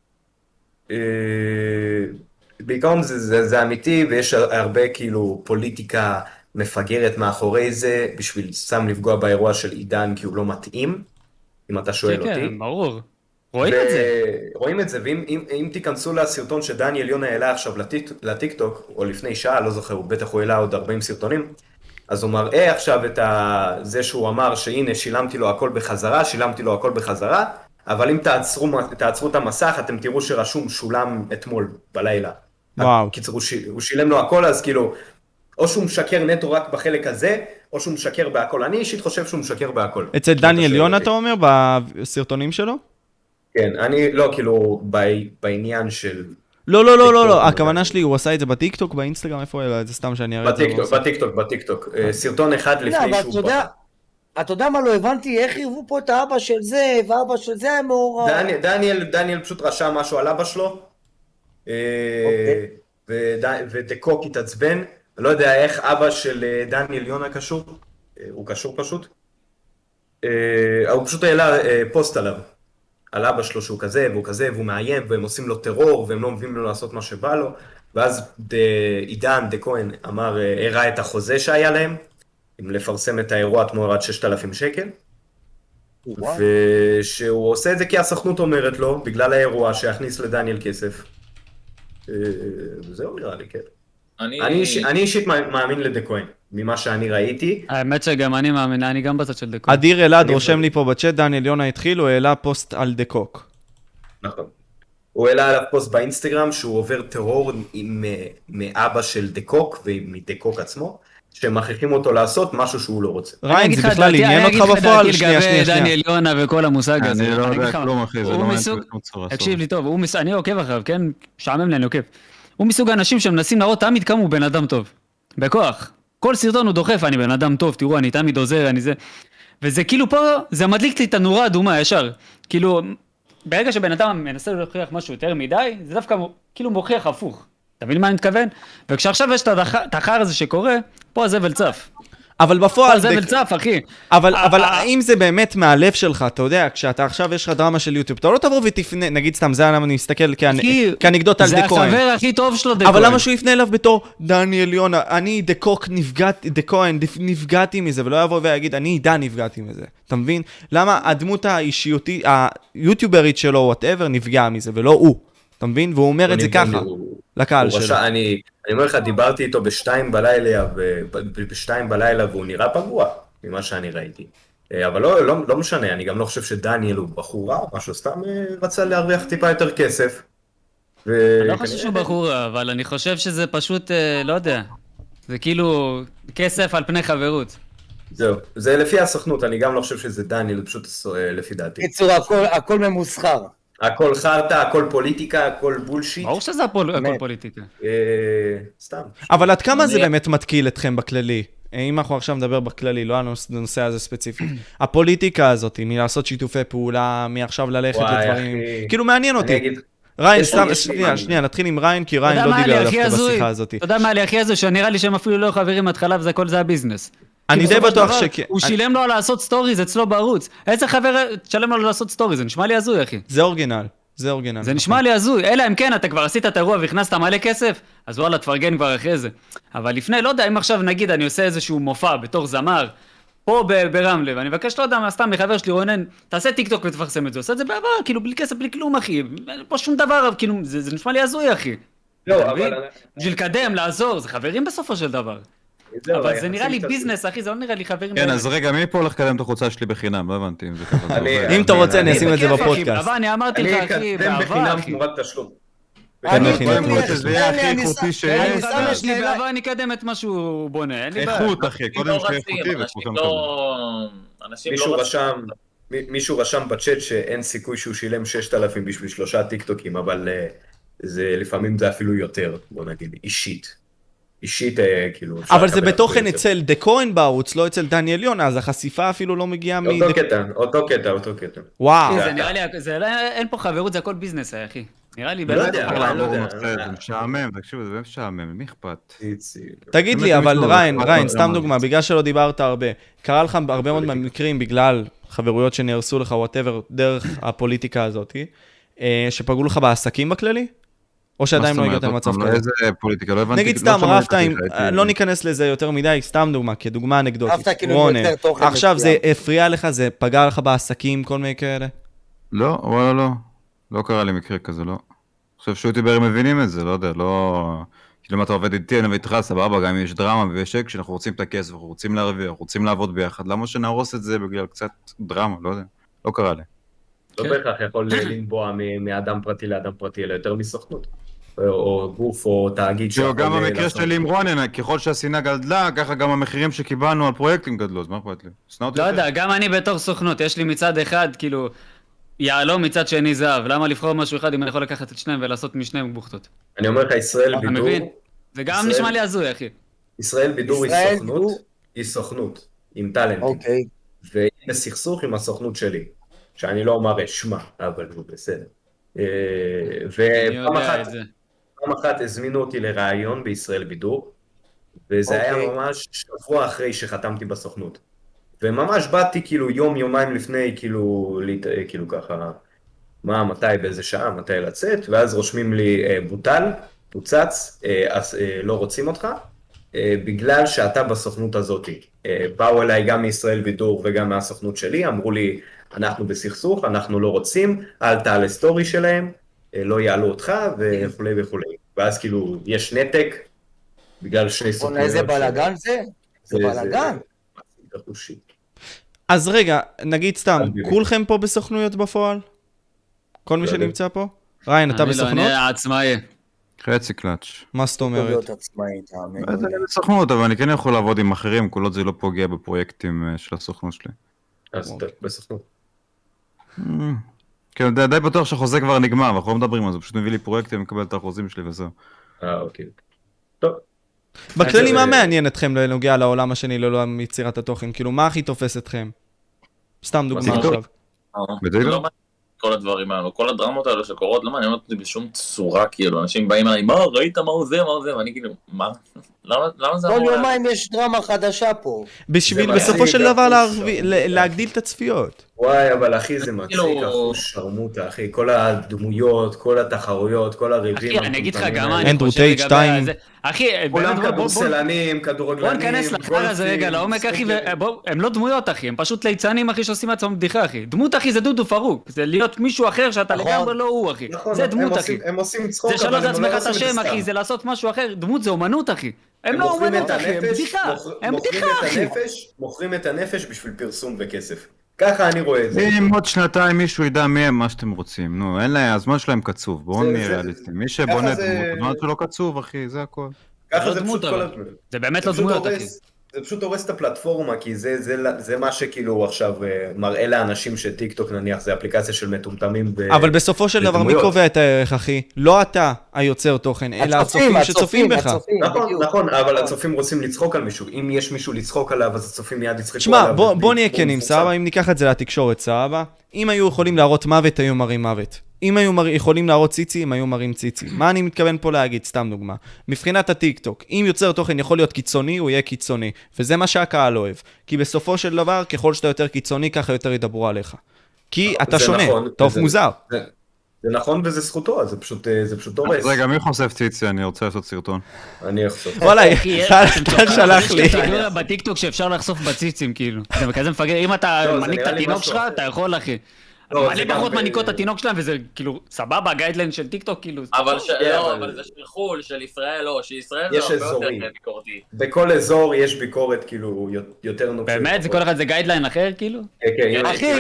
בעיקרון זה, זה, זה אמיתי, ויש הרבה כאילו פוליטיקה מפגרת מאחורי זה, בשביל סתם לפגוע באירוע של עידן, כי הוא לא מתאים, אם אתה שואל כן, אותי. כן, ברור. רואים את זה. רואים את זה, ואם אם, אם תיכנסו לסרטון שדניאל יונה העלה עכשיו לטיק, לטיקטוק, או לפני שעה, לא זוכר, הוא בטח הוא העלה עוד ארבעים סרטונים, אז הוא מראה עכשיו את ה... זה שהוא אמר שהנה שילמתי לו הכל בחזרה, שילמתי לו הכל בחזרה, אבל אם תעצרו, תעצרו את המסך, אתם תראו שרשום שולם אתמול בלילה. וואו. קיצור, הוא, ש... הוא שילם לו הכל, אז כאילו, או שהוא משקר נטו רק בחלק הזה, או שהוא משקר בהכל. אני אישית חושב שהוא משקר בהכל. אצל דניאל יונה אתה אומר בסרטונים שלו? כן, אני לא, כאילו, ב... בעניין של... לא, לא, לא, לא, לא, טיקטוק, הכוונה שלי, הוא עשה את זה בטיקטוק, באינסטגרם, איפה הוא העלה את זה? סתם שאני אראה את זה. בטיקטוק, בטיקטוק, בטיקטוק. אה, סרטון אחד לא, לפני אבל אתה שהוא יודע, בכה. אתה יודע מה לא הבנתי? איך עירבו פה את האבא של זה, ואבא של זה היה מעורב. דניאל, דניאל, דניאל פשוט רשם משהו על אבא שלו, אה, אוקיי. וד- ודה קוק התעצבן, אני לא יודע איך אבא של אה, דניאל יונה קשור, אה, הוא קשור פשוט, אה, הוא פשוט העלה אה, פוסט עליו, על אבא שלו שהוא כזה והוא כזה והוא מאיים והם עושים לו טרור והם לא מביאים לו לעשות מה שבא לו, ואז ד- עידן דה כהן אמר, אה, הראה את החוזה שהיה להם, אם לפרסם את האירוע תמורת ששת אלפים שקל, וואו. ושהוא עושה את זה כי הסוכנות אומרת לו, בגלל האירוע שיכניס לדניאל כסף. אה, וזהו נראה לי, כן. אני... אני איש- אני אישית מאמין לדה כהן, ממה שאני ראיתי. האמת שגם אני מאמין, אני גם בצד של דקות. אדיר אלעד אני רושם יכול- לי פה בצ'אט, דניאל יונה התחיל, הוא העלה פוסט על דה קוק. נכון. הוא העלה עליו פוסט באינסטגרם שהוא עובר טרור עם, אה, מאבא של דה קוק ומדה קוק עצמו, שמכריחים אותו לעשות משהו שהוא לא רוצה. אני ריין, אגיד זה לך בכלל דעתי- עניין אני אגיד אותך לך בפועל? דעתי שנייה, שנייה, לגבי שנייה. דניאל יונה וכל המושג הזה. אני לא אגיד יודע לך, כלום, אחי, זה הוא לא מעניין מסוג- בשום צורה. תקשיב לי טוב, הוא מס... אני עוקב אחריו, כן? משעמם לי, אני עוקב. הוא מסוג האנשים שמנסים להראות תמיד כמה הוא בן אדם טוב. בכוח. כל סרטון הוא דוחף, אני בן אדם טוב, תראו, אני תמיד עוזר, אני זה... וזה כאילו פה, זה מדליק לי את הנורה האדומה ישר. כאילו, ברגע שבן אדם מנסה להוכיח משהו יותר מדי, זה דווקא כאילו מוכיח הפוך. אתה מבין מה אני מתכוון? וכשעכשיו יש את הדח- את החר הזה שקורה, פה הזבל צף. אבל פה בפועל, הזבל דה- צף, אחי. אבל, אה, אבל אה. האם זה באמת מהלב שלך, אתה יודע, כשאתה עכשיו יש לך דרמה של יוטיוב, אתה לא תבוא ותפנה, נגיד סתם, זה למה אני מסתכל אחי, כאנקדוט על זה דה כהן. החבר הכי טוב שלו, דה אבל כהן. למה שהוא יפנה אליו בתור דניאל יונה, אני דה קוק נפגעתי, דה כהן נפגעתי מזה, ולא יבוא ויגיד, אני עידן נפגעתי מזה, אתה מבין? למה הדמות האישיותית, היוטיוברית שלו, whatever, נפגעה מזה, ולא הוא, אתה מבין? והוא אומר את זה ככה, הוא- לקהל הוא שלו. רשע, אני, אני אומר לך, דיברתי איתו בשתיים בלילה, ו- ב- בשתיים בלילה, והוא נראה פגוע, ממה שאני ראיתי. אה, אבל לא, לא, לא משנה, אני גם לא חושב שדניאל הוא בחור רע, או משהו, סתם אה, רצה להרוויח טיפה יותר כסף. ו- אני לא חושב שהוא בחור רע, אבל אני חושב שזה פשוט, אה, לא יודע, זה כאילו כסף על פני חברות. זהו, זה לפי הסוכנות, אני גם לא חושב שזה דניאל, פשוט לפי דעתי. בקיצור, הכל- הכל ממוסחר. הכל חרטא, הכל פוליטיקה, הכל בולשיט. ברור שזה הפול- הכל באמת. פוליטיקה. אה, סתם. אבל עד כמה זה אני- באמת מתקיל אתכם בכללי? אם אנחנו עכשיו נדבר בכללי, לא הנושא הזה ספציפי. הפוליטיקה הזאת, מלעשות שיתופי פעולה, מעכשיו ללכת וואי, לדברים, אחי. כאילו מעניין אני אותי. אגיד, ריין, יש- סתם, יש לי- שנייה, שנייה, נתחיל עם ריין, כי אתה ריין יודע לא מה דיבר לי עליו הכי הזוי? בשיחה הזאת. אתה יודע מה לי הכי הזוי? שנראה לי שהם אפילו לא חברים מההתחלה וזה הכל זה הביזנס. אני כי די בסופו של בטוח דבר, שכן. הוא שילם לו על לעשות סטוריז אצלו בערוץ. איזה חבר תשלם לו לעשות סטוריז? זה נשמע לי הזוי, אחי. זה אורגינל, זה אורגינל. זה נשמע לי הזוי, אלא אם כן אתה כבר עשית את האירוע והכנסת מלא כסף, אז וואלה תפרגן כבר אחרי זה. אבל לפני, לא יודע, אם עכשיו נגיד אני עושה איזשהו מופע בתור זמר, פה ב- ברמלה, ואני מבקש, לא יודע מה, סתם מחבר שלי רונן, תעשה טיק טוק ותפרסם את זה, עושה את זה בעבר, כאילו בלי כסף, בלי כלום אחי, אין פה שום דבר, כאילו, זה, זה נשמע לי הזוי אחי. לא, אתה מבין? אבל... בשביל לקדם, לעזור, זה חברים בסופו של דבר. זהו, אבל זה היחסים נראה לי קצת- ביזנס אחי, זה לא נראה לי חברים. כן, אז רגע, מי פה הולך לקדם את החולצה שלי בחינם? לא הבנתי אם זה ככה. זה אני- עובד. אם אתה רוצה, אני אני אשים את זה בכיף, אחי, בפודקאסט. בעבר אני אמרתי אני לך אחי, אקדם בעבר בחינם אחי. תמורת תשלום. אני בחינם תן לי- תמורת תן זה לי, יהיה הכי אני איכותי שם- שיש. אני אני שם חבר את שלי, שאלה- בעבר אני אקדם את מה שהוא בונה, אין לי בעיה. איכות, אחי, אנשים קודם לא שיהיה רצים, איכותי אנשים וכולכם לא... אנשים מישהו לא רצים. רשם, מי- מישהו רשם בצ'אט שאין סיכוי שהוא שילם ששת אלפים בשביל שלושה טיקטוקים, אבל אה, זה לפעמים זה אפילו יותר, בוא נגיד, אישית. אישית, אה, כאילו... אפשר אבל זה לקבל בתוכן הרבה יותר. אצל דה כהן בערוץ, לא אצל דניאל יונה, אז החשיפה אפילו לא מגיעה אותו מדה... קטע, אותו קטע, אותו קטע. וואו. זה נראה לי, זה לא- אין פה חברות, זה הכל ביזנס, אחי. נראה לי לא באמת. יודע, אבל- אבל- לעבור יודע. נושא, זה משעמם, תקשיבו, זה באמת משעמם, מי אכפת? איצי. תגיד באמת לי, אבל מישהו ריין, אכפת ריין, לו סתם גם דוגמה, בגלל שלא דיברת הרבה, קרה לך הרבה מאוד מהמקרים בגלל חברויות שנהרסו לך, וואטאבר, דרך הפוליטיקה הזאת, אה, שפגעו לך בעסקים בכללי? או שעדיין לא הגעת למצב כזה? איזה פוליטיקה, לא הבנתי. נגיד לא סתם, שמעתי רבת עם, אותך, הייתי- לא ניכנס לזה יותר מדי, סתם דוגמה, כדוגמה אנקדוטית. רבת כאילו רונן, יותר תוכן עכשיו זה מסוים. הפריע לך, זה פגע לך בעסקים, כל מיני כאלה? לא, וואלה לא. לא קרה לי מקרה כזה, לא. אני חושב שיוטיוברים מבינים את זה, לא יודע, לא... כאילו אם אתה עובד איתי, אני ואיתך, סבבה, גם אם יש דרמה ויש אקשן, אנחנו רוצים את הכסף, אנחנו רוצים להרוויח, אנחנו רוצים לעבוד ביחד, למה שנהרוס את זה בגלל קצת דרמה, לא יודע. לא קרה לי. לא בהכרח יכול לנבוע מ- מאדם פרטי לאדם פרטי, אלא יותר מסוכנות. או- או גוף או תאגיד זהו, שיכול גם המקרה לעשות. שלי עם רונן, ככל שהשנאה גדלה, ככה גם המחירים שקיבלנו על פרויקטים גדלו, אז מה אכפת לי? שנא אותי לא יותר. יודע, גם אני בתור סוכנות, יש לי מצד אחד, כאילו, יהלום מצד שני זהב. למה לבחור משהו אחד אם אני יכול לקחת את שניהם ולעסות משניהם בוכטות? אני אומר לך, ישראל אתה בידור, מבין? זה גם ישראל- נשמע לי הזוי, אחי. ישראל בידור היא ישראל סוכנות, בידור- היא סוכנות, עם טאלנטים. אוקיי. והיא בסכסוך עם הסוכנות שלי, שאני לא אומר שמה, אבל הוא בסדר. אה, אני ופעם יודע אחת, את זה. פעם אחת הזמינו אותי לראיון בישראל בידור, וזה היה אוקיי. ממש שבוע אחרי שחתמתי בסוכנות. וממש באתי כאילו יום, יומיים לפני, כאילו, להת... כאילו ככה, מה, מתי, באיזה שעה, מתי לצאת, ואז רושמים לי, אה, בוטל, פוצץ, אה, אז אה, לא רוצים אותך, אה, בגלל שאתה בסוכנות הזאת. אה, באו אליי גם מישראל בידור וגם מהסוכנות שלי, אמרו לי, אנחנו בסכסוך, אנחנו לא רוצים, אל תעלה סטורי שלהם, אה, לא יעלו אותך, וכולי וכולי. ואז כאילו, יש נתק, בגלל שני סוכנויות. בוא'נה, איזה בלאגן זה? זה זה- בלאגן. זה חושי. אז רגע, נגיד סתם, אל תגיד. כולכם פה בסוכנויות בפועל? כל מי לא יודע. שנמצא פה? ריין, אתה אני לא, בסוכנות? אני עצמאי. חצי קלאץ'. מה זאת טוב אומרת? להיות עצמאי, תאמין. אז אני בסוכנות, אבל אני כן יכול לעבוד עם אחרים, כל עוד זה לא פוגע בפרויקטים אה, של הסוכנות שלי. אז אתה בסוכנות. אמ, כן, די- די בטוח שהחוזה כבר נגמר, ואנחנו לא מדברים על זה, פשוט מביא לי פרויקטים, אני מקבל את האחוזים שלי וזהו. אה, אוקיי. טוב. בכללי, אז, מה אה, מעניין אתכם לנוגע לעולם השני, לעולם יצירת התוכן? כאילו, מה הכי תופס אתכם? סתם דוגמה טיקטוק? עכשיו. בדיוק. לא מעניין כל הדברים האלו, כל הדרמות האלו שקורות, לא מעניין אותי בשום צורה, כאילו, אנשים באים אליי, מה, ראית מה הוא זה, מה הוא זה, ואני כאילו, מה? למה למה זה כל אמור... יומיים יש דרמה חדשה פה. בשביל זה בסופו מצחיק, של דבר אחוז להרוויח- שרמוטה. ל- להגדיל את הצפיות. וואי, אבל אחי, זה מצחיק, כאילו- אחוז שרמוטה, אחי. כל הדמויות, כל התחרויות, כל הריבים. אחי, אני אגיד לך המטומטמים גם מה האלה. אני אנדרו חושב טייט לגבי שתיים. זה. אחי, באמת, כולם בוא- בוא- בוא- כדורסלנים, בוא כדורגלנים, ניכנס לחרא הזה רגע גולפים, לעומק, אחי, סנוקרים. ובוא, הם לא דמויות, אחי, הם פשוט ליצנים, אחי, שעושים לעצמם בדיחה, אחי. דמות, אחי, זה דודו פרוק. זה להיות מישהו אחר שאתה נכון. לגמרי לא הוא, אחי. נכון, זה הם דמות, עושים- אחי. הם עושים צחוק, זה שלא אבל זה הם לא עצמך את עושים השם, סתם. אחי, זה לעשות משהו אחר. דמות זה אומנות, אחי. הם לא מוכרים אומנות, את אחי, הם הנפש, בדיחה. מוכר- הם מוכרים בדיחה, את אחי. הנפש, מוכרים את הנפש בשביל פרסום וכסף. ככה אני רואה את זה. אם עוד שנתיים מישהו ידע מי הם, מה שאתם רוצים. נו, אין להם, הזמן שלהם קצוב, בואו זה- נהיה זה- ריאליסטים. מי שבונה ככה זה- דמות, הזמן שלו קצוב, אחי, זה הכל. ככה לא זה דמות, פשוט כל אבל. הדמות. זה באמת זה לא פשוט דמויות, אחי. הורס- זה פשוט הורס את הפלטפורמה, כי זה, זה, זה מה שכאילו עכשיו מראה לאנשים שטיק טוק נניח, זה אפליקציה של מטומטמים. ב... אבל בסופו של דבר, מי קובע את הערך, אחי? לא אתה היוצר תוכן, אלא הצופים שצופים בך. נכון, נכון, אבל הצופים רוצים לצחוק על מישהו. אם יש מישהו לצחוק עליו, אז הצופים מיד יצחקו שמע, עליו. בוא, בוא נהיה כנים, סבבה? אם ניקח את זה לתקשורת, סבבה? אם היו יכולים להראות מוות, היו מראים מוות. אם היו מר... יכולים להראות ציצי, הם היו מראים ציצי. מה אני מתכוון פה להגיד? סתם דוגמה. מבחינת הטיק טוק, אם יוצר תוכן יכול להיות קיצוני, הוא יהיה קיצוני. וזה מה שהקהל אוהב. כי בסופו של דבר, ככל שאתה יותר קיצוני, ככה יותר ידברו עליך. כי אתה שונה, נכון, אתה אוף מוזר. זה, זה נכון וזה זכותו, זה פשוט, זה פשוט הורס. רגע, מי חושף ציצי? אני רוצה לעשות סרטון. אני אחשוף. וואלה, אתה שלח לי. יש קטגוריה בטיקטוק שאפשר לחשוף בציצים, כאילו. זה כזה מפגר, אם אתה מניק את התינוק שלך, אתה יכול, אחי. מלא פחות מניקות את התינוק שלהם, וזה כאילו, סבבה, גיידליין של טיק טוק, כאילו. אבל לא, אבל זה של חול, של ישראל לא, שישראל זה הרבה יותר ביקורתי. בכל אזור יש ביקורת, כאילו, יותר נוקשת. באמת? זה כל אחד זה גיידליין אחר, כאילו? אחי,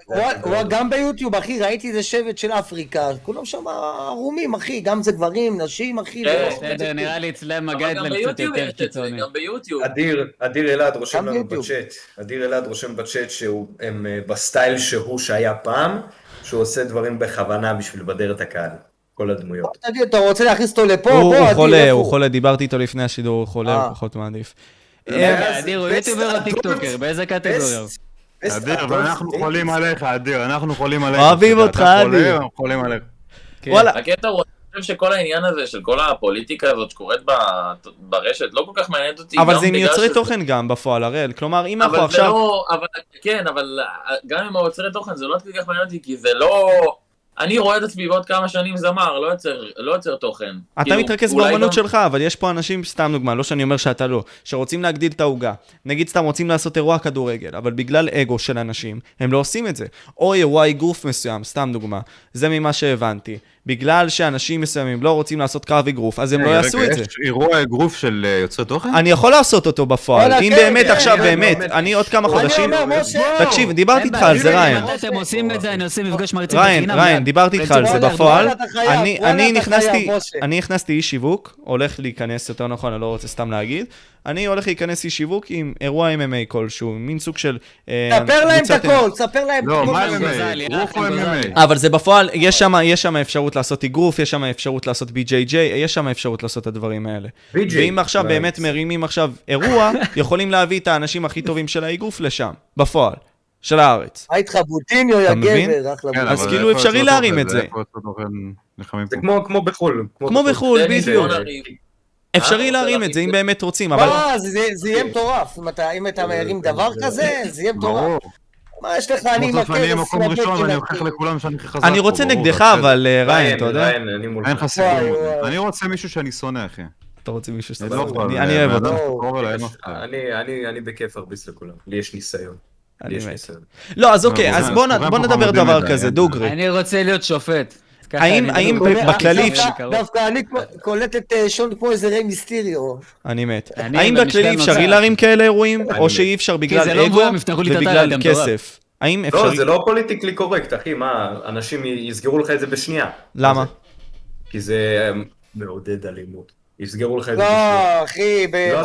גם ביוטיוב, אחי, ראיתי איזה שבט של אפריקה, כולם שם ערומים, אחי, גם זה גברים, נשים, אחי. נראה לי אצלם הגיידליין קצת יותר קיצוני. גם ביוטיוב. אדיר אלעד רושם לנו בצ'אט, אדיר אלעד רושם בצ'אט שהם בסטייל שהוא שהיה פעם, שהוא עושה דברים בכוונה בשביל לבדר את הקהל, כל הדמויות. תגיד, אתה רוצה להכניס אותו לפה? הוא חולה, הוא חולה, דיברתי איתו לפני השידור, הוא חולה, הוא פחות מעדיף. אדיר, הוא יוטיובר או טיקטוקר? באיזה קטגוריה? אדיר, ואנחנו חולים עליך, אדיר, אנחנו חולים עליך. אוהבים אותך, אדיר. אנחנו חולים עליך. וואלה. הקטע הוא, אני חושב שכל העניין הזה של כל הפוליטיקה הזאת שקורית ברשת לא כל כך מעניינת אותי. אבל זה עם יוצרי תוכן גם בפועל, הראל. כלומר, אם אנחנו עכשיו... כן, אבל גם עם היוצרי תוכן זה לא כל כך מעניין אותי, כי זה לא... אני רואה את עצמי בעוד כמה שנים זמר, לא יוצר תוכן. אתה מתרכז באמנות שלך, אבל יש פה אנשים, סתם דוגמה, לא שאני אומר שאתה לא, שרוצים להגדיל את ההוגה. נגיד סתם רוצים לעשות אירוע כדורגל, אבל בגלל אגו של אנשים, הם לא עושים את זה. או אירוע גוף מסוים, סתם דוגמה. זה ממה שהבנתי. בגלל שאנשים מסוימים לא רוצים לעשות קרב אגרוף, אז הם לא יעשו את זה. יש אירוע אגרוף של יוצרי תוכן? אני יכול לעשות אותו בפועל. אם באמת עכשיו, באמת, אני עוד כמה חודשים... תקשיב, דיברתי איתך על זה, ריין. אתם עושים את זה, אני עושה מפגש מרצים ריין, ריין, דיברתי איתך על זה בפועל. אני הכנסתי אי שיווק, הולך להיכנס, יותר נכון, אני לא רוצה סתם להגיד. אני הולך להיכנס אי שיווק עם אירוע אם אם איי כלשהו, מין סוג של... ספר להם את הכל, ספר להם את לא, הכל. מה אם אם איי? רוף או אם אם איי? אבל זה בפועל, יש שם אפשרות לעשות אגרוף, יש שם אפשרות לעשות בי ג'יי ג'יי, יש שם אפשרות לעשות את הדברים האלה. ואם עכשיו באמת מרימים עכשיו אירוע, יכולים להביא את האנשים הכי טובים של האגרוף לשם, בפועל, של הארץ. היית לך בוטיניו, יא גבר, אחלה בוטיניו. אז כאילו אפשרי להרים את זה. זה כמו בחול. כמו בחול, בדיוק. אפשרי להרים את זה אם באמת רוצים, אבל... מה, זה יהיה מטורף. אם אתה מרים דבר כזה, זה יהיה מטורף. מה יש לך, אני בסוף אני אהיה מקום ראשון ואני אוכיח לכולם שאני הכי חזק. אני רוצה נגדך, אבל ריין, אתה יודע? אין לך סיכוי. אני רוצה מישהו שאני שונא, אחי. אתה רוצה מישהו שאתה לא יכול, אני אוהב אותו. אני בכיף ארביס לכולם. לי יש ניסיון. לא, אז אוקיי, אז בוא נדבר דבר כזה, דוגרי. אני רוצה להיות שופט. האם בכללי... דווקא אני קולט את שון כמו איזה ריי מיסטיריו. אני מת. האם בכללי אפשרי להרים כאלה אירועים, או שאי אפשר בגלל אגו ובגלל כסף? האם אפשרי... לא, זה לא פוליטיקלי קורקט, אחי, מה, אנשים יסגרו לך את זה בשנייה. למה? כי זה מעודד אלימות. יסגרו לך את זה בשנייה. לא, אחי,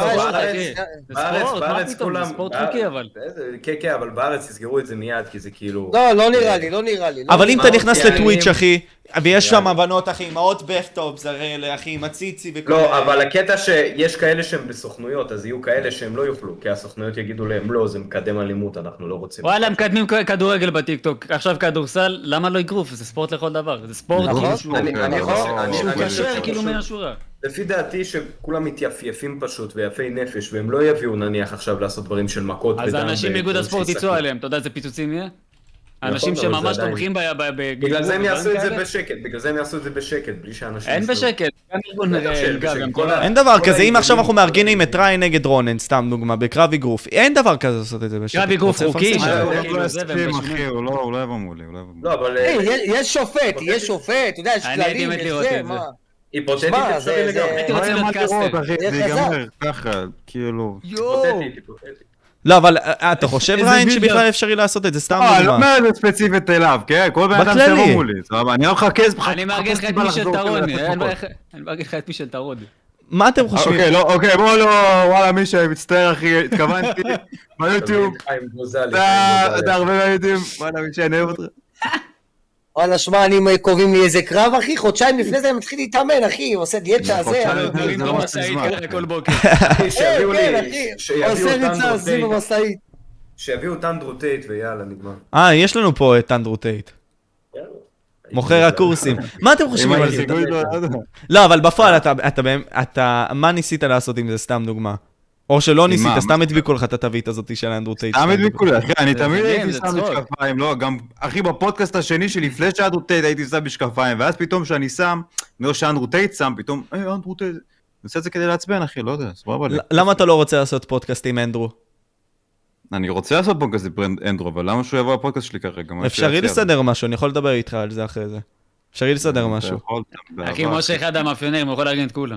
בארץ, בארץ כולם... זה ספורט חוקי, אבל... כן, כן, אבל בארץ יסגרו את זה מיד, כי זה כאילו... לא, לא נראה לי, לא נראה לי. אבל אם אתה נכנס לטוויץ', אחי, ויש שם הבנות, אחי, עם האות בפטופ, זה אחי, עם הציצי וכל... לא, אבל הקטע שיש כאלה שהם בסוכנויות, אז יהיו כאלה שהם לא יוכלו, כי הסוכנויות יגידו להם, לא, זה מקדם אלימות, אנחנו לא רוצים. וואלה, הם מקדמים כדורגל בטיקטוק, עכשיו כדורסל, למה לא אגרוף? זה ספורט לכל דבר, זה ספורט שהוא קשר כאילו מן השורה. לפי דעתי שכולם מתייפייפים פשוט ויפי נפש, והם לא יביאו נניח עכשיו לעשות דברים של מכות ודם. אז האנשים מאיגוד הספורט יצאו עליהם, אתה יודע איזה פיצוצים יהיה? האנשים שממש תומכים בגלגול. בגלל זה הם יעשו את זה בשקט, בגלל זה הם יעשו את זה בשקט, בלי שאנשים... אין בשקט, גם ארגון גב, הם כל ה... אין דבר כזה, אם עכשיו אנחנו מארגנים את ריין נגד רונן, סתם דוגמה, בקרב אגרוף, אין דבר כזה לעשות את זה בשקט. קרב אגרוף חוקי, הוא לא יסכים, אחי, הוא לא יבוא מולי, הוא לא יבוא מולי. לא, אבל... יש שופט, יש שופט, אתה יודע, יש כללים, יש זה, מה... היפותטית אפשרי לגמרי. הייתי רוצה להיות קאסטר. זה ייגמר ככה, כאילו... היפותטית, היפותטית. לא, אבל אתה חושב ריין שבכלל אפשרי לעשות את זה? סתם דוגמה. לא, לא אומר את זה ספציפית אליו, כן? כל בן אדם שבוא מולי. אני לא מחכה... אני מארגן לך את מישל טרוני, אני מארגן לך את מישל טרוני. מה אתם חושבים? אוקיי, לא, אוקיי, בוא לא, וואלה, מישהו, מצטער אחי, התכוונתי, ביוטיוב, חיים גוזלי, אתה חיים גוזלי. אתה הרבה ביוטיוב, וואלה, מישהו, אני אוהב אותך. וואלה, שמע, אני קובעים לי איזה קרב, אחי, חודשיים לפני זה אני מתחיל להתאמן, אחי, עושה דיאטה, זה... חודשיים. גרים זה לא במשאית מספיק זמן. ככה כל בוקר. אחי, שיביאו כן, לי, אחי, שיביאו עושה ריצה, טנדרו עושים טייט, במשאית. שיביאו טנדרו טייט ויאללה, נגמר. אה, יש לנו פה את אנדרו טייט. יאללה. מוכר הקורסים. מה אתם חושבים אם על אני זה? סיגוי לא יודע. לא, אבל בפועל אתה, אתה, אתה, אתה, מה ניסית לעשות עם זה, סתם דוגמה? או שלא ניסית, מה? סתם הדביקו לך את התווית הזאת של אנדרו טייט. סתם הדביקו לי, אחי, אני זה תמיד מעניין, הייתי זה שם צחוק. משקפיים, לא, גם, אחי, בפודקאסט השני שלי, לפני שאנדרו טייט הייתי שם משקפיים, ואז פתאום שאני שם, אני רואה שאנדרו טייט שם, פתאום, היי, אנדרו טייט, אני עושה את זה כדי לעצבן, אחי, לא יודע, סבבה לי. למה אתה לא רוצה לעשות פודקאסט עם אנדרו? אני רוצה לעשות פודקאסט עם אנדרו, אבל למה שהוא יבוא לפודקאסט שלי כרגע? מה אפשרי שיציע? לסדר משהו, אני יכול לדבר איתך על זה אחרי זה. אפשרי לסדר אתה משהו. יכול, באהבה, אחי, משה אחד המאפיונרים, הוא יכול לארגן את כולם.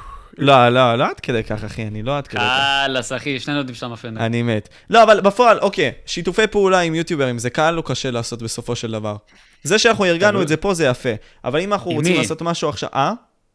לא, לא, לא עד כדי כך, אחי, אני לא עד כדי כך. חלאס, אחי, שנינו יודעים שאתה מאפיונר. אני מת. לא, אבל בפועל, אוקיי, שיתופי פעולה עם יוטיוברים, זה קל או קשה לעשות בסופו של דבר? זה שאנחנו ארגנו את זה פה זה יפה, אבל אם אנחנו עם רוצים מי? לעשות משהו עכשיו... אה?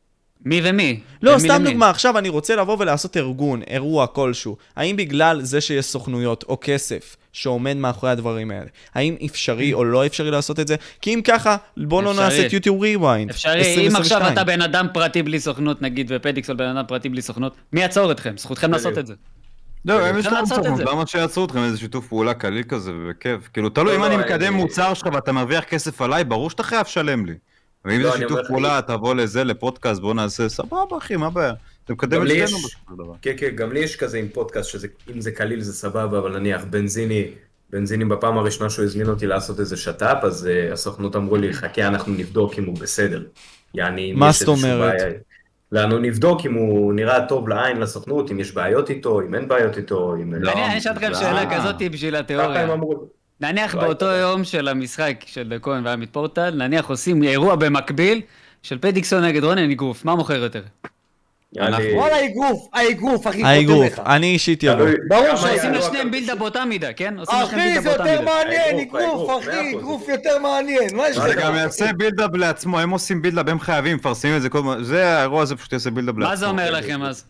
מי ומי? לא, ומי סתם למי? דוגמה, עכשיו אני רוצה לבוא ולעשות ארגון, אירוע כלשהו. האם בגלל זה שיש סוכנויות או כסף שעומד מאחורי הדברים האלה, האם אפשרי או לא אפשרי לעשות את זה? כי אם ככה, בוא לא אפשרי. נעשה את יוטיוב ריוויינד. אפשרי, אם עכשיו אתה בן אדם פרטי בלי סוכנות, נגיד, ופדיקסול בן אדם פרטי בלי סוכנות, מי יעצור אתכם? זכותכם לעשות את זה. לא, הם יש אפשר להם לעשות את סוכנות, זה. למה שיעצרו אתכם איזה שיתוף פעולה קליל כזה ובכיף? כאילו, תלוי, לא, אם לא, אני אני- מקדם מוצר שלך ואתה מרוויח כסף עליי, ברור שאתה חייב לשלם לי. ואם לא, זה אני שיתוף אומר לך, פעולה, תבוא לזה, לפודקאסט, בוא נעשה, סבבה אחי, מה הבעיה? אתה מקדם גם את לי שנינו יש- בסופו של דבר. כן, כן, גם לי יש כזה עם פודקאסט, שאם זה קליל זה סבבה, אבל נניח בנזיני, בנזיני בפעם הראשונה שהוא הזמין אותי לעשות איזה שת"פ, אז uh, הסוכנות אמרו לי, חכה, אנחנו נבדוק אם הוא בסדר. יעני, אם מה יש זאת איזשהו אומרת? בעיה. לנו נבדוק אם הוא נראה טוב לעין לסוכנות, אם יש בעיות איתו, אם אין בעיות איתו, אם... לא. אני אשאל אתכם לא. שאלה כזאת בשביל ככה הם התיאוריה. אמרו. נניח לא באותו הייתה. יום של המשחק של דקוין ועמית פורטל, נניח עושים אירוע במקביל של פדיקסון נגד רונן אגרוף, מה מוכר יותר? יעני, וואלה, האגרוף, האגרוף, אחי, היי חותם גרוף, לך. אני אישית יבוא. תלוי ברור כמה שעושים עושים יעלו לשניהם הכרטיסים. בילדה באותה מידה, כן? עושים לשניהם אחי, בילדה זה באותה יותר מידה. מעניין, האגרוף, אגרוף, האגרוף, אחי, מאה אחוז. אגרוף יותר מעניין, מה יש זה לך? גם יעשה בילדאפ לעצמו, הם עושים בילדאפ, הם חייבים, מפרסמים את זה כל הזמן, זה האירוע הזה פשוט יעשה בילדאפ לעצמו. מה זה אומר לכם אז?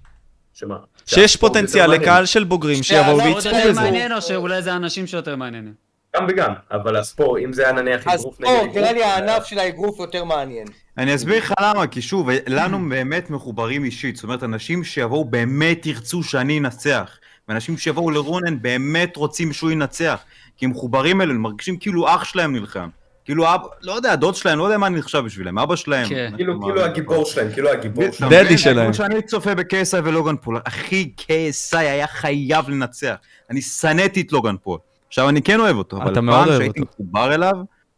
שמה? שיש שהספורט פוטנציאל יותר מעניין. לקהל של בוגרים שנייה, שיבואו לא, עוד ויצפו יותר בזה. מעניין או שאולי זה האנשים שיותר מעניינים? גם וגם, אבל הספורט, אם זה היה נניח אגרוף נגד הספורט, אגרוף, נראה לי הענף של האגרוף יותר מעניין. אני אסביר לך למה, כי שוב, לנו באמת מחוברים אישית, זאת אומרת, אנשים שיבואו באמת ירצו שאני אנצח, ואנשים שיבואו לרונן באמת רוצים שהוא ינצח, כי הם מחוברים אלינו, מרגישים כאילו אח שלהם נלחם, כאילו אבא, לא יודע, הדוד שלהם, לא יודע מה אני נחשב בשבילם, אבא שלהם. כן. כאילו כאילו הגיבור שלהם, כאילו הגיבור שלהם. דדי אתה מבין? שלהם. כמו שאני צופה ב-קי אס איי ולוגן פול, אחי, קי אס איי היה חייב לנצח, אני שנאתי את לוגן פול. עכשיו, אני כן אוהב אותו, אתה אבל מאוד פעם אוהב שהייתי אותו. מחובר אליו,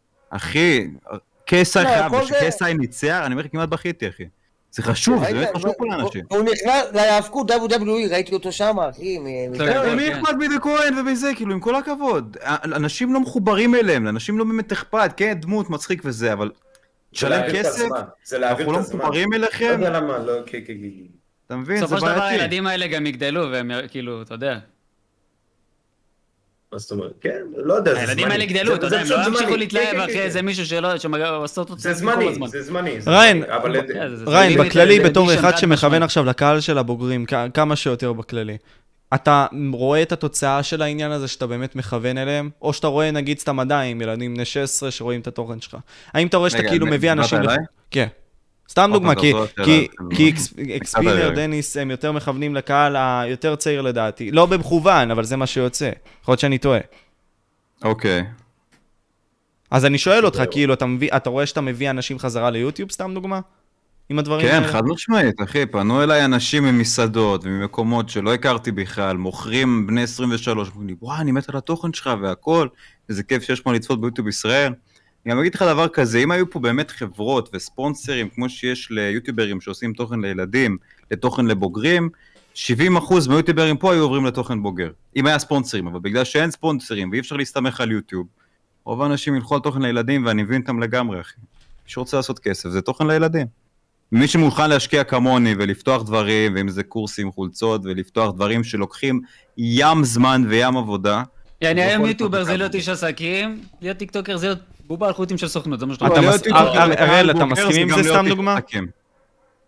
אחי, קי אס איי לא, חייב, הכל וכש-קי זה- אס איי ניצח, אני אומר, כמעט בכיתי, אחי. זה חשוב, זה באמת חשוב פה לאנשים. הוא נכנס להיאבקות דאבליו דאבליו אי, ראיתי אותו שם, אחי. מ- לא, מכאן. למי כן. אכפת מדה כהן ובזה, כאילו, עם כל הכבוד. אנשים לא מחוברים אליהם, לאנשים לא באמת אכפת, כן, דמות, מצחיק וזה, אבל זה תשלם להעביר את כסף, הזמן, זה להעביר אנחנו את לא הזמן. מחוברים לא אליכם, יודע למה, לא, כן, כן, כן. אתה מבין, זה בסופו של דבר בעייתי. הילדים האלה גם יגדלו והם כאילו, אתה יודע. מה זאת אומרת? כן, לא יודע, זה זמני. הילדים האלה יגדלו, זה- אתה זה יודע, הם פשוט לא זמני. ימשיכו כן, להתלהב כן, אחרי כן, איזה כן. מישהו שלא, שעושה אותו זה כל זמני, הזמן. זה זמני. זה ריין, זמני, אבל... כן, זה- זה ריין, limited בכללי, בתור edition אחד חד שמכוון משמעית. עכשיו לקהל של הבוגרים, כ- כמה שיותר בכללי. אתה רואה את התוצאה של העניין הזה שאתה באמת מכוון אליהם, או שאתה רואה נגיד סתם עדיין ילדים בני שש עשרה שרואים את התוכן שלך. האם אתה רואה שאתה רגע, כאילו מ- מביא דיברת אנשים... אליי? לח- כן. סתם דוגמה, אוקיי, כי- זאת השאלה, כי- כאילו, כי קצת אקספינר, הדרך. דניס, הם יותר מכוונים לקהל היותר צעיר לדעתי. לא במכוון, אבל זה מה שיוצא. יכול להיות שאני טועה. אוקיי. אז אני שואל אותך, זהו. כאילו, אתה מביא- אתה רואה שאתה מביא אנשים חזרה ליוטיוב, סתם דוגמה? עם הדברים כן, האלה? חד משמעית, אחי, פנו אליי אנשים ממסעדות וממקומות שלא הכרתי בכלל, מוכרים בני עשרים ושלוש, אומרים לי, וואי, אני מת על התוכן שלך והכל, איזה כיף שיש פה לצפות ביוטיוב ישראל. אני גם אגיד לך דבר כזה, אם היו פה באמת חברות וספונסרים, כמו שיש ליוטיוברים שעושים תוכן לילדים, לתוכן לבוגרים, שבעים אחוז מהיוטיוברים פה היו עוברים לתוכן בוגר. אם היה ספונסרים, אבל בגלל שאין ספונסרים ואי אפשר להסתמך על יוטיוב, רוב האנשים ילכו על תוכן לילדים ואני מבין אותם לגמרי, אחי. מי שרוצה לעשות כסף, זה תוכן לילדים. מי שמוכן להשקיע כמוני ולפתוח דברים, ואם זה קורסים, חולצות, ולפתוח דברים שלוקחים ים זמן וים עבודה. יעני, הוא היום יכול יוטיובר לפתוח זה להיות כמה. איש עסקים, להיות טיקטוקר זה להיות בובה על חוטים של סוכנות, זה מה שאתה אתה אומר. להיות מס- יוטיובר הר- הר- לקהל הראל, אתה בוגר מסכים זה עם גם זה? להיות סתם איש דוגמה? עסקים.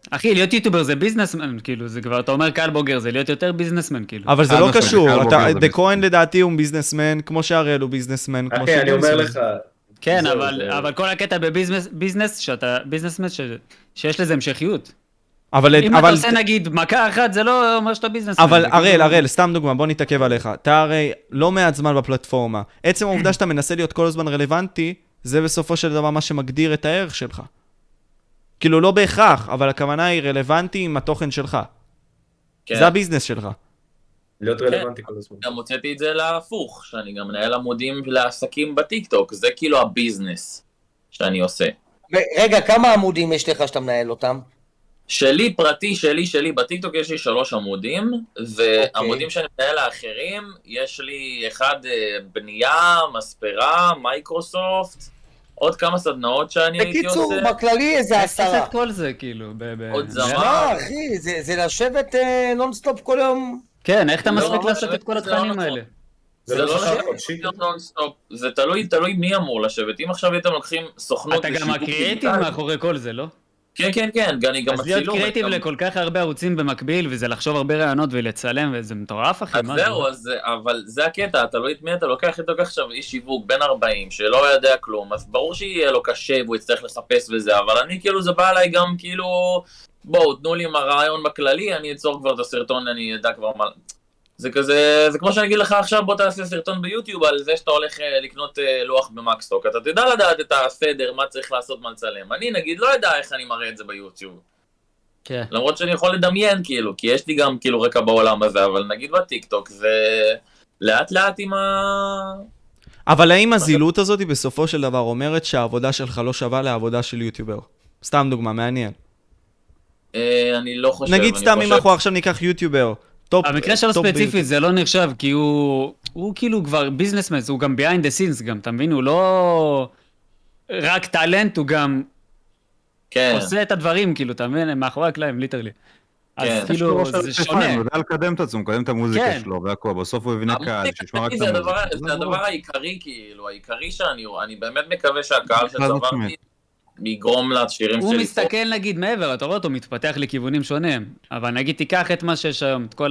אחי, להיות יוטיובר זה ביזנסמן, כאילו, זה כבר, אתה אומר קהל בוגר, זה להיות יותר ביזנסמן, כאילו. אבל זה חד לא משמעית, קשור, קהל אתה- בוגר זה דה ביזנסמן. כהן לדעתי הוא ביזנסמן, כמו שהראל הוא ביזנסמן, כמו אחי, אני שהוא אומר ביזנסמן. לך... כן, זהו, אבל, זה- אבל כל הקטע בביזנס, ביזנס, שאתה, ביזנסמן, ש, שיש לזה המשכיות. אבל אם אבל- אתה עושה נגיד מכה אחת, זה לא אומר שאתה ביזנסמן. אבל זה כאילו- הראל, הראל, סתם דוגמה, בוא נתעכב עליך. אתה הרי לא מעט זמן בפלטפורמה. עצם העובדה שאתה מנסה להיות כל הזמן רלוונטי, זה בסופו של דבר מה שמגדיר את הערך שלך. כאילו לא בהכרח, אבל הכוונה היא רלוונטי עם התוכן שלך. כן. זה הביזנס שלך. להיות רלוונטי כל הזמן. גם הוצאתי את זה להפוך, שאני גם מנהל עמודים לעסקים בטיקטוק, זה כאילו הביזנס שאני עושה. רגע, כמה עמודים יש לך שאתה מנהל אותם? שלי, פרטי, שלי, שלי, בטיקטוק יש לי שלוש עמודים, ועמודים שאני מנהל לאחרים, יש לי אחד אה, בנייה, מספרה, מייקרוסופט, עוד כמה סדנאות שאני הייתי בקיצור, עושה, בכללי איזה איך תעשה עשרה. את כל זה, כאילו? ב- ב- עוד ב- זמן. מה, אחי, זה זה לשבת אה, נונסטופ כל יום. כן, איך אתה לא, מספיק לא, לעשות זה את כל לא התכנים נכון. האלה? זה זה לא לא שכר לשבת חודשי. נונסטופ, זה תלוי, תלוי מי אמור לשבת. אם עכשיו הייתם לוקחים סוכנות אתה גם לשיווק הקריאייטיב דיגיטלי- מאחורי כל זה, לא? כן, כן, כן, אני גם אז להיות הצילום. קריאייטיב גם- לכל כך הרבה ערוצים במקביל, וזה לחשוב הרבה רעיונות ולצלם, וזה מטורף, אחי, אז מה זה? זהו, אז, אבל זה הקטע, תלוי את מי אתה לוקח, אתה לוקח עכשיו איש שיווק בן ארבעים שלא יודע כלום, אז ברור שיהיה לו קשה והוא יצטרך לחפש וזה, אבל אני כאילו, זה בא עליי גם כאילו, בואו, תנו לי עם הרעיון בכללי, אני אצור כבר את הסרטון, אני אדע כבר מה... זה כזה, זה כמו שאני אגיד לך עכשיו, בוא תעשה סרטון ביוטיוב על זה שאתה הולך אה, לקנות אה, לוח במקסטוק, אתה תדע לדעת את הסדר, מה צריך לעשות, מה לצלם. אני נגיד לא יודע איך אני מראה את זה ביוטיוב. כן. למרות שאני יכול לדמיין כאילו, כי יש לי גם כאילו רקע בעולם הזה, אבל נגיד בטיקטוק זה לאט לאט עם ה... אבל האם הזילות הזאת היא בסופו של דבר אומרת שהעבודה שלך לא שווה לעבודה של יוטיובר? סתם דוגמה, מעניין. אה, אני לא חושב, נגיד אני סתם אם חושב- אנחנו עכשיו ניקח יוטיובר. טופ, המקרה שלו טופ ביוטיוב. ספציפית זה לא נחשב, כי הוא, הוא כאילו כבר ביזנסמן, הוא גם behind the scenes גם, אתה מבין? הוא לא רק טאלנט, הוא גם כן, עושה את הדברים, כאילו, אתה מבין? מאחורי הקלעים, ליטרלי. אז כן. יש לו כאילו, ראש על זה הכתפיים, שונה. הוא יודע לקדם את עצמו, מקדם את המוזיקה כן. שלו והכל, בסוף הוא יבנה קהל, המוזיקה שישמע רק שלי את זה הדבר- המוזיקה. זה הדבר העיקרי כאילו, העיקרי שאני, אני באמת מקווה שהקהל חד שצברתי משמעית. יגרום לשירים הוא שלי. מסתכל נגיד מעבר, אתה רואה אותו מתפתח לכיוונים שונים, אבל נגיד תיקח את מה שיש היום, את כל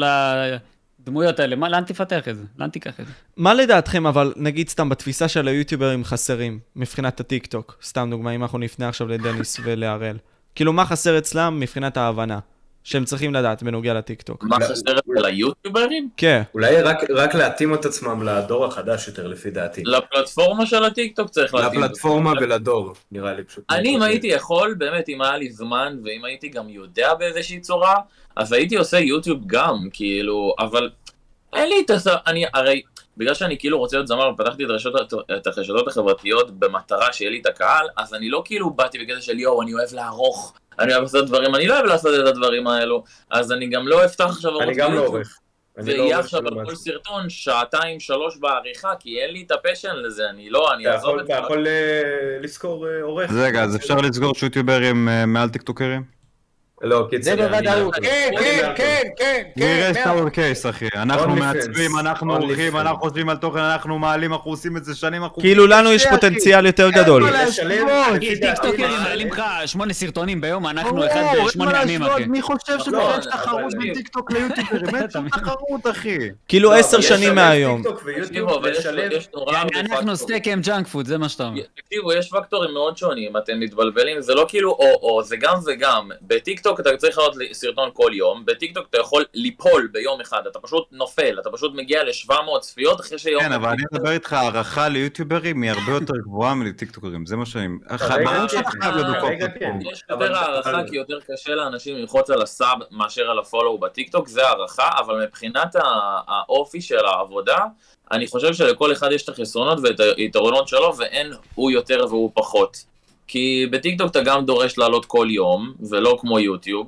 הדמויות האלה, מה, לאן תפתח את זה? לאן תיקח את זה? מה לדעתכם, אבל נגיד סתם בתפיסה של היוטיוברים חסרים, מבחינת הטיק-טוק? סתם דוגמה, אם אנחנו נפנה עכשיו לדניס ולהראל. כאילו, מה חסר אצלם מבחינת ההבנה? שהם צריכים לדעת בנוגע לטיק-טוק. מה חסר ליוטיוברים? כן. אולי רק, רק להתאים את עצמם לדור החדש יותר לפי דעתי. לפלטפורמה של הטיקטוק צריך להתאים. לפלטפורמה ולדור, נראה לי פשוט. אני אם הייתי יכול, באמת, אם היה לי זמן, ואם הייתי גם יודע באיזושהי צורה, אז הייתי עושה יוטיוב גם, כאילו, אבל אין לי את הס... אני, הרי, בגלל שאני כאילו רוצה להיות זמר, ופתחתי את הרשתות, את הרשתות החברתיות במטרה שיהיה לי את הקהל, אז אני לא כאילו באתי בגלל של יואו, אני אוהב לערוך, אני אוהב לעשות דברים, אני לא אוהב לעשות את הדברים האלו, אז אני גם לא אפתח עכשיו ערוץ אני גם לא ביוטיוב. עורך. אני לא ויהיה עורך עכשיו כלום על כל בעצמי. סרטון שעתיים, שלוש בעריכה, כי אין לי את הפשן לזה, אני לא, אני אתה אעזוב יכול- את אתה יכול אה, לשכור אה, עורך. אז רגע, אז אפשר לסגור שיוטיוברים אה, מעל טיקטוקרים? לא, קיצר. זה אני- בוודאות. כן, כן, כן, כן, We כן. rest מאה our case, אחי. אנחנו Only מעצבים, fans. אנחנו Only עורכים, fans. אנחנו חושבים על תוכן, אנחנו מעלים, אנחנו עושים את זה שנים, אנחנו... כאילו, לנו יש פוטנציאל יותר גדול. לשלם, לפי דעתי, טיקטוקרים מה- מעלים לך שמונה סרטונים ביום, אנחנו ברור, אחד אין בשמונה מה ימים, להשוות, אחי. מי חושב שבכלל לא, יש תחרות אבל- בין טיקטוק ליוטיוברים? אין שום תחרות, אחי. כאילו לא, עשר אבל שנים לשלב מהיום. טיקטוק תקשיבו, ויוטיוב, אבל יש- לשלב... יש נורא הרבה אנחנו פקטורים. סטייק עם ג'אנק פוד, זה מה שאתה אומר. תקשיבו, יש פקטורים מאוד שונים, אתם מתבלבלים, זה לא כאילו או-או, זה גם וגם. בטיקטוק אתה צריך לראות סרטון כל יום, בטיקטוק אתה יכול ליפול ביום אחד, אתה פשוט נופל, אתה פשוט מגיע ל-שבע מאות צפיות אחרי שיום... כן, אבל אני מדבר איתך, הערכה ליוטיוברים היא הרבה יותר גבוהה מלטיקטוקרים, זה מה שאני... כרגע ברור כן, שאתה חייב להיות בכל כרגע פלטפורמה. כן. יש אבל- יותר הערכה אבל- כי יותר קשה לאנשים ללחוץ על הסאב מאשר על הפולו בטיקטוק, זה הערכה, אבל מבחינת ה- האופי של העבודה, אני חושב שלכל אחד יש את החסרונות ואת היתרונות שלו, ואין הוא יותר והוא פחות. כי בטיקטוק אתה גם דורש לעלות כל יום, ולא כמו יוטיוב,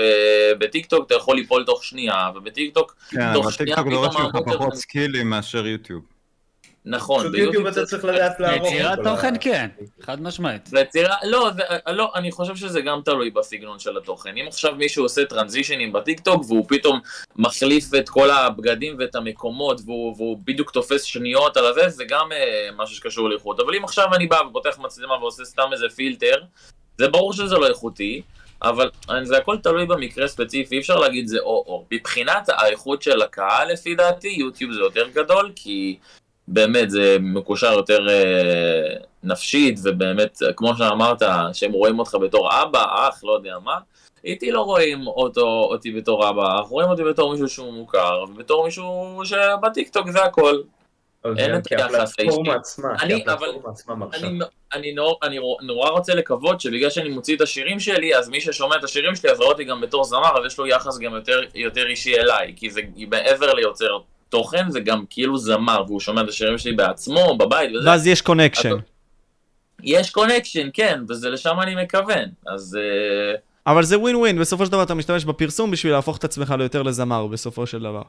ובטיקטוק אתה יכול ליפול תוך שנייה, ובטיקטוק כן, תוך אבל שנייה טיקטוק דורש פתאום ממך הערוץ פחות יותר- סקילים מאשר יוטיוב. נכון, פשוט יוטיוב אתה צריך לדעת לערוך. יצירת את כל תוכן ה- כן, חד משמעית. ויצירה, לא, זה, לא, אני חושב שזה גם תלוי בסגנון של התוכן. אם עכשיו מישהו עושה טרנזישנים בטיקטוק, והוא פתאום מחליף את כל הבגדים ואת המקומות, והוא, והוא בדיוק תופס שניות על הזה, זה גם אה, משהו שקשור לאיכות. אבל אם עכשיו אני בא ופותח מצלמה ועושה סתם איזה פילטר, זה ברור שזה לא איכותי, אבל זה הכל תלוי במקרה ספציפי, אי אפשר להגיד זה או-או. מבחינת האיכות של הקהל, לפי דעתי, יוטיוב זה יותר גדול, כי באמת זה מקושר יותר אה, נפשית, ובאמת, כמו שאמרת, שהם רואים אותך בתור אבא, אח, לא יודע מה, איתי לא רואים אותו, אותי בתור אבא, אח, רואים אותי בתור מישהו שהוא מוכר, ובתור מישהו שבטיקטוק זה הכל. אין את היחס האישי. אני, אבל, אני, אני, נור, אני נורא רוצה לקוות שבגלל שאני מוציא את השירים שלי, אז מי ששומע את השירים שלי, אז רואה אותי גם בתור זמר, אז יש לו יחס גם יותר, יותר אישי אליי, כי זה מעבר ליוצר תוכן, זה גם כאילו זמר, והוא שומע את השירים שלי בעצמו, בבית, וזה. ואז יש קונקשן. יש קונקשן, כן, וזה לשם אני מכוון, אז... אבל זה ווין ווין, בסופו של דבר אתה משתמש בפרסום בשביל להפוך את עצמך ליותר לזמר, בסופו של דבר.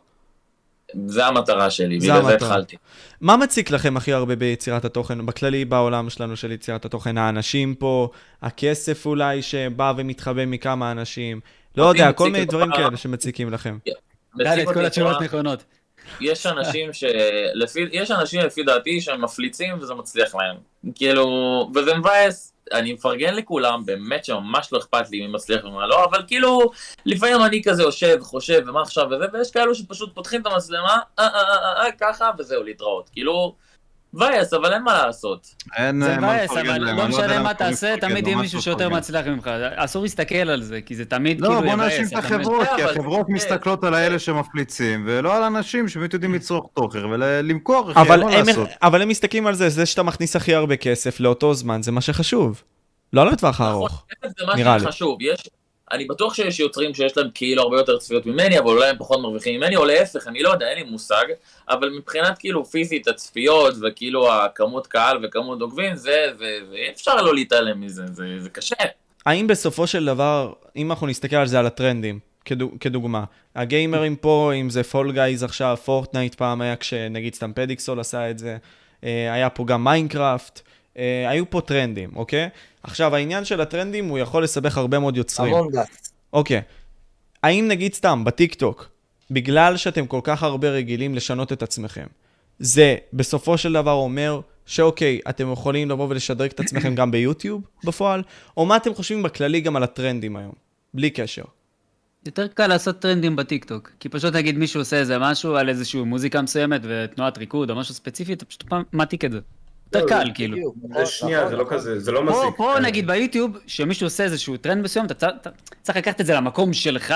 זה המטרה שלי, בגלל זה התחלתי. מה מציק לכם הכי הרבה ביצירת התוכן, בכללי בעולם שלנו של יצירת התוכן? האנשים פה, הכסף אולי שבא ומתחבא מכמה אנשים, לא יודע, כל מיני דברים כאלה שמציקים לכם. דלת, כל התשובות נכונות. יש אנשים שלפי, יש אנשים לפי דעתי שהם מפליצים וזה מצליח להם. כאילו, וזה מבאס, אני מפרגן לכולם, באמת שממש לא אכפת לי מי מצליח ומה לא, אבל כאילו, לפעמים אני כזה יושב, חושב, ומה עכשיו וזה, ויש כאלו שפשוט פותחים את המצלמה, אה, אה, אה, אה, ככה, וזהו, להתראות. כאילו, מבאס, אבל אין מה לעשות. זה מבאס, אבל לא משנה מה תעשה, תמיד יהיה מישהו שיותר מצליח ממך. אסור להסתכל על זה, כי זה תמיד כאילו לא, בוא מבאס. נאשים את החברות, כי החברות מסתכלות על האלה שמפליצים, ולא על אנשים שבאמת יודעים לצרוך תוכן ולמכור, אחי, אין מה לעשות. אבל הם מסתכלים על זה, זה שאתה מכניס הכי הרבה כסף לאותו זמן, זה מה שחשוב. לא לטווח הארוך, נראה לי. אני בטוח שיש יוצרים שיש להם כאילו הרבה יותר צפיות ממני, אבל אולי הם פחות מרוויחים ממני, או להפך, אני לא יודע, אין לי מושג, אבל מבחינת כאילו פיזית הצפיות, וכאילו הכמות קהל וכמות עוקבים, זה, זה, זה, אפשר לא להתעלם מזה, זה, זה קשה. האם בסופו של דבר, אם אנחנו נסתכל על זה על הטרנדים, כדוגמה, הגיימרים פה, אם זה פול גייז עכשיו, פורטנייט פעם היה כשנגיד סתם פדיקסול עשה את זה, היה פה גם מיינקראפט, היו פה טרנדים, אוקיי? עכשיו, העניין של הטרנדים הוא יכול לסבך הרבה מאוד יוצרים. אוקיי. האם נגיד סתם, בטיק-טוק, בגלל שאתם כל כך הרבה רגילים לשנות את עצמכם, זה בסופו של דבר אומר שאוקיי, אתם יכולים לבוא ולשדרג את עצמכם גם ביוטיוב בפועל, או מה אתם חושבים בכללי גם על הטרנדים היום? בלי קשר. יותר קל לעשות טרנדים בטיק-טוק, כי פשוט נגיד מישהו עושה איזה משהו על איזושהי מוזיקה מסוימת ותנועת ריקוד או משהו ספציפי, אתה פשוט מעתיק את זה. יותר קל, כאילו. זה שנייה, זה לא כזה, זה לא מזיק. פה נגיד ביוטיוב, שמישהו עושה איזשהו טרנד מסוים, אתה צריך לקחת את זה למקום שלך,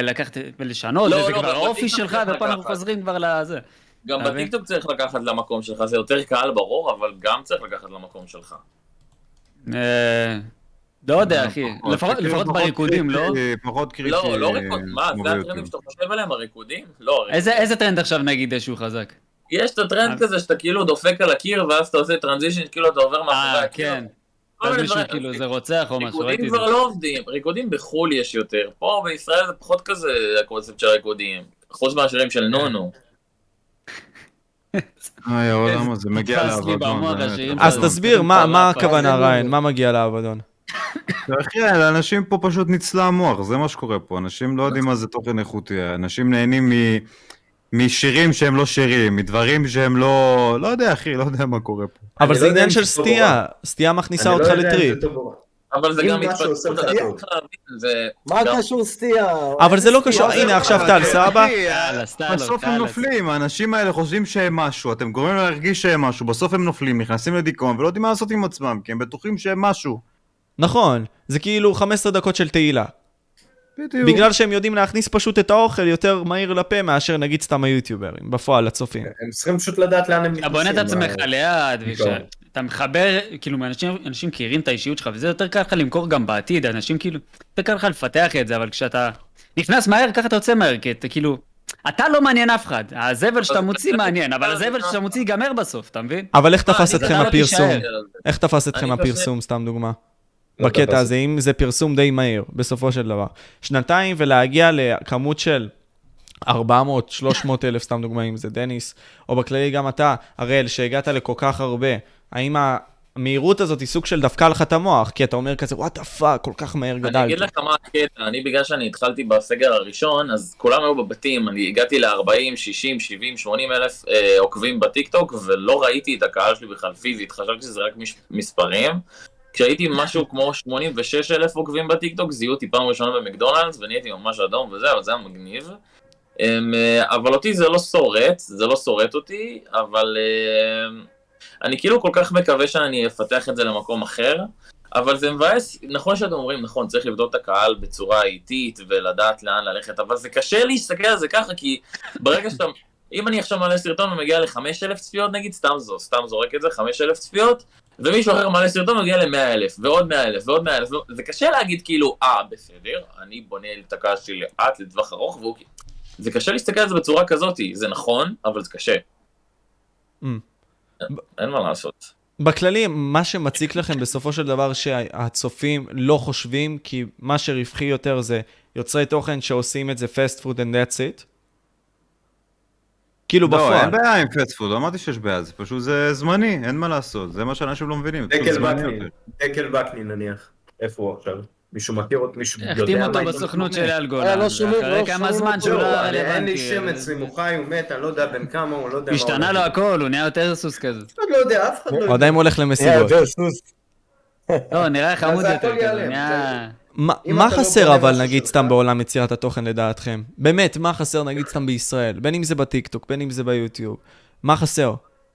ולשנות, וזה כבר האופי שלך, ופה אנחנו חוזרים כבר לזה. גם בטיקטוק צריך לקחת למקום שלך, זה יותר קל ברור, אבל גם צריך לקחת למקום שלך. לא יודע, אחי. לפחות בריקודים, לא? פחות קריטי. לא, לא ריקוד. מה, זה הטרנדים שאתה חושב עליהם, הריקודים? לא. איזה טרנד עכשיו נגיד שהוא חזק? יש את הטרנד כזה שאתה כאילו דופק על הקיר ואז אתה עושה טרנזישן כאילו אתה עובר מאחורי הקיר. כן. אז מישהו כאילו זה רוצח או משהו, ראיתי ריקודים כבר לא עובדים, ריקודים בחול יש יותר. פה בישראל זה פחות כזה הקונספט של ריקודים. חוץ מהשירים של נונו. איי, העולם הזה מגיע לאבדון. אז תסביר, מה הכוונה ריין? מה מגיע לאבדון? אחי, לאנשים פה פשוט ניצלה המוח, זה מה שקורה פה. אנשים לא יודעים מה זה תוכן איכותי. אנשים נהנים מ... משירים שהם לא שירים, מדברים שהם לא... לא יודע, אחי, לא יודע מה קורה פה. אבל זה עניין של סטייה. סטייה מכניסה אותך לטריפ. אבל זה גם התפתחות, אתה צריך להבין, זה... מה קשור סטייה? אבל זה לא קשור, הנה עכשיו טל, סבא. בסוף הם נופלים, האנשים האלה חושבים שהם משהו, אתם גורמים להרגיש שהם משהו, בסוף הם נופלים, נכנסים לדיכאון ולא יודעים מה לעשות עם עצמם, כי הם בטוחים שהם משהו. נכון, זה כאילו חמש עשרה דקות של תהילה. בגלל שהם יודעים להכניס פשוט את האוכל יותר מהיר לפה מאשר נגיד סתם היוטיוברים, בפועל לצופים. הם צריכים פשוט לדעת לאן הם נכנסים. אתה בונה את עצמך ליד, אתה מחבר, כאילו, אנשים מכירים את האישיות שלך, וזה יותר קל לך למכור גם בעתיד, אנשים כאילו, יותר קל לך לפתח את זה, אבל כשאתה נכנס מהר, ככה אתה יוצא מהר, כי אתה כאילו, אתה לא מעניין אף אחד, הזבל שאתה מוציא מעניין, אבל הזבל שאתה מוציא ייגמר בסוף, אתה מבין? אבל איך תפס אתכם הפרסום? איך תפס אתכם הפרסום, סתם דוגמה? בקטע הזה, אם זה פרסום די מהיר, בסופו של דבר. שנתיים ולהגיע לכמות של ארבע מאות שלוש מאות אלף, סתם דוגמה, אם זה דניס, או בכללי גם אתה, הראל, שהגעת לכל כך הרבה, האם המהירות הזאת היא סוג של דווקא לך את המוח? כי אתה אומר כזה, what the fuck, כל כך מהר גדלתי. אני אגיד לך מה הקטע, אני בגלל שאני התחלתי בסגר הראשון, אז כולם היו בבתים, אני הגעתי ל-ארבעים, שישים, שבעים, שמונים אלף עוקבים בטיקטוק, ולא ראיתי את הקהל שלי בכלל פיזית, חשבתי שזה רק מספרים. כשהייתי משהו כמו שמונים ושש אלף עוקבים בטיקטוק, זיהו אותי פעם ראשונה במקדונלדס, ונהייתי ממש אדום וזה, אבל זה היה מגניב. אבל אותי זה לא שורט, זה לא שורט אותי, אבל אני כאילו כל כך מקווה שאני אפתח את זה למקום אחר, אבל זה מבאס, נכון שאתם אומרים, נכון, צריך לבדוק את הקהל בצורה איטית ולדעת לאן ללכת, אבל זה קשה להסתכל על זה ככה, כי ברגע שאתה, אם אני עכשיו מעלה סרטון ומגיע ל-חמש אלף צפיות נגיד, סתם זו, סתם זורק את זה, חמש אלף צפיות, ומישהו אחר מעלה סרטון ומגיע ל-מאה אלף, ועוד מאה אלף, ועוד מאה אלף, זה קשה להגיד כאילו, אה, בסדר, אני בונה את הקהל שלי לאט, לטווח ארוך, והוא... זה קשה להסתכל על זה בצורה כזאת, זה נכון, אבל זה קשה. אין מה לעשות. בכללי, מה שמציק לכם בסופו של דבר שהצופים לא חושבים, כי מה שרווחי יותר זה יוצרי תוכן שעושים את זה fast food and that's it? כאילו בפועל. לא, אין בעיה עם fast food, לא אמרתי שיש בעיה, זה פשוט זה זמני, אין מה לעשות, זה מה שאנשים לא מבינים. דקל בקני, דקל בקני נניח, איפה הוא עכשיו? מישהו מכיר אותו, מישהו יודע מה... החתים אותו בסוכנות של אייל גולן, אחרי כמה זמן שהוא לא רלוונטי. אין לי שם אצלי, הוא חי, הוא מת, אני לא יודע בין כמה, הוא לא יודע מה... השתנה לו הכל, הוא נהיה יותר סוס כזה. אני לא יודע, אף אחד לא יודע. עדיין הולך למסיבות. לא, נראה חמוד יותר כזה, נהיה... מה חסר אבל נגיד סתם בעולם יצירת התוכן לדעתכם? באמת, מה חסר נגיד סתם בישראל? בין אם זה בטיקטוק, בין אם זה ביוטיוב. מה חסר?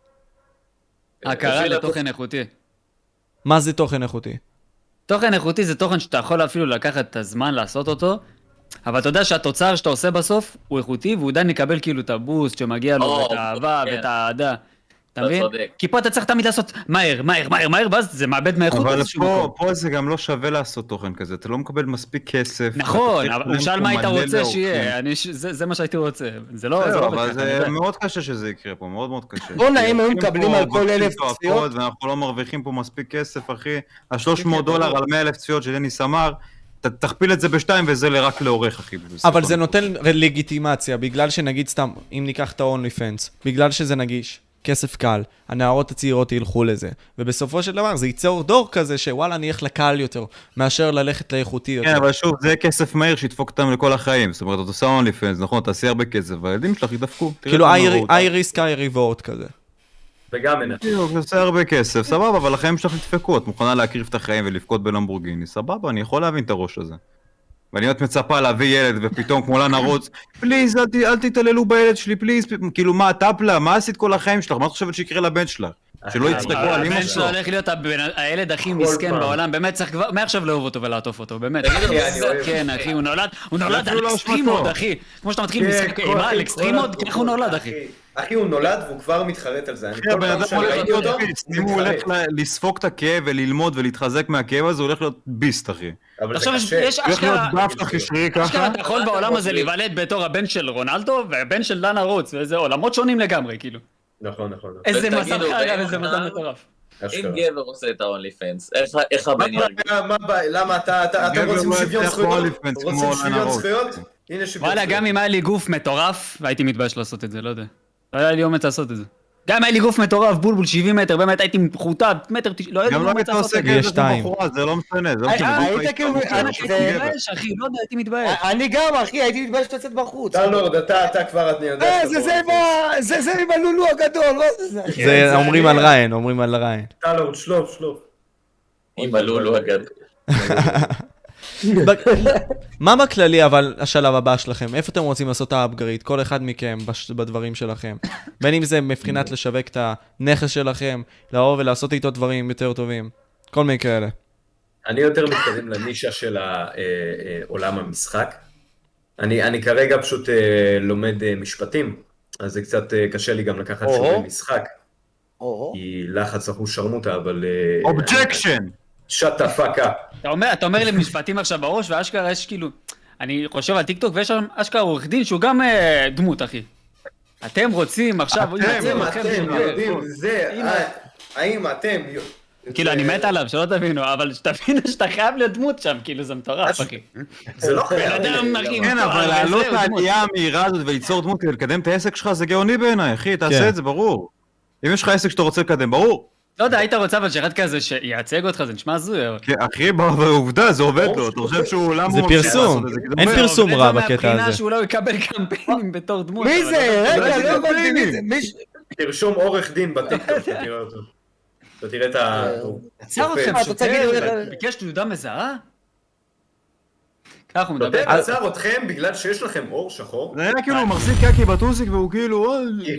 הכרה לתוכן איכותי. מה זה תוכן איכותי? תוכן איכותי זה תוכן שאתה יכול אפילו לקחת את הזמן לעשות אותו, אבל אתה יודע שהתוצר שאתה עושה בסוף הוא איכותי, והוא עדיין יקבל כאילו את הבוסט שמגיע לו, ואת האהבה ואת האהדה. אתה מבין? כי פה אתה צריך תמיד לעשות מהר, מהר, מהר, מהר, ואז זה מאבד מהאיכות. אבל פה זה גם לא שווה לעשות תוכן כזה, אתה לא מקבל מספיק כסף. נכון, אבל הוא שאל מה היית רוצה שיהיה, זה מה שהייתי רוצה. זה לא... אבל זה מאוד קשה שזה יקרה פה, מאוד מאוד קשה. בוא נעים, הם מקבלים על כל אלף צפיות. ואנחנו לא מרוויחים פה מספיק כסף, אחי. ה-שלוש מאות דולר על מאה אלף צפיות של דניס אמר, תכפיל את זה בשתיים וזה רק לעורך, אחי. אבל זה נותן לגיטימציה, בגלל שנגיד סתם, אם ניקח את ה-OnlyFans, בגלל שזה נגיש. כסף קל, הנערות הצעירות ילכו לזה, ובסופו של דבר זה ייצור דור כזה שוואלה אני אלך לקל יותר, מאשר ללכת לאיכותי יותר. כן, אבל שוב, זה כסף מהיר שידפוק אותם לכל החיים, זאת אומרת, אתה עושה OnlyFans, נכון, תעשי הרבה כסף, והילדים שלך ידפקו. כאילו איי ריסק, איי ריבורט כזה. וגם אין. בדיוק, זה עושה הרבה כסף, סבבה, אבל החיים שלך ידפקו, את מוכנה להקריב את החיים ולבכות בלמבורגיני, סבבה, אני יכול להבין את הראש הזה. ואני עוד מצפה להביא ילד, ופתאום כמו לה נרוץ, פליז, אל תתעללו בילד שלי, פליז, כאילו מה, טפלה, מה עשית כל החיים שלך? מה את חושבת שיקרה לבן שלך? שלא יצחקו על אמא שלו. הבן שלו הולך להיות הילד הכי מסכן בעולם, באמת צריך כבר, מעכשיו לאהוב אותו ולעטוף אותו, באמת. כן, אחי, הוא נולד, הוא נולד על אקסטרימוד, אחי. כמו שאתה מתחיל משחק אימה על אקסטרימוד, איך הוא נולד, אחי? אחי, הוא נולד והוא כבר מתחרט על זה. אם הוא הולך לספוק את הכאב וללמוד ולהתחזק מהכאב הזה, הוא הולך להיות ביסט, אחי. עכשיו יש אשכרה, אשכרה אתה יכול בעולם הזה להיוולד בתור הבן של רונלדו והבן של דנה רוץ, וזה עולמות שונים לגמרי, כאילו. נכון, נכון. איזה מסע חגה וזה מסע מטורף. אם גבר עושה את ה-OnlyFans, איך הבן ירגיש? למה אתם רוצים שוויון זכויות? רוצים שוויון זכויות? הנה שוויון. וואלה, גם אם היה לי גוף מטורף, והייתי מתבייש לעשות את זה, לא יודע. לא היה לי אומץ לעשות את זה. גם היה לי גוף מטורף, בולבול שבעים מטר, באמת הייתי מחוטה, מטר, לא היה לי אומץ לעשות את זה. יש שתיים. זה לא משנה, זה לא משנה. היית כאילו... הייתי מתבייש, אחי, לא יודע, הייתי מתבייש. אני גם, אחי, הייתי מתבייש לצאת בחוץ. טלורד, אתה כבר, אני יודע... זה עם הלולו הגדול, זה אומרים על ריין, אומרים על ריין. טלורד, שלוף, שלוף. עם הלולו הגדול. מה בכללי אבל השלב הבא שלכם? איפה אתם רוצים לעשות את האפגריד? כל אחד מכם בדברים שלכם. בין אם זה מבחינת לשווק את הנכס שלכם, לאהוב ולעשות איתו דברים יותר טובים. כל מיני כאלה. אני יותר מתקדם לנישה של עולם המשחק. אני כרגע פשוט לומד משפטים, אז זה קצת קשה לי גם לקחת שיעורי משחק. כי לחץ אחוז שרמוטה, אבל... אובג'קשן! shut the fuck up. אתה אומר לי משפטים עכשיו בראש, ואשכרה יש כאילו, אני חושב על טיקטוק, ויש שם אשכרה עורך דין שהוא גם דמות, אחי. אתם רוצים עכשיו... אתם, אתם יודעים, זה, האם אתם... כאילו, אני מת עליו, שלא תבינו, אבל שתבינו שאתה חייב להיות דמות שם, כאילו, זה מטורף, אחי. זה לא חייב. כן, אבל לעלות העלייה המהירה הזאת וליצור דמות כדי לקדם את העסק שלך, זה גאוני בעיניי, אחי, תעשה את זה, ברור. אם יש לך עסק שאתה רוצה לקדם, ברור. לא יודע, היית רוצה אבל שאחד כזה שיעצג אותך, זה נשמע הזוי. אחי, בעובדה, זה עובד לו, אתה חושב שהוא... זה פרסום, אין פרסום רע בקטע הזה. מהבחינה שהוא לא יקבל קמפיינים בתור דמות. מי זה? רגע, לא הבנתי מי זה. תרשום עורך דין בטיקטוק, תראה אותו. אתה תראה את ה... עצר יפה. אתכם אתה שוטר, תגיד, ביקש תעודה מזהה? ככה הוא שוטר מדבר. עצר אתכם בגלל שיש לכם אור שחור? זה היה כאילו הוא מחזיק קקי בטוסיק והוא כאילו...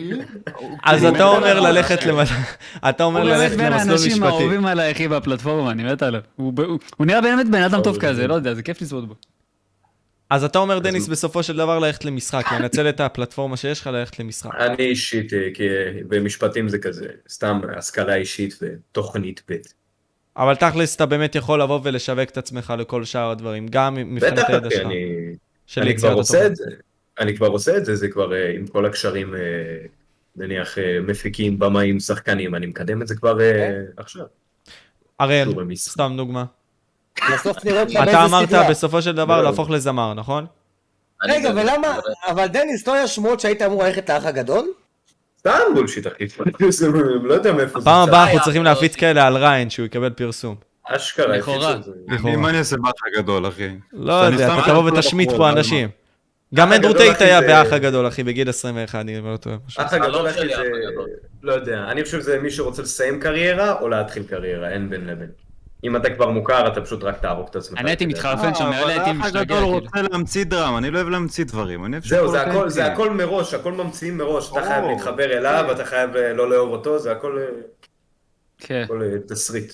אז אתה אומר ללכת למ... אתה אומר הוא באמת ללכת בין למסלול האנשים משפטי. האהובים עליי, אחי, בפלטפורמה, אני מת עליו. הוא ב- הוא- הוא נראה באמת בן אדם טוב טוב, כזה, לא יודע, זה כיף לצפות בו. אז אתה אומר, דניס, בסופו של דבר ללכת למשחק, לנצל את הפלטפורמה שיש לך ללכת למשחק. אני אישית, אה, כי במשפטים זה כזה, סתם השכלה אישית ותוכנית ב'. אבל תכלס אתה באמת יכול לבוא ולשווק את עצמך לכל שאר הדברים, גם מבחינת בטח, הידע אחי, שלך. אני של אני יצירת כבר עושה התוכן. את זה. אני כבר עושה את זה, זה כבר אה, עם כל הקשרים, אה, נניח, אה, מפיקים, במאים, שחקנים, אני מקדם את זה כבר אה, עכשיו. הראל, שיעורי משחק. סתם דוגמה. בסוף נראה אותך באיזה אתה אמרת סדרה. בסופו של דבר לא. להפוך לזמר, נכון? אני רגע, באמת- ולמה, אבל דניס, לא היה שמועות שהיית אמור ללכת לאח הגדול? סתם בולשיט, אחי. זה- לא יודע מאיפה זה. פעם הבאה אנחנו היה, צריכים אבל להפיץ לא- כאלה על ריין, שהוא יקבל פרסום. אשכרה, לכאורה. הפיצו את זה. אני מה אני אעשה באח הגדול, אחי? לא שאני יודע, סתם אתה תבוא לא ותשמיט בחור, פה אבל אנשים. מה? גם האח אנדרו הגדול, טייט אחי, היה זה- באח הגדול, אחי, בגיל עשרים ואחת, אני לא טועה. משהו. אח הגדול, החלום אחי, שלי, זה... האח הגדול. לא יודע, אני חושב שזה מי שרוצה לסיים קריירה או להתחיל קריירה, אין בין לבין. אם אתה כבר מוכר, אתה פשוט רק תהרוג את עצמך. אני הייתי אתה יודע. מתחרפן שם, אה, נראה לי אבל הייתי האח משתגע. הגדול כאילו. רוצה להמציא דרמה, אני לא אוהב להמציא דברים. אני אוהב זהו, שהכל זה הכל, אותנטי. זה הכל מראש, הכל ממציאים מראש, אתה חייב ברור. להתחבר אליו, אתה חייב אה, לא לאהוב אותו, זה הכל אה, כן. הכל, אה, תסריט.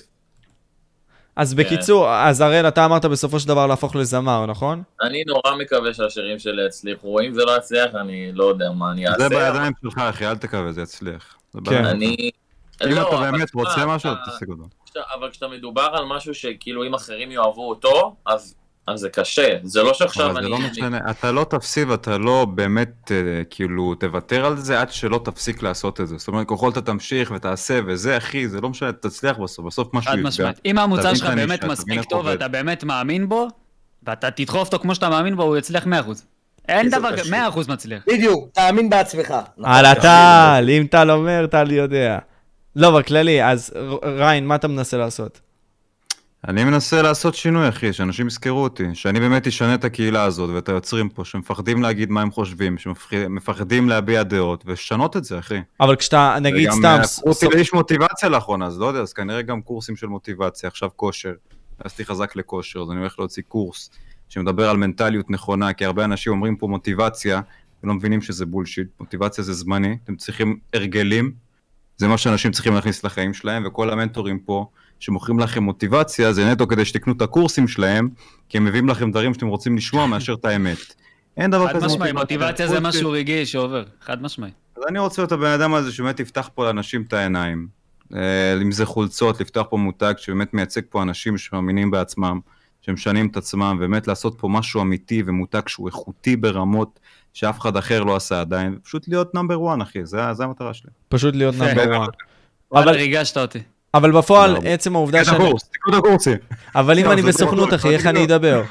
אז בקיצור, אז הראל, אתה אמרת בסופו של דבר להפוך לזמר, נכון? אני נורא מקווה שהשירים שלי יצליחו, אם זה לא יצליח, אני לא יודע מה אני אעשה. זה בידיים שלך, אחי, אל תקווה, זה יצליח. זה כן. בידיים שלך. אני... אם לא, אתה אבל באמת תשמע, רוצה משהו, אתה- תשיג אותו. כשאתה- אבל כשאתה מדובר על משהו שכאילו אם אחרים יאהבו אותו, אז אז זה קשה. זה לא שעכשיו אבל אני... זה לא משנה, אתה לא תפסיד ואתה לא באמת, אה, כאילו, תוותר על זה עד שלא תפסיק לעשות את זה. זאת אומרת, ככל אתה תמשיך ותעשה וזה, אחי, זה לא משנה, תצליח בסוף, בסוף משהו חד יפגע. משמעית. אם המוצר תבין שלך את הנישה, באמת תבין מספיק איך טוב עובד. ואתה באמת מאמין בו, ואתה תדחוף אותו כמו שאתה מאמין בו, הוא יצליח מאה אחוז. אין זה דבר, פשוט. מאה אחוז מצליח. בדיוק, תאמין בעצמך. נכון. על הטל, אם טל אומר, טל יודע. לא, בכללי, אז ר- ריין, מה אתה מנסה לעשות? אני מנסה לעשות שינוי, אחי, שאנשים יזכרו אותי, שאני באמת אשנה את הקהילה הזאת ואת היוצרים פה, שמפחדים להגיד מה הם חושבים, שמפחדים להביע דעות, ושנות את זה, אחי. אבל כשאתה, נגיד וגם, סתם, אה, ס- הפכו אותי ס- לאיש מוטיבציה לאחרונה, אז לא יודע, אז כנראה גם קורסים של מוטיבציה, עכשיו כושר, עשיתי חזק לכושר, אז אני הולך להוציא קורס שמדבר על מנטליות נכונה, כי הרבה אנשים אומרים פה מוטיבציה, ולא מבינים שזה בולשיט, מוטיבציה זה זמני, אתם צריכים הרגלים, זה מה שאנשים צריכים להכניס לחיים שלהם, וכל המנטורים פה שמוכרים לכם מוטיבציה, זה נטו כדי שתקנו את הקורסים שלהם, כי הם מביאים לכם דברים שאתם רוצים לשמוע מאשר את האמת. אין דבר חד כזה משמעי, מוטיבציה זה בולשיט. משהו רגעי שעובר. חד משמעי. אז אני רוצה להיות הבן אדם הזה שבאמת יפתח פה לאנשים את העיניים. אה, אם זה חולצות, לפתוח פה מותג שבאמת מייצג פה אנשים שמאמינים בעצמם, שמשנים את עצמם, ובאמת לעשות פה משהו אמיתי ומותג שהוא איכותי ברמות שאף אחד אחר לא עשה עדיין, פשוט להיות נאמבר אחי, זה, זה המטרה שלי. פשוט להיות נאמבר וואן. וואלה, אבל- ריגשת אותי. אבל בפועל, לא. עצם העובדה תקנו את שאני... הקורס, תקנו את הקורסים. אבל אם לא, אני זה בסוכנות, לא- אחי, איך אני לא. אדבר?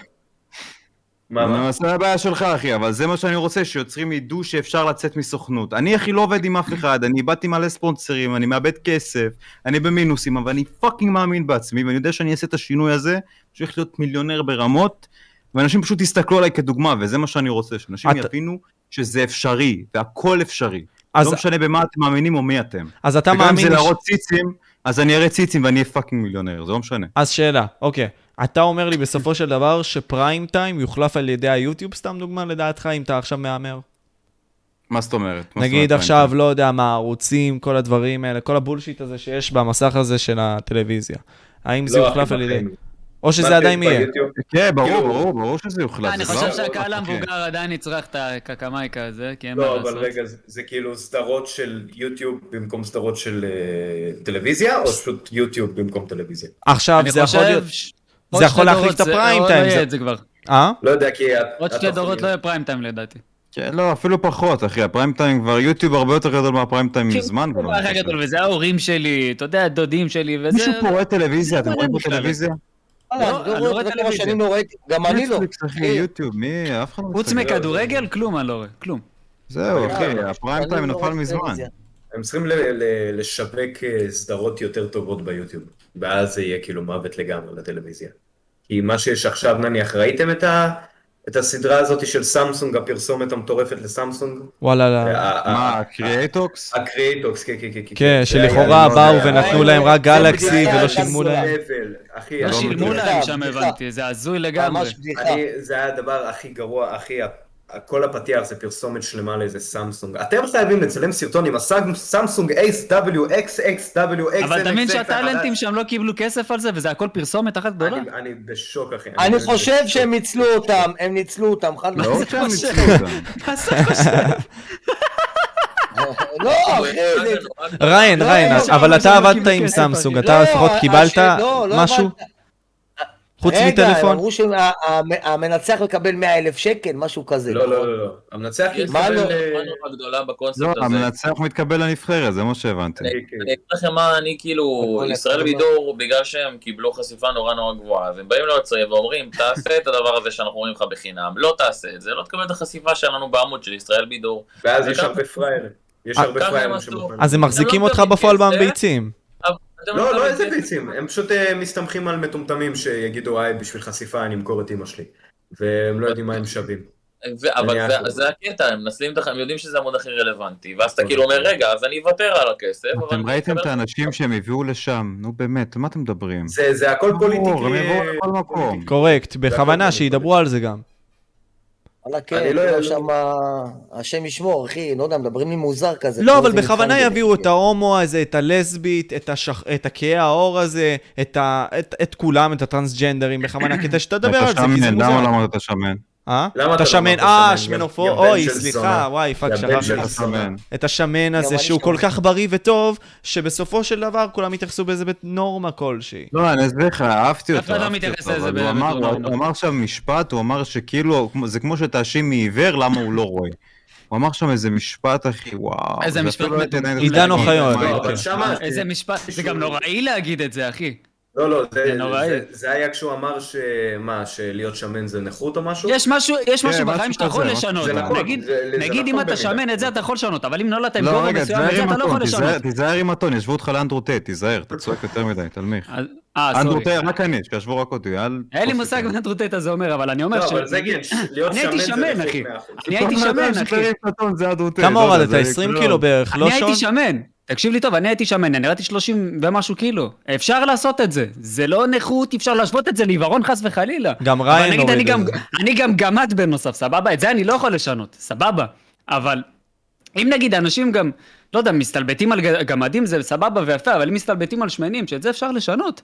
מה, מה? למעשה הבעיה שלך, אחי, אבל זה מה שאני רוצה, שיוצרים ידעו שאפשר לצאת מסוכנות. אני, אחי, לא עובד עם אף אחד, אני איבדתי מלא ספונסרים, אני מאבד כסף, אני במינוסים, אבל אני פאקינג מאמין בעצמי, ואני יודע שאני אעשה את השינוי הזה, שהולך להיות מיליונר ברמות, ואנשים פשוט יסתכלו עליי כדוגמה, וזה מה שאני רוצה, שאנשים אתה- יבינו שזה אפשרי, והכל אפשרי. אז- לא משנה במה אתם מאמינים או מי אתם. אז אתה וגם אם מאמין... זה ש- להראות ציצים, אז אני אראה ציצים ואני אהיה פאקינג מיליונר, זה לא משנה. אז שאלה, אוקיי. אתה אומר לי בסופו של דבר שפריים טיים יוחלף על ידי היוטיוב, סתם דוגמה לדעתך, אם אתה עכשיו מהמר? מה זאת אומרת? מה זאת אומרת, נגיד פריים עכשיו, טיים? לא יודע מה, ערוצים, כל הדברים האלה, כל הבולשיט הזה שיש במסך הזה של הטלוויזיה. האם זה לא, יוחלף אחי, על ידי... בחיים. או שזה מה עדיין שיש יהיה? ביוטיוב? כן, ברור, כאילו- ברור, ברור שזה יוחלט. אני זה חושב לא- שהקהל אוקיי. המבוגר עדיין יצטרך את הקקמייקה הזה, כי אין מה לא, לעשות. אבל רגע, זה- זה כאילו סדרות של יוטיוב במקום סדרות של אה, טלוויזיה, או פשוט יוטיוב במקום טלוויזיה? עכשיו, אני זה יכול חושב... להיות... ש- זה עוד יכול שתי להחליף דורות את זה- הפריים לא טיים, יהיה זה- את זה כבר. אה? לא יודע, כי... עוד שתי דורות לא יהיה פריים טיים לדעתי. כן, לא, אפילו פחות, אחי, הפריים טיים כבר, יוטיוב הרבה יותר גדול מהפריים טיים מזמן. זה כבר, הכי אני חושב. גדול, וזה ההורים שלי, אתה יודע, דודים שלי, וזה... מישהו פה רואה טלוויזיה, אתם לא רואים פה בכלל. טלוויזיה? וואלה, לא, אני אני לא לא רואה רואה כמה טלוויזיה. שנים לא ראיתי, גם אני לא. נטפליקס, אחי, יוטיוב, מי? אף אחד לא חוץ מסתכל. מכדורגל, כלום אני לא רואה, כלום. זהו, אחי, אני הפריים לא טיים נפל רואה מזמן. טלוויזיה. הם צריכים ל- ל- לשווק אה, סדרות יותר טובות ביוטיוב, ואז זה יהיה כאילו מוות לגמרי לטלוויזיה. כי מה שיש עכשיו, נניח, ראיתם את את הסדרה הזאת של סמסונג, הפרסומת המטורפת לסמסונג? וואלה, לא. מה, קריאטוקס? הקריאטוקס, כן, כן, כן. כן, זה היה שלכאורה מאוד- באו זה היה- ונתנו להם רק גלקסי בדיחה, ולא זה שילמו בדיחה. להם. אבל, אחי, לא אני- שילמו בדיחה, להם שם, בדיחה. הבנתי, זה הזוי לגמרי. ממש בדיחה. אני, זה היה הדבר הכי גרוע, הכי, כל הפתיח זה פרסומת שלמה לאיזה סמסונג. אתם חייבים לצלם סרטון עם הסמסונג אייס דאבליו אקס אקס דאבליו אקס. אבל תמיד שהטאלנטים שם לא קיבלו כסף על זה, וזה הכל פרסומת אחת גדולה. אני, אני בשוק, אחי. אני באמת חושב בשוק. שהם ניצלו אותם, הם ניצלו אותם, חד לא משמעית. שהם ניצלו אותם. מה זה חושב? לא, אחי, זה... ריין, לא, ריין, לא, אבל לא, אתה לא עבדת קיבלו עם כסף, סמסונג, אחי. אתה לא, לפחות הש- קיבלת לא, לא משהו? הבנת. חוץ רגע, הם מטלפון? אמרו שהמנצח מקבל מאה אלף שקל, משהו כזה. לא, נכון? לא, לא, לא. המנצח יש מה לא? לנו הגדולה בקונספט לא, הזה. המנצח מתקבל לנבחרת, זה מה שהבנתי. אני אגיד לכם מה, אני כאילו, הכל ישראל הכל בידור, בגלל שהם קיבלו חשיפה נורא נורא גבוהה, אז הם באים ליוצרים ואומרים, תעשה את הדבר הזה שאנחנו אומרים לך בחינם, לא תעשה את זה, לא תקבל את החשיפה שלנו בעמוד של ישראל בידור. ואז יש וככה- הרבה פראיירים. יש אה, הרבה ככה פראיירים הם עשו. שמוכנים. אז הם מחזיקים לא אותך מקבלים בפועל כסף. בביצים. אבל אתם לא, לא מקבלים איזה כסף. ביצים, הם פשוט אה, מסתמכים על מטומטמים שיגידו, היי, בשביל חשיפה אני אמכור את אמא שלי. והם לא יודעים מה הם שווים. ו- אבל אני זה- אחלה. זה הקטע, הם מנסים, את- הם יודעים שזה המוד הכי רלוונטי, ואז אתה כאילו אומר, רגע, אז אני אוותר על הכסף, אבל אתם אני ראיתם אקבל- את האנשים שהם הביאו לשם, נו באמת, מה אתם מדברים? זה זה הכל פוליטי. ברור, הם כי- יבואו לכל מקום. פוליטי. קורקט, בכוונה, הכל שידברו על זה גם. וואלה, כן, אני לא- לא לא- שם, השם ישמור, אחי, לא יודע, מדברים לי מוזר כזה. לא, כאילו אבל זה בכוונה מבחן יביאו את גנטי. ההומו הזה, את הלסבית, את השח- את הכהה העור הזה, את ה- את- את כולם, את הטרנסג'נדרים, בכוונה, כדי שתדבר על זה, אתה כי זה שמן, למה מוזר. לא אמרת אתה שמן? אה? למה אתה אתה לא שמן, אמרת אה, שמן? שמנופור, יא בן אוי, של סליחה, זונה. וואי, פאק, יא בן שכחתי. של אתה שמן. את השמן הזה, אני שהוא כל שכחתי. כך בריא וטוב, שבסופו של דבר כולם יתייחסו באיזה נורמה כלשהי. לא, אני אסביר לך, אהבתי אף אותו, אחד לא אהבתי מתייחס אותו, לזה אבל הוא בתור אמר- נורמה. הוא אמר שם משפט, הוא אמר שכאילו, זה כמו שתאשים מעיוור, למה הוא לא רואה. הוא אמר שם איזה משפט, אחי, וואו. איזה זה משפט אפילו לא מטומטם. הייתי- עידן אוחיון. מה לא, הייתה? אבל שמה... איזה משפט, זה גם נוראי להגיד את זה, אחי. לא, לא, זה- זה נוראי. זה- זה היה כשהוא אמר שמה, שלהיות שמן זה נכות או משהו? יש משהו, יש כן, משהו משהו בחיים שאתה כזה, יכול משהו לשנות. זה נכון, נגיד, זה- זה נגיד נכון אם אתה במידה. שמן, את זה אתה יכול לשנות, אבל אם נולדת עם לא, גובה רגע, מסוים, את תיזהר זה עם אתה לא יכול הטון, לשנות. תיזהר- תיזהר עם הטון, ישבו אותך לאנדרוטט, תיזהר, אתה צועק יותר מדי, תלמיך. אז- אה, אנדרוטט, סורי. רק אני, שישבו רק אותי, אל... אין לי מושג מה אנדרוטט זה אומר, אבל אני אומר לא, ש... אבל זה כן, להיות אני שמן הייתי זה שמן, נכות אחי. מאה אחוז. אני הייתי שמן, אחי. כמה הורדת? עשרים קילו בערך, לא אני הייתי שון? שמן. תקשיב לי טוב, אני הייתי שמן, אני נראיתי שלושים ומשהו קילו. אפשר לעשות את זה. זה לא נכות, אפשר להשוות את זה לעיוורון חס וחלילה. גם אבל ריין נגיד, אני הוריד גם, את זה. אני גם גמד בנוסף, סבבה? את זה אני לא יכול לשנות, סבבה. אבל אם נגיד אנשים גם, לא יודע, מסתלבטים על ג- גמדים זה סבבה ויפה, אבל אם מסתלבטים על שמנים, שאת זה אפשר לשנות.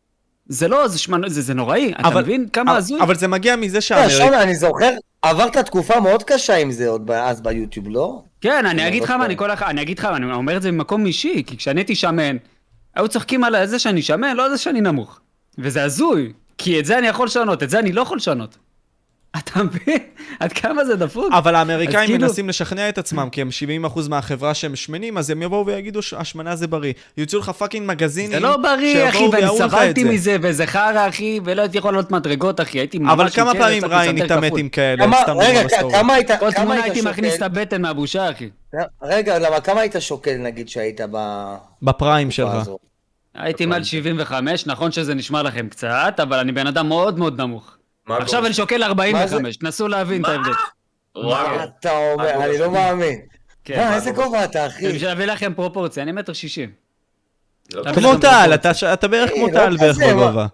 זה לא, זה, שמנ... זה, זה נוראי, אתה אבל- מבין כמה אבל- הזוי? אבל זה מגיע מזה אה, שהאמריק... שונה, אני זוכר, עברת תקופה מאוד קשה עם זה עוד אז ביוטיוב, לא? כן, אני לא אגיד לך טוב. מה, אני כל אחד, אני אגיד לך, אני אומר את זה ממקום אישי, כי כשאני הייתי שמן, היו צוחקים על זה שאני שמן, לא זה שאני נמוך. וזה הזוי, כי את זה אני יכול לשנות, את זה אני לא יכול לשנות. אתה מבין? עד כמה זה דפוק? אבל אז האמריקאים כאילו- מנסים לשכנע את עצמם, כי הם שבעים אחוז מהחברה שהם שמנים, אז הם יבואו ויגידו שהשמנה זה בריא. יוצאו לך פאקינג מגזינים, זה לא בריא, אחי, שיבואו ואני ויראו לך את סבלתי זה. מזה, וזה חרא, אחי, ולא הייתי יכול לעלות מדרגות, אחי, הייתי ממש... אבל עם כמה קרס, פעמים קצת ריין יותר התעמת כפול. עם כאלה? כמה- סתם דוגמה רגע, בסטורי. כמה היית כל כמה תמונה היית הייתי מכניס את שוקל? הבטן מהבושה, אחי. רגע, למה, כמה היית שוקל, נגיד, שהיית בתקופה בפריים שלך. הזו? הייתי מעל שבעים וחמש, נכון שזה נשמע לכם קצת, אבל אני בן אדם מאוד מאוד נמוך. מה עכשיו הגובה? אני שוקל ארבעים וחמש, מה תנסו להבין את ההבדל. וואו. מה אתה אומר? הגובה אני לא שלך. מאמין. כן. מה, איזה גובה אתה, אחי? בשביל להביא לכם פרופורציה, אני מטר שישים. לא אתה טוב. כמו גם טל, פרופורציה. אתה ש- אתה בערך כמו אה, לא טל בערך כזה, מה? בגובה.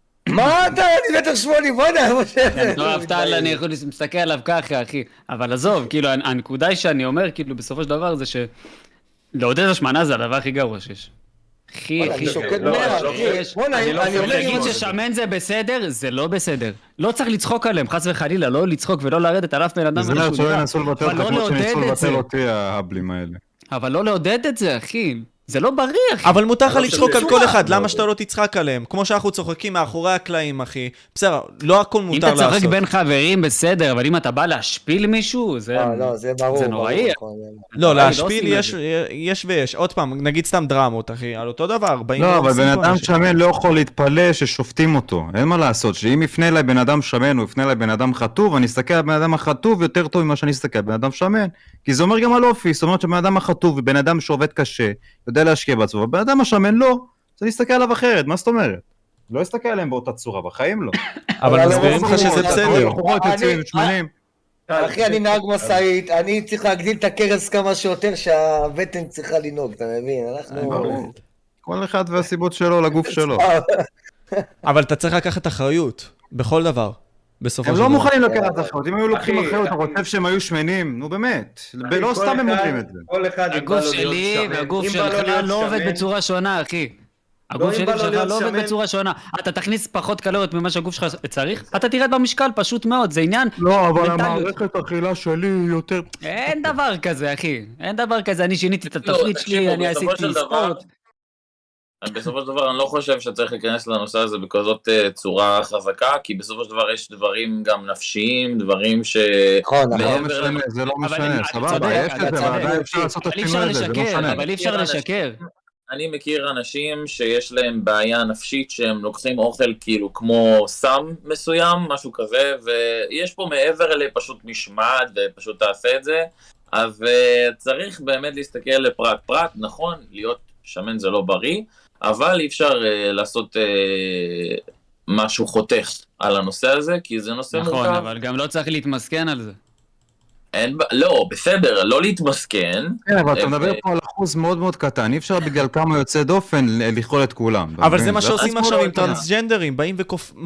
מה אתה? אני מטר שמוני, בוא'נה, משה. כן, לא אהבת, אני יכול להסתכל עליו ככה, אחי. אבל עזוב, כאילו, הנ- הנקודה היא שאני אומר, כאילו, בסופו של דבר זה ש... לעודד השמנה זה הדבר הכי גרוע שיש. הכי, וואלה, הכי... אני שוקל לא, מאה, לא, אחי. יש- בוא'נה, אני אני לא אני יכול אומר... להגיד עם- ששמן זה בסדר, זה לא בסדר. לא צריך לצחוק עליהם, חס וחלילה, לא לצחוק ולא לרדת על אף בן אדם. זה על לא שהוא שלא נראה. ינסו לבטל אבל אותך לא כמו שניסו לעודד את זה. לבטל אותי ההבלים האלה. אבל לא לעודד את זה, אחי. זה לא בריא, אחי. אבל מותר לך אני לא לצחוק חושב על שזה כל אחד, לא, למה זה- שאתה לא תצחק עליהם? כמו שאנחנו צוחקים מאחורי הקלעים, אחי. בסדר, לא הכל אם מותר אתה צוחק לעשות. בין חברים, בסדר, אבל אם אתה בא להשפיל מישהו, זה... לא, לא, זה ברור. זה ברור, נוראי. נכון. לא, לא להשפיל עושים את יש- זה. יש ויש. עוד פעם, נגיד סתם דרמות, אחי, על אותו דבר. באים לא, אבל ועושים בן פה אדם אנשים. שמן לא יכול להתפלא ששופטים אותו. אין מה לעשות, שאם יפנה אליי בן אדם שמן, הוא יפנה אליי בן אדם חטוב, אני אסתכל על בן אדם החטוב יותר טוב ממה שאני אסתכל על בן אדם שמן. כי זה אומר גם על אופי, זאת אומרת שבן אדם החטוב ובן אדם שעובד קשה, יודע להשקיע בעצמו, ובן אדם השמן לא, אז אני אסתכל עליו אחרת, מה זאת אומרת? לא אסתכל עליהם באותה צורה, בחיים לא. אבל אבל מסבירים לא לך שזה מסבירים, בסדר. בחורות אני- יוצאים שמנים. אחי, אני נהג משאית, אני צריך להגדיל את הכרס כמה שיותר שהבטן צריכה לנהוג, אתה מבין? אנחנו... ברור. כל אחד והסיבות שלו לגוף שלו. אבל אתה צריך לקחת אחריות, בכל דבר, בסופו הם של לא דבר. מוכנים לקחת אחריות, אם היו לוקחים אחי, אחריות, אתה אחי. חושב שהם היו שמנים, נו באמת. אחי, לא כל סתם הם אחד- אומרים את זה. כל אחד אם בא הגוף לו להיות שלי שמן, והגוף אם בא לו שלך להיות לא עובד שמן, בצורה שונה, אחי. הגוף אם שלי בא לו ושלך להיות לא עובד שמן- בצורה שונה. אתה תכניס פחות קלוריות ממה שהגוף שלך צריך, אתה תרד במשקל, פשוט מאוד, זה עניין. לא, אבל מנטליות. המערכת אכילה שלי יותר... אין דבר כזה, אחי. אין דבר כזה, אני שיניתי את לא, התפריט תקשיבו, שלי, אני בסופו עשיתי של דבר- ספורט. בסופו של דבר אני לא חושב שצריך להיכנס לנושא הזה בכזאת אה, צורה חזקה, כי בסופו של דבר יש דברים גם נפשיים, דברים ש... נכון, זה נכון. לא משנה, זה לא אבל משנה, אתה סבבה, צודק, יש אתה את זה, צודק, אבל עדיין אפשר לעשות את אבל אי אפשר השינוי הזה, זה לא לשקר, משנה. אבל אי אפשר לשקר. אני מכיר אנשים שיש להם בעיה נפשית שהם לוקחים אוכל כאילו כמו סם מסוים, משהו כזה, ויש פה מעבר לפשוט משמעת ופשוט תעשה את זה, אז uh, צריך באמת להסתכל לפרט פרט, נכון, להיות שמן זה לא בריא, אבל אי אפשר uh, לעשות uh, משהו חותך על הנושא הזה, כי זה נושא נכון, מורכב. אבל גם לא צריך להתמסכן על זה. אין, ב- לא, בסדר, לא להתמסכן. כן, אבל אתה אה, מדבר פה על אחוז מאוד מאוד קטן, אי אפשר בגלל כמה יוצא דופן לכלול את כולם. אתה אבל מבין? זה מה שעושים אחוז עכשיו מאוד עם קטן. טרנסג'נדרים, באים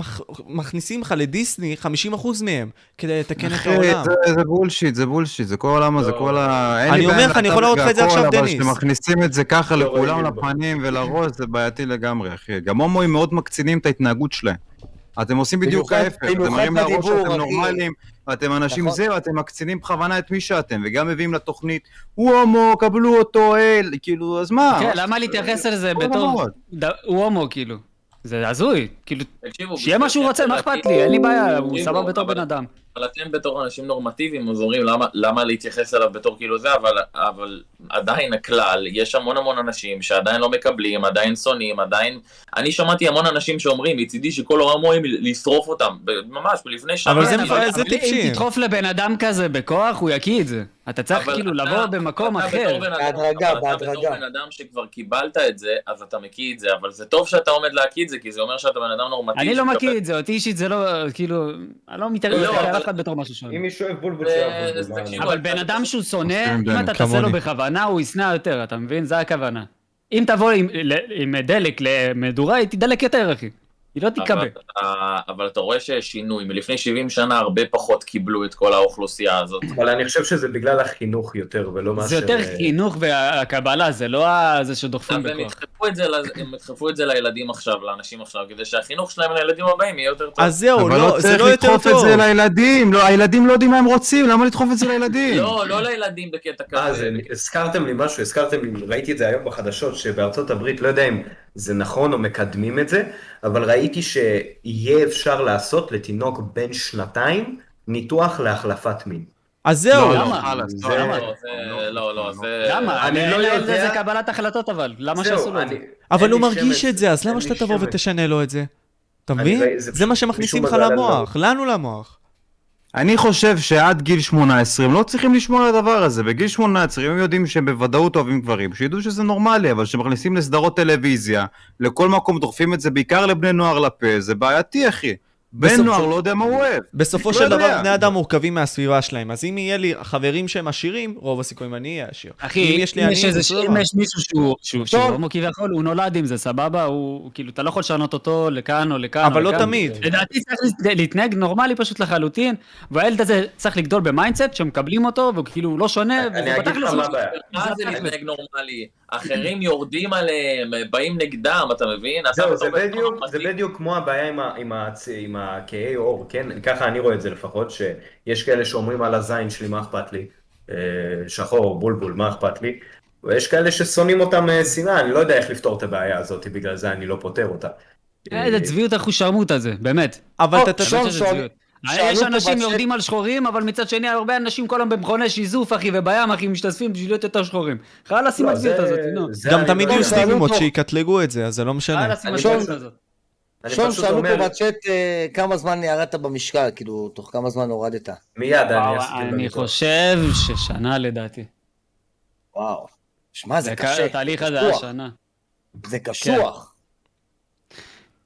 ומכניסים לך לדיסני חמישים אחוז מהם, כדי לתקן את אחי, העולם. זה- זה בולשיט, זה בולשיט, זה כל העולם הזה, לא. כל ה... אין לי אני בעיה אומר לך, אני יכול להט"ב להראות לך את זה והכל, עכשיו, אבל דניס. כשמכניסים את זה ככה לא לכולם רואים בו. לפנים ולראש, זה בעייתי לגמרי, אחי. גם הומואים מאוד מקצינים את ההתנהגות שלהם. אתם עושים בדיוק במיוחד- ההפך, אתם במיוחד מראים להראש בדיבור, שאתם אחי. נורמלים, ואתם אנשים נכון. זה, ואתם מקצינים בכוונה את מי שאתם, וגם מביאים לתוכנית, הוא הומו, קבלו אותו, אל, כאילו, אז מה? כן, למה להתייחס לזה כל בתור... הכבוד. ד- הוא הומו, כאילו. זה הזוי. כאילו, תקשיבו, שיהיה מה שהוא בשביל רוצה, מה להגיד- אכפת לי? אין לי בעיה, הוא תקשיבו, סבבה בתור אבל- בן אדם. אבל אתם בתור אנשים נורמטיביים, אז אומרים למה, למה להתייחס אליו בתור כאילו זה, אבל, אבל עדיין הכלל, יש המון המון אנשים שעדיין לא מקבלים, עדיין שונאים, עדיין... אני שמעתי המון אנשים שאומרים, מצידי שכל ההומואים לשרוף אותם, ב- ממש, לפני שנה. אבל זה כן, מפ- זה אבל טיפשים. אם תדחוף לבן אדם כזה בכוח, הוא יקיא את זה. אתה צריך אבל כאילו אתה- לבוא במקום אתה אחר. בתור בן אדם- בהדרגה, אבל אתה בהדרגה. בתור בן אדם שכבר קיבלת את זה, אז אתה מקיא את זה, אבל זה טוב שאתה עומד להקיא את זה, כי זה אומר שאתה בן אדם נורמטיבי. אני לא שמקבל- מכיר את זה, אותי אישית זה לא, כאילו, אני לא מתערב לא, על אבל- אף אחד בתור משהו שונה. אם מישהו אוהב בולבול, אה, שיהיה אז בולבול. מה תקשיבו, אני- אבל בן אדם שהוא שונא, מסכים, אם אתה תעשה לו כמוני. בכוונה, הוא ישנא יותר, אתה מבין? זה הכוונה. אם תבוא עם- ל- עם דלק למדורה, היא תדלק יותר, אחי. היא לא תתקבל. אבל אתה- אבל אתה רואה שיש שינוי, מלפני שבעים שנה הרבה פחות קיבלו את כל האוכלוסייה הזאת. אבל אני חושב שזה בגלל החינוך יותר, ולא מאשר... זה יותר אה, חינוך והקבלה, זה לא ה- זה שדוחפים אז הם בכוח. ידחפו את זה, לז- הם ידחפו את זה לילדים עכשיו, לאנשים עכשיו, כדי שהחינוך שלהם לילדים הבאים יהיה יותר טוב. אז זהו, אבל לא, לא זה צריך לא יותר לדחוף את טוב. זה לילדים, לא, הילדים לא יודעים מה הם רוצים, למה לדחוף את זה לילדים? לא, לא לילדים בקטע אה, כזה. זה- הזכרתם לי משהו, הזכרתם לי, ראיתי את זה היום בחדשות, שבארצות הברית, לא יודע אם זה נכון או מקדמים את זה, אבל ראיתי שיהיה אפשר לעשות לתינוק בן שנתיים ניתוח להחלפת מין. אז זהו. לא, למה? לא, חלאס, זה- לא, לא, לא. זה- לא, לא, זה... למה? אני אין לא לה- יודע- זה קבלת החלטות אבל, למה זהו, שעשו לו את זה? אני- אבל אין הוא לי מרגיש שמץ, את זה, אז אין למה לי שאתה תבוא שמץ. ותשנה לו את זה? אתה אני- מבין? זה זה מה פשוט שמכניסים לך משום מה זה למוח, לנו למוח. אני חושב שעד גיל שמונה עשרה הם לא צריכים לשמוע על הדבר הזה. בגיל שמונה עשרה הם יודעים שהם בוודאות אוהבים גברים, שידעו שזה נורמלי, אבל שמכניסים לסדרות טלוויזיה, לכל מקום דוחפים את זה בעיקר לבני נוער לפה, זה בעייתי אחי. בן בסוף- נוער לא יודע מה הוא אוהב. בסופו לא של יודע. דבר בני אדם מורכבים מהסביבה שלהם, אז אם יהיה לי חברים שהם עשירים, רוב הסיכויים אני אהיה עשיר. אחי, אם אם יש לי יש עניים, איזה- זה אם סבבה. יש מישהו שהוא- שהוא שהוא טוב. הומו כביכול, הוא נולד עם זה, סבבה? הוא, כאילו, אתה לא יכול לשנות אותו לכאן או לכאן. אבל או לא לכאן. תמיד. לדעתי צריך להת- להתנהג נורמלי פשוט לחלוטין, והילד הזה צריך לגדול במיינדסט שמקבלים אותו, והוא כאילו הוא לא שונה, אני וזה אגיד בתכלס לך לא מה שונה. הבעיה. מה זה להתנהג נורמלי? אחרים יורדים עליהם, באים נגדם, אתה מבין? אתה זהו, בתור זה בן אדם בדיוק, זה נורמטיבי. בדיוק כמו הבעיה עם ה- עם הצ- עם הכהי עור, כן? ככה אני רואה את זה לפחות, שיש כאלה שאומרים על הזין שלי, מה אכפת לי? אה, שחור, בולבול, מה אכפת לי? ויש כאלה ששונאים אותם אה, שנאה, אני לא יודע איך לפתור את הבעיה הזאת, בגלל זה אני לא פותר אותה. איזה צביעות אחושרמוט הזה, באמת. אבל אתה או, תשאל... באמת שזה שואל- צביעות. שאלו יש פה אנשים בצ'אט- יורדים על שחורים, אבל מצד שני הרבה אנשים כל היום במכוני שיזוף, אחי, ובים, אחי, משתתפים בשביל להיות יותר שחורים. חלאס עם לא, הצביעות זה- הזאת, נו. זה גם אני תמיד לא יהיו יודע. שאלו סטיגמות פה- שיקטלגו את זה, אז זה לא משנה. חלאס עם אני הצביעות פשוט- הזאת. אני שון, פשוט שאלו אומר, פה בצ'אט אה, כמה זמן ירדת במשקל, כאילו, תוך כמה זמן הורדת. מיד אני וואו, עשיתי אני בניתוח. חושב ששנה לדעתי. וואו. שמע, זה זה קשה. התהליך הזה היה קשוח. שנה. זה קשוח.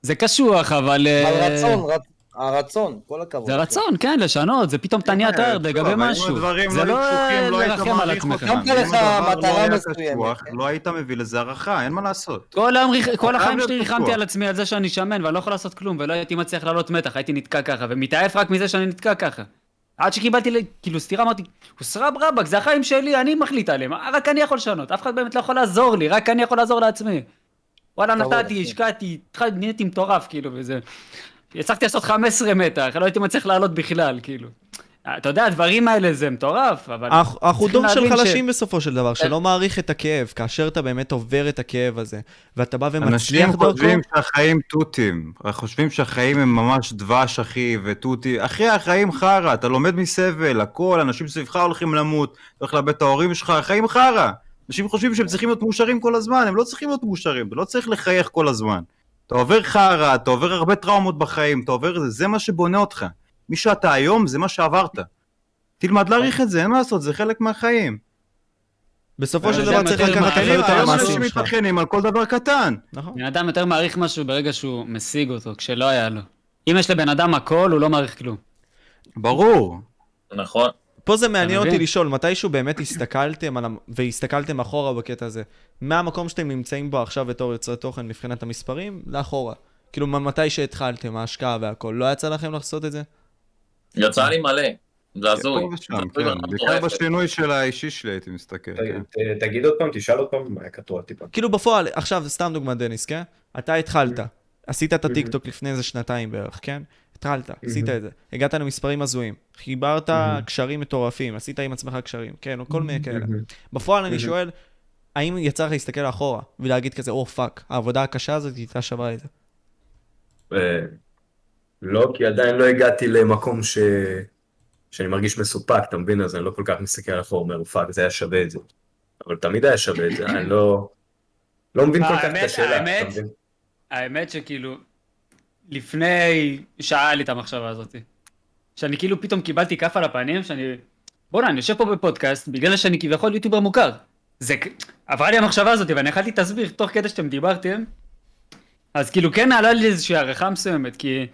זה קשוח, אבל... אה, על רצון, רצ- הרצון, כל הכבוד. זה רצון, כן, לשנות, זה פתאום אתה נהיה תארד לגבי משהו. זה לא לרחם על עצמך. שמת לך מטרה מסוימת. לא היית מביא לזה הערכה, אין מה לעשות. כל היום ריח- כל החיים להיות שלי בטוח. ריחמתי על עצמי על זה שאני שמן ואני לא יכול לעשות כלום ולא הייתי מצליח לעלות מתח, הייתי נתקע ככה ומתעייף רק מזה שאני נתקע ככה. עד שקיבלתי לי- כאילו סתירה אמרתי, הוא סרב רבק, זה החיים שלי, אני מחליט עליהם, רק אני יכול לשנות, אף אחד באמת לא יכול לעזור לי, רק אני יכול לעזור לעצמי. וואלה כבוד, נתתי, אחי. השקעתי, התחלתי, נהייתי מטורף כאילו וזה. הצלחתי לעשות חמש עשרה מתח, לא הייתי מצליח לעלות בכלל כאילו. אתה יודע, הדברים האלה זה מטורף, אבל... אנחנו אנחנו צריכים דור של להבין ש- חלשים בסופו של דבר, שלא מעריך את הכאב, כאשר אתה באמת עובר את הכאב הזה, ואתה בא ומצליח אנשים דרכו, חושבים שהחיים תותים, חושבים שהחיים הם ממש דבש אחי ותותי, אחי החיים חרא, אתה לומד מסבל, הכל, אנשים סביבך הולכים למות, אתה הולך לאבד את ההורים שלך, החיים חרא. אנשים חושבים שהם צריכים להיות מאושרים כל הזמן, הם לא צריכים להיות מאושרים, אתה לא צריך לחייך כל הזמן. אתה עובר חרא, אתה עובר הרבה טראומות בחיים, אתה עובר זה, זה מה שבונה אותך. מי שאתה היום זה מה שעברת. תלמד להעריך את זה, אין מה לעשות, זה חלק מהחיים. בסופו של אבל דבר זה צריך יותר לקחת מעניין. אחריות על היום המעשים אנשים שלך. מתבכיינים על כל דבר קטן. נכון. בן אדם יותר מעריך משהו ברגע שהוא משיג אותו, כשלא היה לו. אם יש לבן אדם הכל, הוא לא מעריך כלום. ברור. נכון. פה זה מעניין מבין? אותי לשאול, מתישהו באמת הסתכלתם על, ה- והסתכלתם אחורה בקטע הזה, מה המקום שאתם נמצאים בו עכשיו בתור יוצרי תוכן מבחינת המספרים, לאחורה. כאילו, מתי שהתחלתם, ההשקעה והכל, לא יצא לכם לעשות את זה? יצא לי מלא. זה הזוי. פה ושם, זה הזוי כן. ברמה בעיקר מטורפת. בשינוי של האישי שלי הייתי מסתכל. כן. ת- ת- תגיד עוד פעם, תשאל עוד פעם, מה היה קטוע טיפה. כאילו בפועל, עכשיו סתם דוגמא דניס, כן? אתה התחלת, עשית את הטיקטוק לפני איזה שנתיים בערך, כן? התחלת, עשית את זה, הגעת למספרים הזויים, חיברת קשרים מטורפים, עשית עם עצמך קשרים, כן, או כל מיני כאלה. בפועל אני שואל, האם יצא לך להסתכל אחורה ולהגיד כזה, או פאק, העבודה הקשה הזאת הייתה שווה את זה? אה, לא, כי עדיין לא הגעתי למקום ש... שאני מרגיש מסופק, אתה מבין? אז אני לא כל כך מסתכל אחורה, אומר, פאק, זה היה שווה את זה. אבל תמיד היה שווה את זה, אני לא... לא מבין כל כך את האמת- השאלה, האמת- אתה מבין? האמת שכאילו, לפני שעה היה לי את המחשבה הזאת. שאני כאילו פתאום קיבלתי כף על הפנים, שאני... בוא'נה, אני יושב פה בפודקאסט, בגלל שאני כביכול יוטיובר מוכר. זה... עברה לי המחשבה הזאת, ואני יכלתי להסביר תוך כדי שאתם דיברתם. אז כאילו כן עלה לי איזושהי הערכה מסוימת, כי...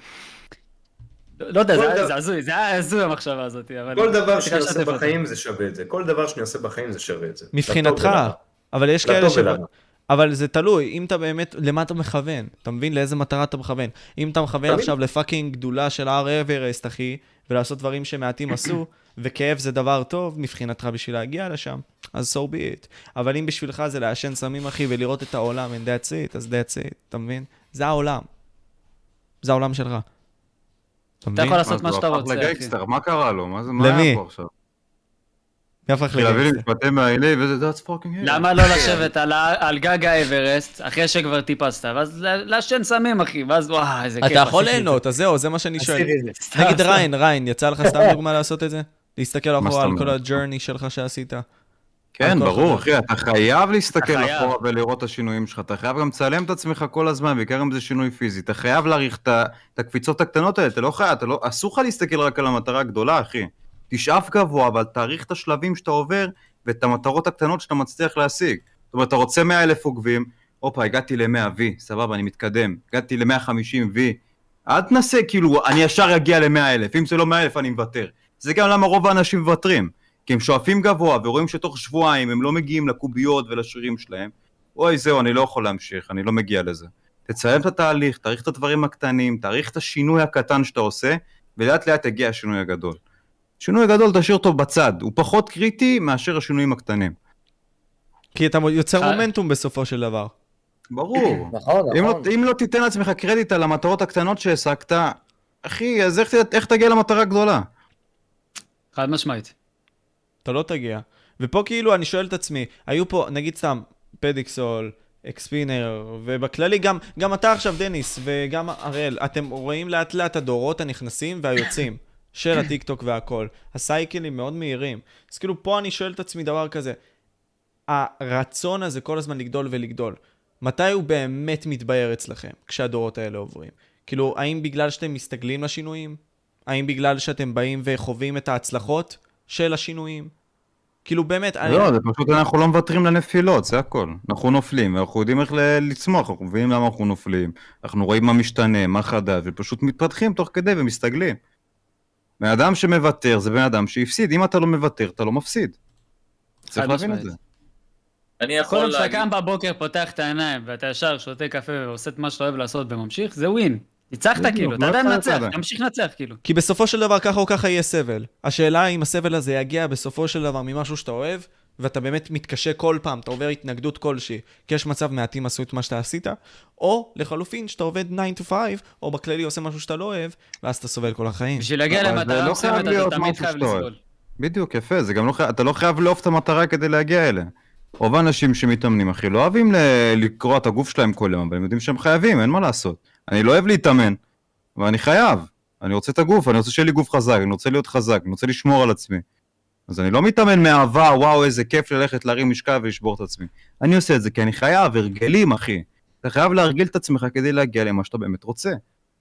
לא יודע, כל זה היה- דבר- זה הזוי, זה היה הזוי המחשבה הזאת, אבל... כל דבר בגלל שאני עושה שאתה בחיים זה שווה את זה. כל דבר שאני עושה בחיים זה שווה את זה. מבחינתך, לטוב ולרע. אבל יש כאלה לטוב ש... ולרע. אבל זה תלוי, אם אתה באמת, למה אתה מכוון? אתה מבין לאיזה מטרה אתה מכוון? אם אתה מכוון תמיד. עכשיו לפאקינג גדולה של הר אברסט, אחי, ולעשות דברים שמעטים עשו, וכאב זה דבר טוב מבחינתך בשביל להגיע לשם, אז so be it. אבל אם בשבילך זה לעשן סמים, אחי, ולראות את העולם, and that's it, אז that's it, אתה מבין? זה העולם. זה העולם שלך. אתה אתה מבין? יכול לעשות מה אז שאתה הוא הפך רוצה, אחי. לגנגסטר, מה קרה לו? מה זה, מה למי? היה פה עכשיו? מי הפך התחיל להביא לי לגנגסטר? משפטי מהעילי וזה, that's fucking hell. למה לא לשבת על ה- על גג האברסט, אחרי שכבר טיפסת, ואז ל- לעשן סמים, אחי, ואז וואו, איזה כיף. אתה יכול עשיתי את ליהנות, אז זהו, זה מה שאני זה. שואל. עשיתי את זה. סתם, נגיד סתם. ריין, ריין, יצא לך סתם דוגמה לעשות את זה? להסתכל מה אחורה על זאת כל אומרת? הג'רני שלך שעשית? כן, על כל ברור, חבר. אחי, אתה חייב להסתכל אתה חייב. אחורה ולראות את השינויים שלך, אתה חייב גם לצלם את עצמך כל הזמן, בעיקר אם זה שינוי פיזי, אתה חייב להעריך את ה- את הקפיצות הקטנות האלה, אתה לא חייב, אתה לא, אסור לך להסתכל רק על המטרה הגדולה, אחי. תשאף גבוה, אבל תעריך את השלבים שאתה עובר, ואת המטרות הקטנות שאתה מצליח להשיג. זאת אומרת, אתה רוצה מאה אלף עוקבים, הופה, הגעתי ל-מאה וי, סבבה, אני מתקדם, הגעתי ל-מאה וחמישים וי, אל תנסה, כאילו, אני ישר אגיע ל-מאה אלף, אם זה לא מאה אלף אני מוותר. זה גם למה רוב האנשים מוותרים. כי הם שואפים גבוה ורואים שתוך שבועיים הם לא מגיעים לקוביות ולשירים שלהם, אוי זהו, אני לא יכול להמשיך, אני לא מגיע לזה. תציין את התהליך, תעריך את הדברים הקטנים, תעריך את השינוי הקטן שאתה עושה, ולאט לאט יגיע השינוי הגדול. השינוי הגדול תשאיר אותו בצד, הוא פחות קריטי מאשר השינויים הקטנים. כי אתה יוצר אה. מומנטום בסופו של דבר. ברור. נכון, אם לא, נכון. אם לא תיתן לעצמך קרדיט על המטרות הקטנות שהעסקת, אחי, אז איך, איך תגיע למטרה הגדולה? חד משמעית. אתה לא תגיע. ופה כאילו אני שואל את עצמי, היו פה, נגיד סתם, פדיקסול, אקספינר, ובכללי גם, גם אתה עכשיו דניס, וגם הראל, אתם רואים לאט לאט הדורות הנכנסים והיוצאים של הטיקטוק והכל. הסייקלים מאוד מהירים. אז כאילו פה אני שואל את עצמי דבר כזה, הרצון הזה כל הזמן לגדול ולגדול, מתי הוא באמת מתבהר אצלכם, כשהדורות האלה עוברים? כאילו, האם בגלל שאתם מסתגלים לשינויים? האם בגלל שאתם באים וחווים את ההצלחות של השינויים? כאילו באמת, אני... לא, זה פשוט אנחנו לא מוותרים לנפילות, זה הכל. אנחנו נופלים, ואנחנו יודעים איך לצמוח, אנחנו מבינים למה אנחנו נופלים, אנחנו רואים מה משתנה, מה חדש, ופשוט מתפתחים תוך כדי ומסתגלים. בן אדם שמוותר זה בן אדם שהפסיד, אם אתה לא מוותר, אתה לא מפסיד. צריך להבין את זה. אני כל יכול עוד שאתה להגיד... קם בבוקר, פותח את העיניים, ואתה ישר שותה קפה ועושה את מה שאתה אוהב לעשות וממשיך, זה ווין. ניצחת כאילו, אתה עדיין מנצח, תמשיך לנצח כאילו. כי בסופו של דבר ככה או ככה יהיה סבל. השאלה אם הסבל הזה יגיע בסופו של דבר ממשהו שאתה אוהב, ואתה באמת מתקשה כל פעם, אתה עובר התנגדות כלשהי, כי יש מצב מעטים עשו את מה שאתה עשית, או לחלופין שאתה עובד nine to five, או בכללי עושה משהו שאתה לא אוהב, ואז אתה סובל כל החיים. בשביל להגיע למטרה מסוימת, אתה תמיד חייב לסבול. בדיוק, יפה, זה גם לא חייב, אתה לא חייב לאהוב את המטרה כדי להגיע אליה. רוב האנשים שמתאמנים, אחי, לא אוהבים לקרוא את הגוף שלהם כל יום, אבל הם יודעים שהם חייבים, אין מה לעשות. אני לא אוהב להתאמן, אבל אני חייב. אני רוצה את הגוף, אני רוצה שיהיה לי גוף חזק, אני רוצה להיות חזק, אני רוצה לשמור על עצמי. אז אני לא מתאמן מאהבה, וואו, איזה כיף ללכת להרים משקל ולשבור את עצמי. אני עושה את זה כי אני חייב, הרגלים, אחי. אתה חייב להרגיל את עצמך כדי להגיע למה שאתה באמת רוצה.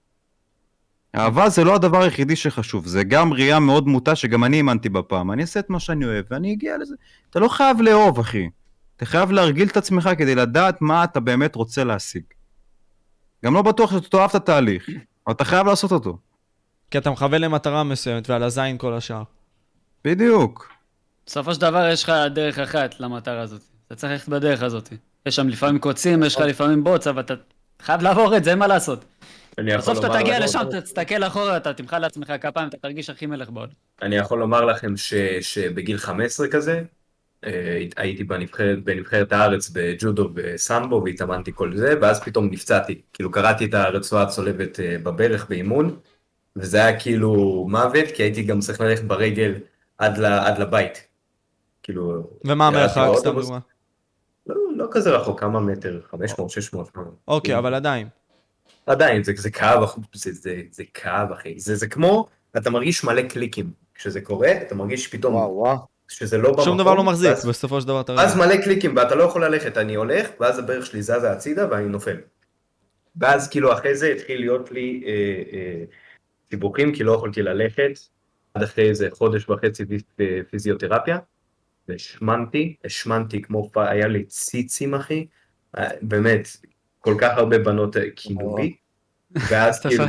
אהבה זה לא הדבר היחידי שחשוב, זה גם ראייה מאוד מוטה שגם אני אימנתי בפעם. אני אעשה את מה שאני אוהב ואני אגיע לזה. אתה לא חייב לאהוב, אחי. אתה חייב להרגיל את עצמך כדי לדעת מה אתה באמת רוצה להשיג. גם לא בטוח שאתה תאהב את התהליך, אבל אתה חייב לעשות אותו. כי אתה מכוון למטרה מסוימת ועל הזין כל השאר. בדיוק. בסופו של דבר יש לך דרך אחת למטרה הזאת. אתה צריך ללכת בדרך הזאת. יש שם לפעמים קוצים, יש לך לפעמים בוץ, אבל אתה חייב לעבור את זה, אין מה לעשות. בסוף אתה תגיע לשם, אתה תסתכל אחורה, אתה תמחא לעצמך כפיים, אתה תרגיש הכי מלך בעוד. אני יכול לומר לכם ש, שבגיל חמש עשרה כזה, הייתי בנבחרת, בנבחרת הארץ בג'ודו וסמבו והתאמנתי כל זה, ואז פתאום נפצעתי. כאילו קראתי את הרצועה הצולבת בברך באימון, וזה היה כאילו מוות, כי הייתי גם צריך ללכת ברגל עד, ל, עד לבית. כאילו... ומה המרחק, סתם דוגמה? לא, לא כזה רחוק, כמה מטר, חמש מאות, שש מאות. אוקיי, אבל עדיין. עדיין, זה, זה כאב, זה, זה, זה כאב, אחי. זה, זה כמו, אתה מרגיש מלא קליקים. כשזה קורה, אתה מרגיש פתאום... וואו, וואו. שזה לא במקום. שום דבר לא מחזיק, בסופו של דבר אתה... אז מלא קליקים, ואתה לא יכול ללכת, אני הולך, ואז הברך שלי זזה הצידה, ואני נופל. ואז כאילו אחרי זה התחיל להיות לי אה, אה, סיבוכים, כי לא יכולתי ללכת, עד אחרי איזה חודש וחצי פיזיותרפיה, והשמנתי, השמנתי כמו, היה לי ציצים, אחי, באמת, כל כך הרבה בנות קינו בי, ואז כאילו,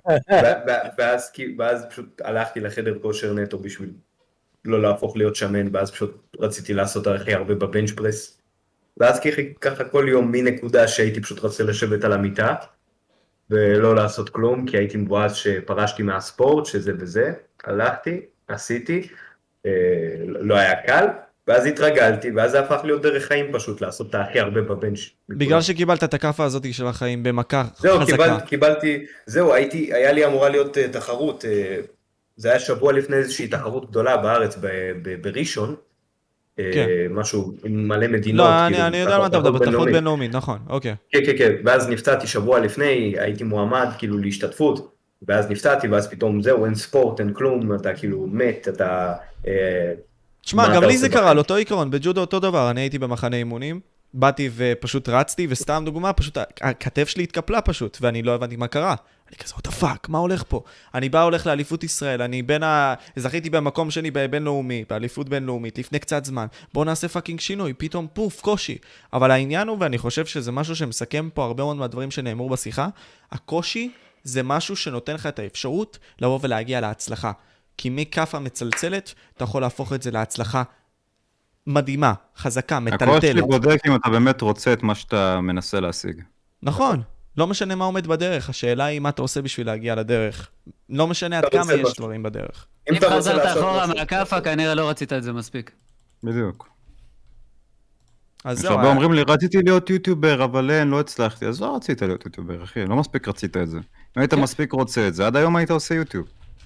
ואז פשוט הלכתי לחדר כושר נטו בשביל לא להפוך להיות שמן, ואז פשוט רציתי לעשות הכי הרבה בבנץ' פרס, ואז ככה כל יום מנקודה שהייתי פשוט רצה לשבת על המיטה, ולא לעשות כלום, כי הייתי מבואס שפרשתי מהספורט, שזה וזה, הלכתי, עשיתי, לא היה קל, ואז התרגלתי, ואז זה הפך להיות דרך חיים פשוט, לעשות את הכי הרבה בבנץ'. בגלל שקיבלת את הכאפה הזאת של החיים במכה חזקה. זהו, קיבל, קיבלתי, זהו, הייתי, היה לי אמורה להיות uh, תחרות, uh, זה היה שבוע לפני איזושהי תחרות גדולה בארץ, ב, ב, בראשון, כן. uh, משהו עם מלא מדינות. לא, כאילו, אני, אני יודע מה אתה מדבר, תחרות בינלאומית, נכון, אוקיי. כן, כן, כן, ואז נפצעתי שבוע לפני, הייתי מועמד כאילו להשתתפות, ואז נפצעתי, ואז פתאום זהו, אין ספורט, אין כלום, אתה כאילו מת, אתה... Uh, תשמע, גם לי זה קרה, לאותו עיקרון, בג'ודו אותו דבר, אני הייתי במחנה אימונים, באתי ופשוט רצתי, וסתם דוגמה, פשוט הכתף שלי התקפלה פשוט, ואני לא הבנתי מה קרה. אני כזה, what the fuck, מה הולך פה? אני בא הולך לאליפות ישראל, אני בין ה... זכיתי במקום שני בבינלאומי, באליפות בינלאומית, לפני קצת זמן. בואו נעשה פאקינג שינוי, פתאום פוף, קושי. אבל העניין הוא, ואני חושב שזה משהו שמסכם פה הרבה מאוד מהדברים שנאמרו בשיחה, הקושי זה משהו שנותן לך את האפשרות לבוא ולהגיע להצלחה. כי מכף מצלצלת, אתה יכול להפוך את זה להצלחה מדהימה, חזקה, מטלטלת. הקושי שלי בודק אם אתה באמת רוצה את מה שאתה מנסה להשיג. נכון, לא משנה מה עומד בדרך, השאלה היא מה אתה עושה בשביל להגיע לדרך. לא משנה עד כמה יש דברים בדרך. אם חזרת אחורה מהכפה, כנראה לא רצית את זה מספיק. בדיוק. אז זהו. הרבה אומרים לי, רציתי להיות יוטיובר, אבל אין, לא הצלחתי. אז לא רצית להיות יוטיובר, אחי, לא מספיק רצית את זה. אם היית מספיק רוצה את זה, עד היום היית עושה יוטיוב.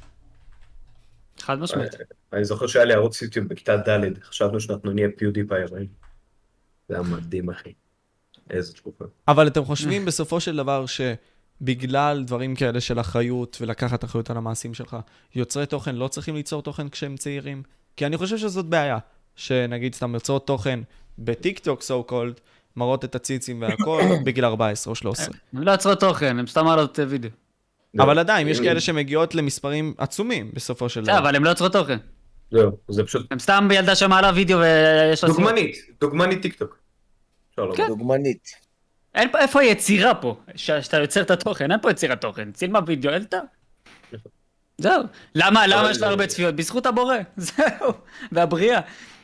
חד משמעית. אני זוכר שהיה לי ערוץ יוטיוב בכיתה ד', חשבנו שאנחנו נהיה פיודיפייר. זה היה מדהים, אחי. איזה תקופה. אבל אתם חושבים בסופו של דבר שבגלל דברים כאלה של אחריות ולקחת אחריות על המעשים שלך, יוצרי תוכן לא צריכים ליצור תוכן כשהם צעירים? כי אני חושב שזאת בעיה, שנגיד סתם יוצרות תוכן בטיק-טוק, so called, מראות את הציצים והכל בגיל ארבע עשרה או שלוש עשרה. הם לא יוצרות תוכן, הם סתם מעלות וידאו. אבל עדיין, יש כאלה שמגיעות למספרים עצומים בסופו של דבר. אבל הם לא יוצרות תוכן. זהו, זה פשוט הם סתם ילדה שמעלה וידאו ויש לה סיום. דוגמנית, דוגמנית טיקטוק. אפשר לומר. דוגמנית. אין פה, איפה היצירה פה? ש- שאתה יוצר את התוכן, אין פה יצירת תוכן. צילמה וידאו, אלתה. זהו. למה, למה יש לה הרבה צפיות? בזכות הבורא. זהו. והבריאה.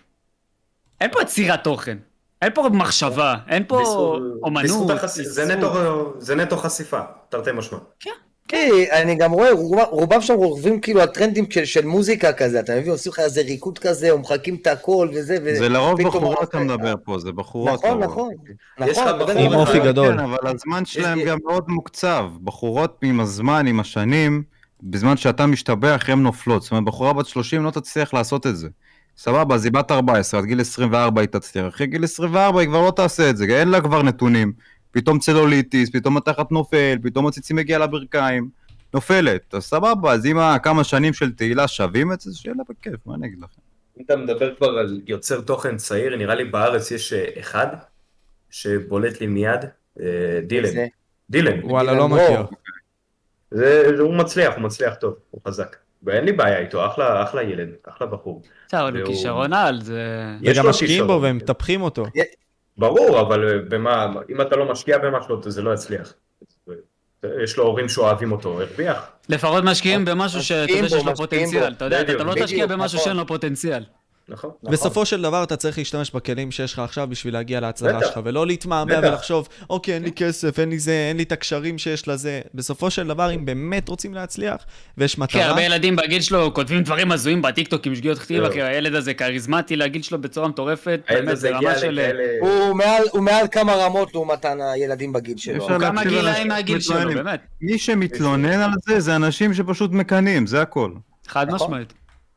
אין פה יצירת תוכן. אין פה מחשבה. אין פה בזכות- אומנות. בזכות החש- זה עיסוק. נטו- זה נטו חשיפה, תרתי משמע. כי אני גם רואה, רובם- רובם שם רוכבים כאילו הטרנדים של- של מוזיקה כזה, אתה מבין? עושים לך איזה ריקוד כזה, או מחקים את הכל וזה, ו- זה לרוב פתאום בחורות אתה- אתה מדבר פה, זה בחורות. נכון, לרוב. נכון. יש לך נכון, בחור וזה- עם אופי כן, גדול. כן, אבל הזמן שלהם יש- גם מאוד מוקצב. בחורות עם הזמן, עם השנים, בזמן שאתה משתבח, הן נופלות. זאת אומרת, בחורה בת שלושים לא תצליח לעשות את זה. סבבה, אז היא בת ארבע עשרה, עד גיל עשרים וארבע היא תצליח. אחרי גיל עשרים וארבע היא כבר לא תעשה את זה, אין לה כבר נתונים. פתאום צלוליטיס, פתאום התחת נופל, פתאום הציצים מגיע לברכיים. נופלת. אז סבבה, אז אם כמה שנים של תהילה שווים את זה, שיהיה לה בכיף, מה אני אגיד לכם? אם אתה מדבר כבר על יוצר תוכן צעיר, נראה לי בארץ יש אה, אחד שבולט לי מיד, אה, דילן. זה- דילן. וואלה, לא דילן מכיר. דרור. זה, זה, הוא מצליח, הוא מצליח טוב, הוא חזק. ואין לי בעיה איתו, אחלה, אחלה ילד, אחלה בחור. בסדר, אבל הוא והוא- כישרון על, זה... יש וגם לו משקיעים בו כישרון. והם מטפחים אותו. ברור, אבל אה, במה, אם אתה לא משקיע במשהו, זה לא יצליח. יש לו הורים שאוהבים אותו, הרוויח. לפחות משקיעים במשהו שאתה משקיעים יודע שיש בו, לו משקיעים פוטנציאל. בו. אתה יודע, אתה בדיוק, לא תשקיע בדיוק, במשהו נכון. שאין לו פוטנציאל. נכון? בסופו של דבר אתה צריך להשתמש בכלים שיש לך עכשיו בשביל להגיע להצלחה בטח. שלך, ולא להתמהמה בטח. ולחשוב, אוקיי, אין לי כסף, אין לי זה, אין לי את הקשרים שיש לזה. בסופו של דבר, אם באמת רוצים להצליח, ויש כי מטרה, הרבה ילדים בגיל שלו כותבים דברים הזויים בטיקטוק עם שגיאות כתיבה, זהו. כי הילד הזה כריזמטי לגיל שלו בצורה מטורפת, הילד באמת, הזה זה הגיע רמה של... לכאלה... הוא מעל- הוא מעל כמה רמות לעומת הילדים בגיל שלו. אפשר כמה להקשיב גילאים לאנשים מהגיל שלו, מתלוננים. באמת. מי שמתלונן על זה, זה אנשים שפשוט מקנאים, זה הכל. חד נכון. משמעית.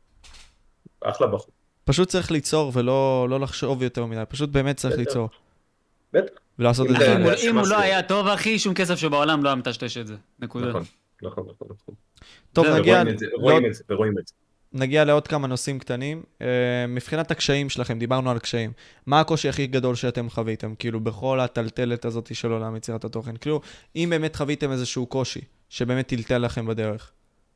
אחלה בחור. פשוט צריך ליצור ולא לא לחשוב יותר מדי, פשוט באמת צריך בטח. ליצור. בטח. ולעשות את אם זה. אתה אם יודע מהלב. הוא- אם הוא שמשהו- לא היה טוב, אחי, שום כסף שבעולם לא היה מטשטש את זה. נקודה. נכון, נכון, נכון, נכון. טוב, זהו, נגיע רואים את זה, רואים לעוד- את זה, ורואים את זה. נגיע לעוד כמה נושאים קטנים. אה, מבחינת הקשיים שלכם, דיברנו על קשיים. מה הקושי הכי גדול שאתם חוויתם? כאילו, בכל הטלטלת הזאת של עולם יצירת התוכן. כאילו, אם באמת חוויתם איזשהו קושי, שבאמת טלטל לכם בדרך.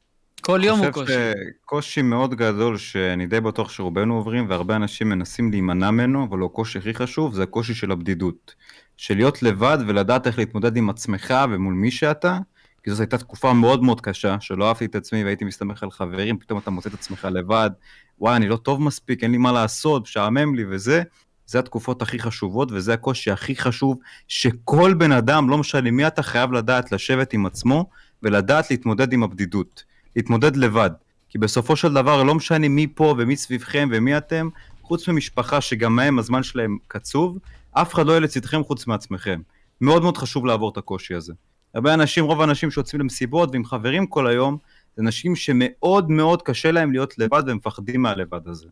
כל יום הוא אני קושי. חושב שקושי מאוד גדול שאני די בטוח שרובנו עוברים והרבה אנשים מנסים להימנע ממנו, אבל לא הקושי הכי חשוב, זה הקושי של הבדידות. של להיות לבד ולדעת איך להתמודד עם עצמך ומול מי שאתה, כי זו הייתה תקופה מאוד מאוד קשה, שלא אהבתי את עצמי והייתי מסתמך על חברים, פתאום אתה מוצא את עצמך לבד, וואי, אני לא טוב מספיק, אין לי מה לעשות, משעמם לי וזה, זה התקופות הכי חשובות, וזה הקושי הכי חשוב, שכל בן אדם, לא משנה מי אתה חייב לדעת לשבת עם עצמו, ולדעת להתמודד עם הבדידות. להתמודד לבד, כי בסופו של דבר לא משנה מי פה ומי סביבכם ומי אתם, חוץ ממשפחה שגם מהם הזמן שלהם קצוב, אף אחד לא יהיה לצדכם חוץ מעצמכם. מאוד מאוד חשוב לעבור את הקושי הזה. הרבה אנשים, רוב האנשים שיוצאים למסיבות ועם חברים כל היום, זה אנשים שמאוד מאוד קשה להם להיות לבד והם מפחדים מהלבד הזה.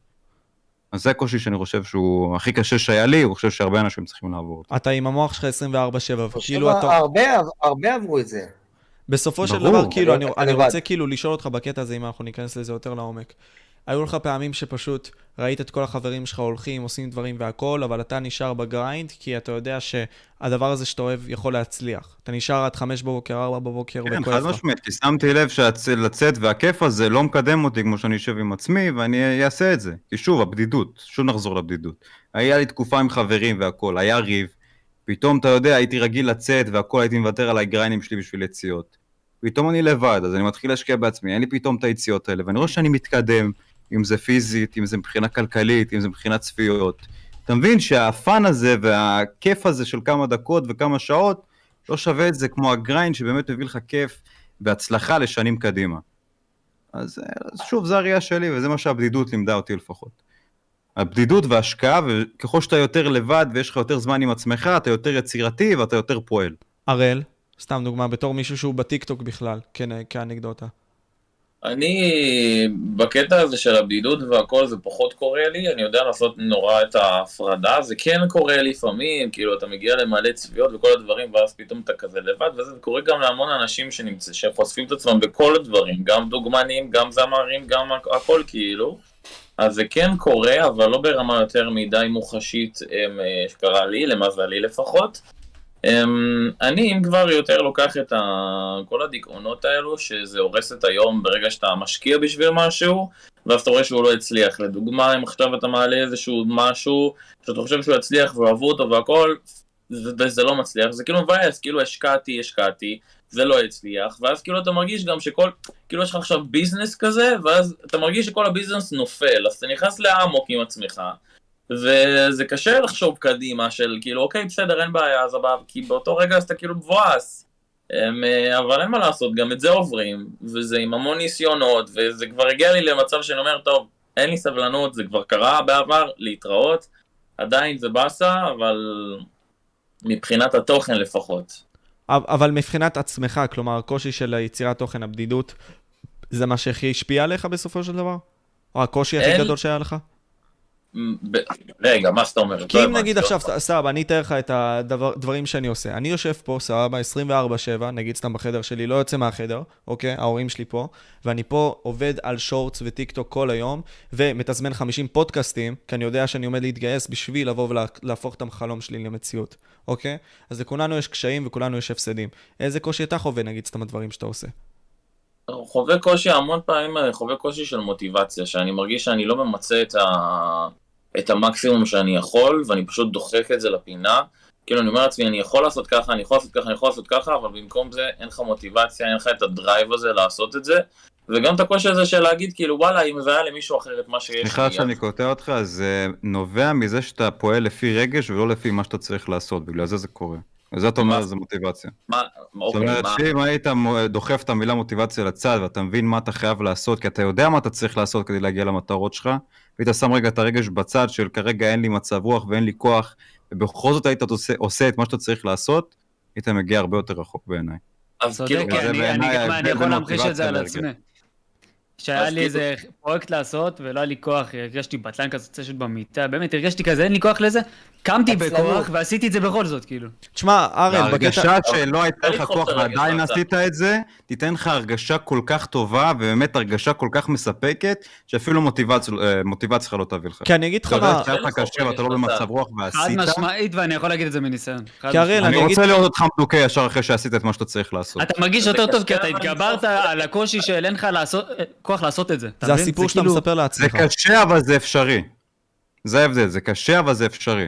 אז זה הקושי שאני חושב שהוא הכי קשה שהיה לי, הוא חושב שהרבה אנשים צריכים לעבור אותו. אתה עם המוח שלך עשרים וארבע שבע, כאילו עכשיו, אתה... הרבה הרבה עברו את זה. בסופו של ברור. דבר, כאילו, אתה אני, לא- אני אתה לבד. רוצה כאילו לשאול אותך בקטע הזה, אם אנחנו ניכנס לזה יותר לעומק. היו לך פעמים שפשוט ראית את כל החברים שלך הולכים, עושים דברים והכל, אבל אתה נשאר בגריינד, כי אתה יודע שהדבר הזה שאתה אוהב יכול להצליח. אתה נשאר עד חמש בבוקר, ארבע בבוקר, כן, וכואב חד לך. משמעית, כי שמתי לב שלצאת והכיף הזה לא מקדם אותי כמו שאני יושב עם עצמי, ואני אעשה את זה. כי שוב, הבדידות, שוב נחזור לבדידות. היה לי תקופה עם חברים והכל, היה ריב, פתאום אתה יודע, הייתי רגיל לצאת והכל, הייתי מוותר על הגריינים שלי בשביל יציאות. פתאום אני לבד, אז אני מתחיל להשקיע בעצמי, אין לי פתאום את היציאות האלה, ואני רואה שאני מתקדם, אם זה פיזית, אם זה מבחינה כלכלית, אם זה מבחינת צפיות. אתה מבין שהפן הזה והכיף הזה של כמה דקות וכמה שעות, לא שווה את זה כמו הגריינד שבאמת מביא לך כיף והצלחה לשנים קדימה. אז, אז שוב, זה הראייה שלי, וזה מה שהבדידות לימדה אותי לפחות. הבדידות וההשקעה, וככל שאתה יותר לבד ויש לך יותר זמן עם עצמך, אתה יותר יצירתי ואתה יותר פועל. הראל, סתם דוגמה, בתור מישהו שהוא בטיקטוק בכלל, כן, כאנקדוטה. אני, בקטע הזה של הבדידות והכל זה פחות קורה לי, אני יודע לעשות נורא את ההפרדה, זה כן קורה לפעמים, כאילו אתה מגיע למלא צפיות וכל הדברים, ואז פתאום אתה כזה לבד, וזה קורה גם להמון אנשים שנמצא, שחושפים את עצמם בכל הדברים, גם דוגמנים, גם זמרים, גם הכל כאילו, אז זה כן קורה, אבל לא ברמה יותר מדי מוחשית שקרה לי, למזלי לפחות. אני, אם כבר יותר לוקח את כל הדיכאונות האלו, שזה הורס את היום ברגע שאתה משקיע בשביל משהו, ואז אתה רואה שהוא לא הצליח. לדוגמה, אם עכשיו אתה מעלה איזשהו משהו, שאתה חושב שהוא יצליח ואוהבו אותו והכל, וזה לא מצליח, זה כאילו מבאס, כאילו השקעתי, השקעתי, זה לא הצליח, ואז כאילו אתה מרגיש גם שכל, כאילו יש לך עכשיו ביזנס כזה, ואז אתה מרגיש שכל הביזנס נופל, אז אתה נכנס לעמוק עם עצמך, וזה קשה לחשוב קדימה של כאילו אוקיי בסדר אין בעיה, אז הבא, כי באותו רגע אתה כאילו מבואס, אבל אין מה לעשות, גם את זה עוברים, וזה עם המון ניסיונות, וזה כבר הגיע לי למצב שאני אומר טוב, אין לי סבלנות, זה כבר קרה בעבר, להתראות, עדיין זה בסה, אבל מבחינת התוכן לפחות. אבל מבחינת עצמך, כלומר, הקושי של יצירת תוכן, הבדידות, זה מה שהכי השפיע עליך בסופו של דבר? או הקושי הכי גדול שהיה לך? רגע, מה שאתה אומר? כי אם נגיד עכשיו, סבבה, אני אתאר לך את הדברים שאני עושה. אני יושב פה, סבבה, עשרים וארבע שבע, נגיד סתם בחדר שלי, לא יוצא מהחדר, אוקיי? ההורים שלי פה, ואני פה עובד על שורטס וטיקטוק כל היום, ומתזמן חמישים פודקאסטים, כי אני יודע שאני עומד להתגייס בשביל לבוא ולהפוך את החלום שלי למציאות, אוקיי? אז לכולנו יש קשיים וכולנו יש הפסדים. איזה קושי אתה חווה, נגיד סתם הדברים שאתה עושה? חווה קושי, המון פעמים חווה קושי של מוטיבציה, שאני מרגיש שאני לא ממצא את ה... את המקסימום שאני יכול, ואני פשוט דוחק את זה לפינה. כאילו אני אומר לעצמי, אני יכול לעשות ככה, אני יכול לעשות ככה, אני יכול לעשות ככה, אבל במקום זה אין לך מוטיבציה, אין לך את הדרייב הזה לעשות את זה, וגם את הקושי הזה של להגיד, כאילו וואלה, אם זה היה למישהו אחר את מה שיש. סליחה שאני קוטע אותך, זה נובע מזה שאתה פועל לפי רגש, ולא לפי מה שאתה צריך לעשות, בגלל זה זה קורה. וזה אתה אומר, זה מוטיבציה. מה? זאת אומרת שאם היית דוחף את המילה מוטיבציה לצד, ואתה מבין מה אתה חייב לעשות, כי אתה יודע מה אתה צריך לעשות כדי להגיע למטרות שלך, והיית שם רגע את הרגש בצד של כרגע אין לי מצב רוח ואין לי כוח, ובכל זאת היית עושה, עושה את מה שאתה צריך לעשות, היית מגיע הרבה יותר רחוק בעיניי. אז צודק, אני יכול להמחיש את זה על עצמי. שהיה לי איזה פרויקט לעשות, ולא היה לי כוח, הרגשתי בטלן כזה צשת במיטה, באמת הרגשתי כזה, אין לי כוח לזה, קמתי בכוח ועשיתי את זה בכל זאת, כאילו. תשמע, ארל, הרגשה שלא הייתה לך כוח ועדיין עשית את זה, תיתן לך הרגשה כל כך טובה, ובאמת הרגשה כל כך מספקת, שאפילו מוטיבציה לא תביא לך. כי אני אגיד לך מה... אתה יודע שהיה לך קשה ואתה לא במצב רוח ועשית. חד משמעית, ואני יכול להגיד את זה מניסיון. אני רוצה לראות אותך מדוקה ישר אחרי שעשית את מה שאתה צריך לעשות. אתה מרגיש יותר טוב כי אתה התגברת על הקושי שאין לך כוח לעשות את זה. זה הסיפור שאתה מספר לעצמך. זה קשה אבל זה אפשרי. זה ההבדל, זה קשה אבל זה אפשרי.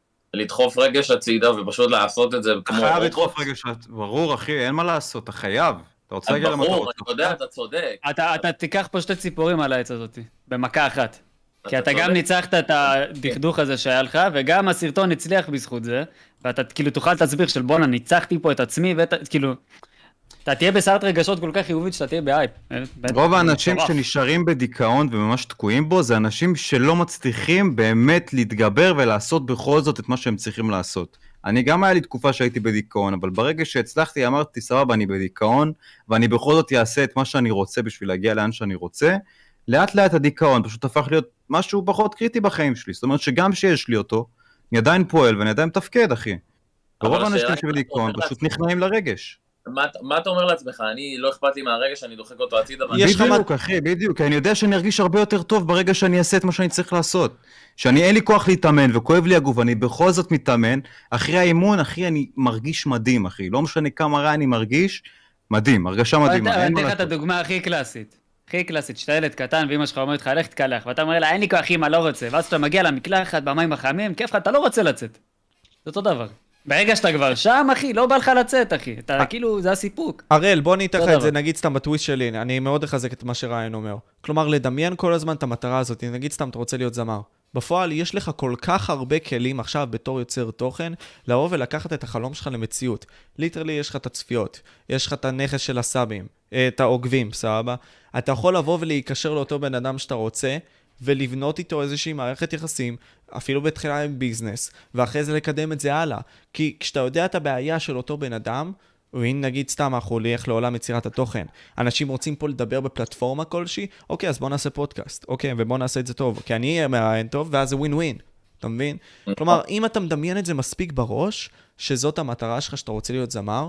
לדחוף רגש הצידה ופשוט לעשות את זה כמו... חייב לדחוף רגש, ברור אחי, אין מה לעשות, אתה חייב. אתה רוצה להגיע למטרות. ברור, אני יודע, אתה צודק. אתה תיקח פה שתי ציפורים על העץ הזאת, במכה אחת. כי אתה גם ניצחת את הדכדוך הזה שהיה לך, וגם הסרטון הצליח בזכות זה, ואתה כאילו תוכל להסביר של בונה, ניצחתי פה את עצמי, וכאילו... אתה תהיה בסערת רגשות כל כך חיובית שאתה תהיה באייפ. רוב האנשים שנשארים בדיכאון וממש תקועים בו, זה אנשים שלא מצליחים באמת להתגבר ולעשות בכל זאת את מה שהם צריכים לעשות. אני גם היה לי תקופה שהייתי בדיכאון, אבל ברגע שהצלחתי אמרתי, סבבה, אני בדיכאון, ואני בכל זאת אעשה את מה שאני רוצה בשביל להגיע לאן שאני רוצה, לאט לאט הדיכאון פשוט הפך להיות משהו פחות קריטי בחיים שלי. זאת אומרת שגם שיש לי אותו, אני עדיין פועל ואני עדיין מתפקד, אחי. ורוב האנשים שבדיכאון פשוט נכנעים לרגש. מה, מה אתה אומר לעצמך? אני לא אכפת לי מהרגע שאני דוחק אותו הצידה. בדיוק, אחי, בדיוק. אני יודע שאני ארגיש הרבה יותר טוב ברגע שאני אעשה את מה שאני צריך לעשות. שאני אין לי כוח להתאמן וכואב לי הגוף, אני בכל זאת מתאמן. אחרי האימון, אחי, אני מרגיש מדהים, אחי. לא משנה כמה רע אני מרגיש, מדהים, הרגשה מדהימה. אני אתן לך את הדוגמה הכי קלאסית. הכי קלאסית, שאתה ילד קטן ואמא שלך אומרת לך, לך תקלח, ואתה אומר לה, אין לי כוח אמא, לא רוצה. ואז אתה מגיע למקלחת במים החמים, כיף לך, אתה לא רוצה לצאת. זה אותו דבר. ברגע שאתה כבר שם, אחי, לא בא לך לצאת, אחי. אתה כאילו, זה הסיפוק. אראל, בוא ניתן לך את זה, נגיד סתם בטוויסט שלי, אני מאוד אחזק את מה שריין אומר. כלומר, לדמיין כל הזמן את המטרה הזאת, נגיד סתם, אתה רוצה להיות זמר. בפועל, יש לך כל כך הרבה כלים עכשיו בתור יוצר תוכן, לבוא ולקחת את החלום שלך למציאות. ליטרלי, יש לך את הצפיות, יש לך את הנכס של הסאבים, את העוקבים, סבבה? אתה יכול לבוא ולהיקשר לאותו בן אדם שאתה רוצה, ולבנות איתו איזושהי מערכת יחסים, אפילו בתחילה עם ביזנס, ואחרי זה לקדם את זה הלאה. כי כשאתה יודע את הבעיה של אותו בן אדם, והנה נגיד סתם אנחנו הולך לעולם יצירת התוכן, אנשים רוצים פה לדבר בפלטפורמה כלשהי, אוקיי, אז בוא נעשה פודקאסט, אוקיי, ובוא נעשה את זה טוב, כי אני אהיה מראיין טוב, ואז זה ווין ווין, אתה מבין? כלומר, אם אתה מדמיין את זה מספיק בראש, שזאת המטרה שלך שאתה רוצה להיות זמר,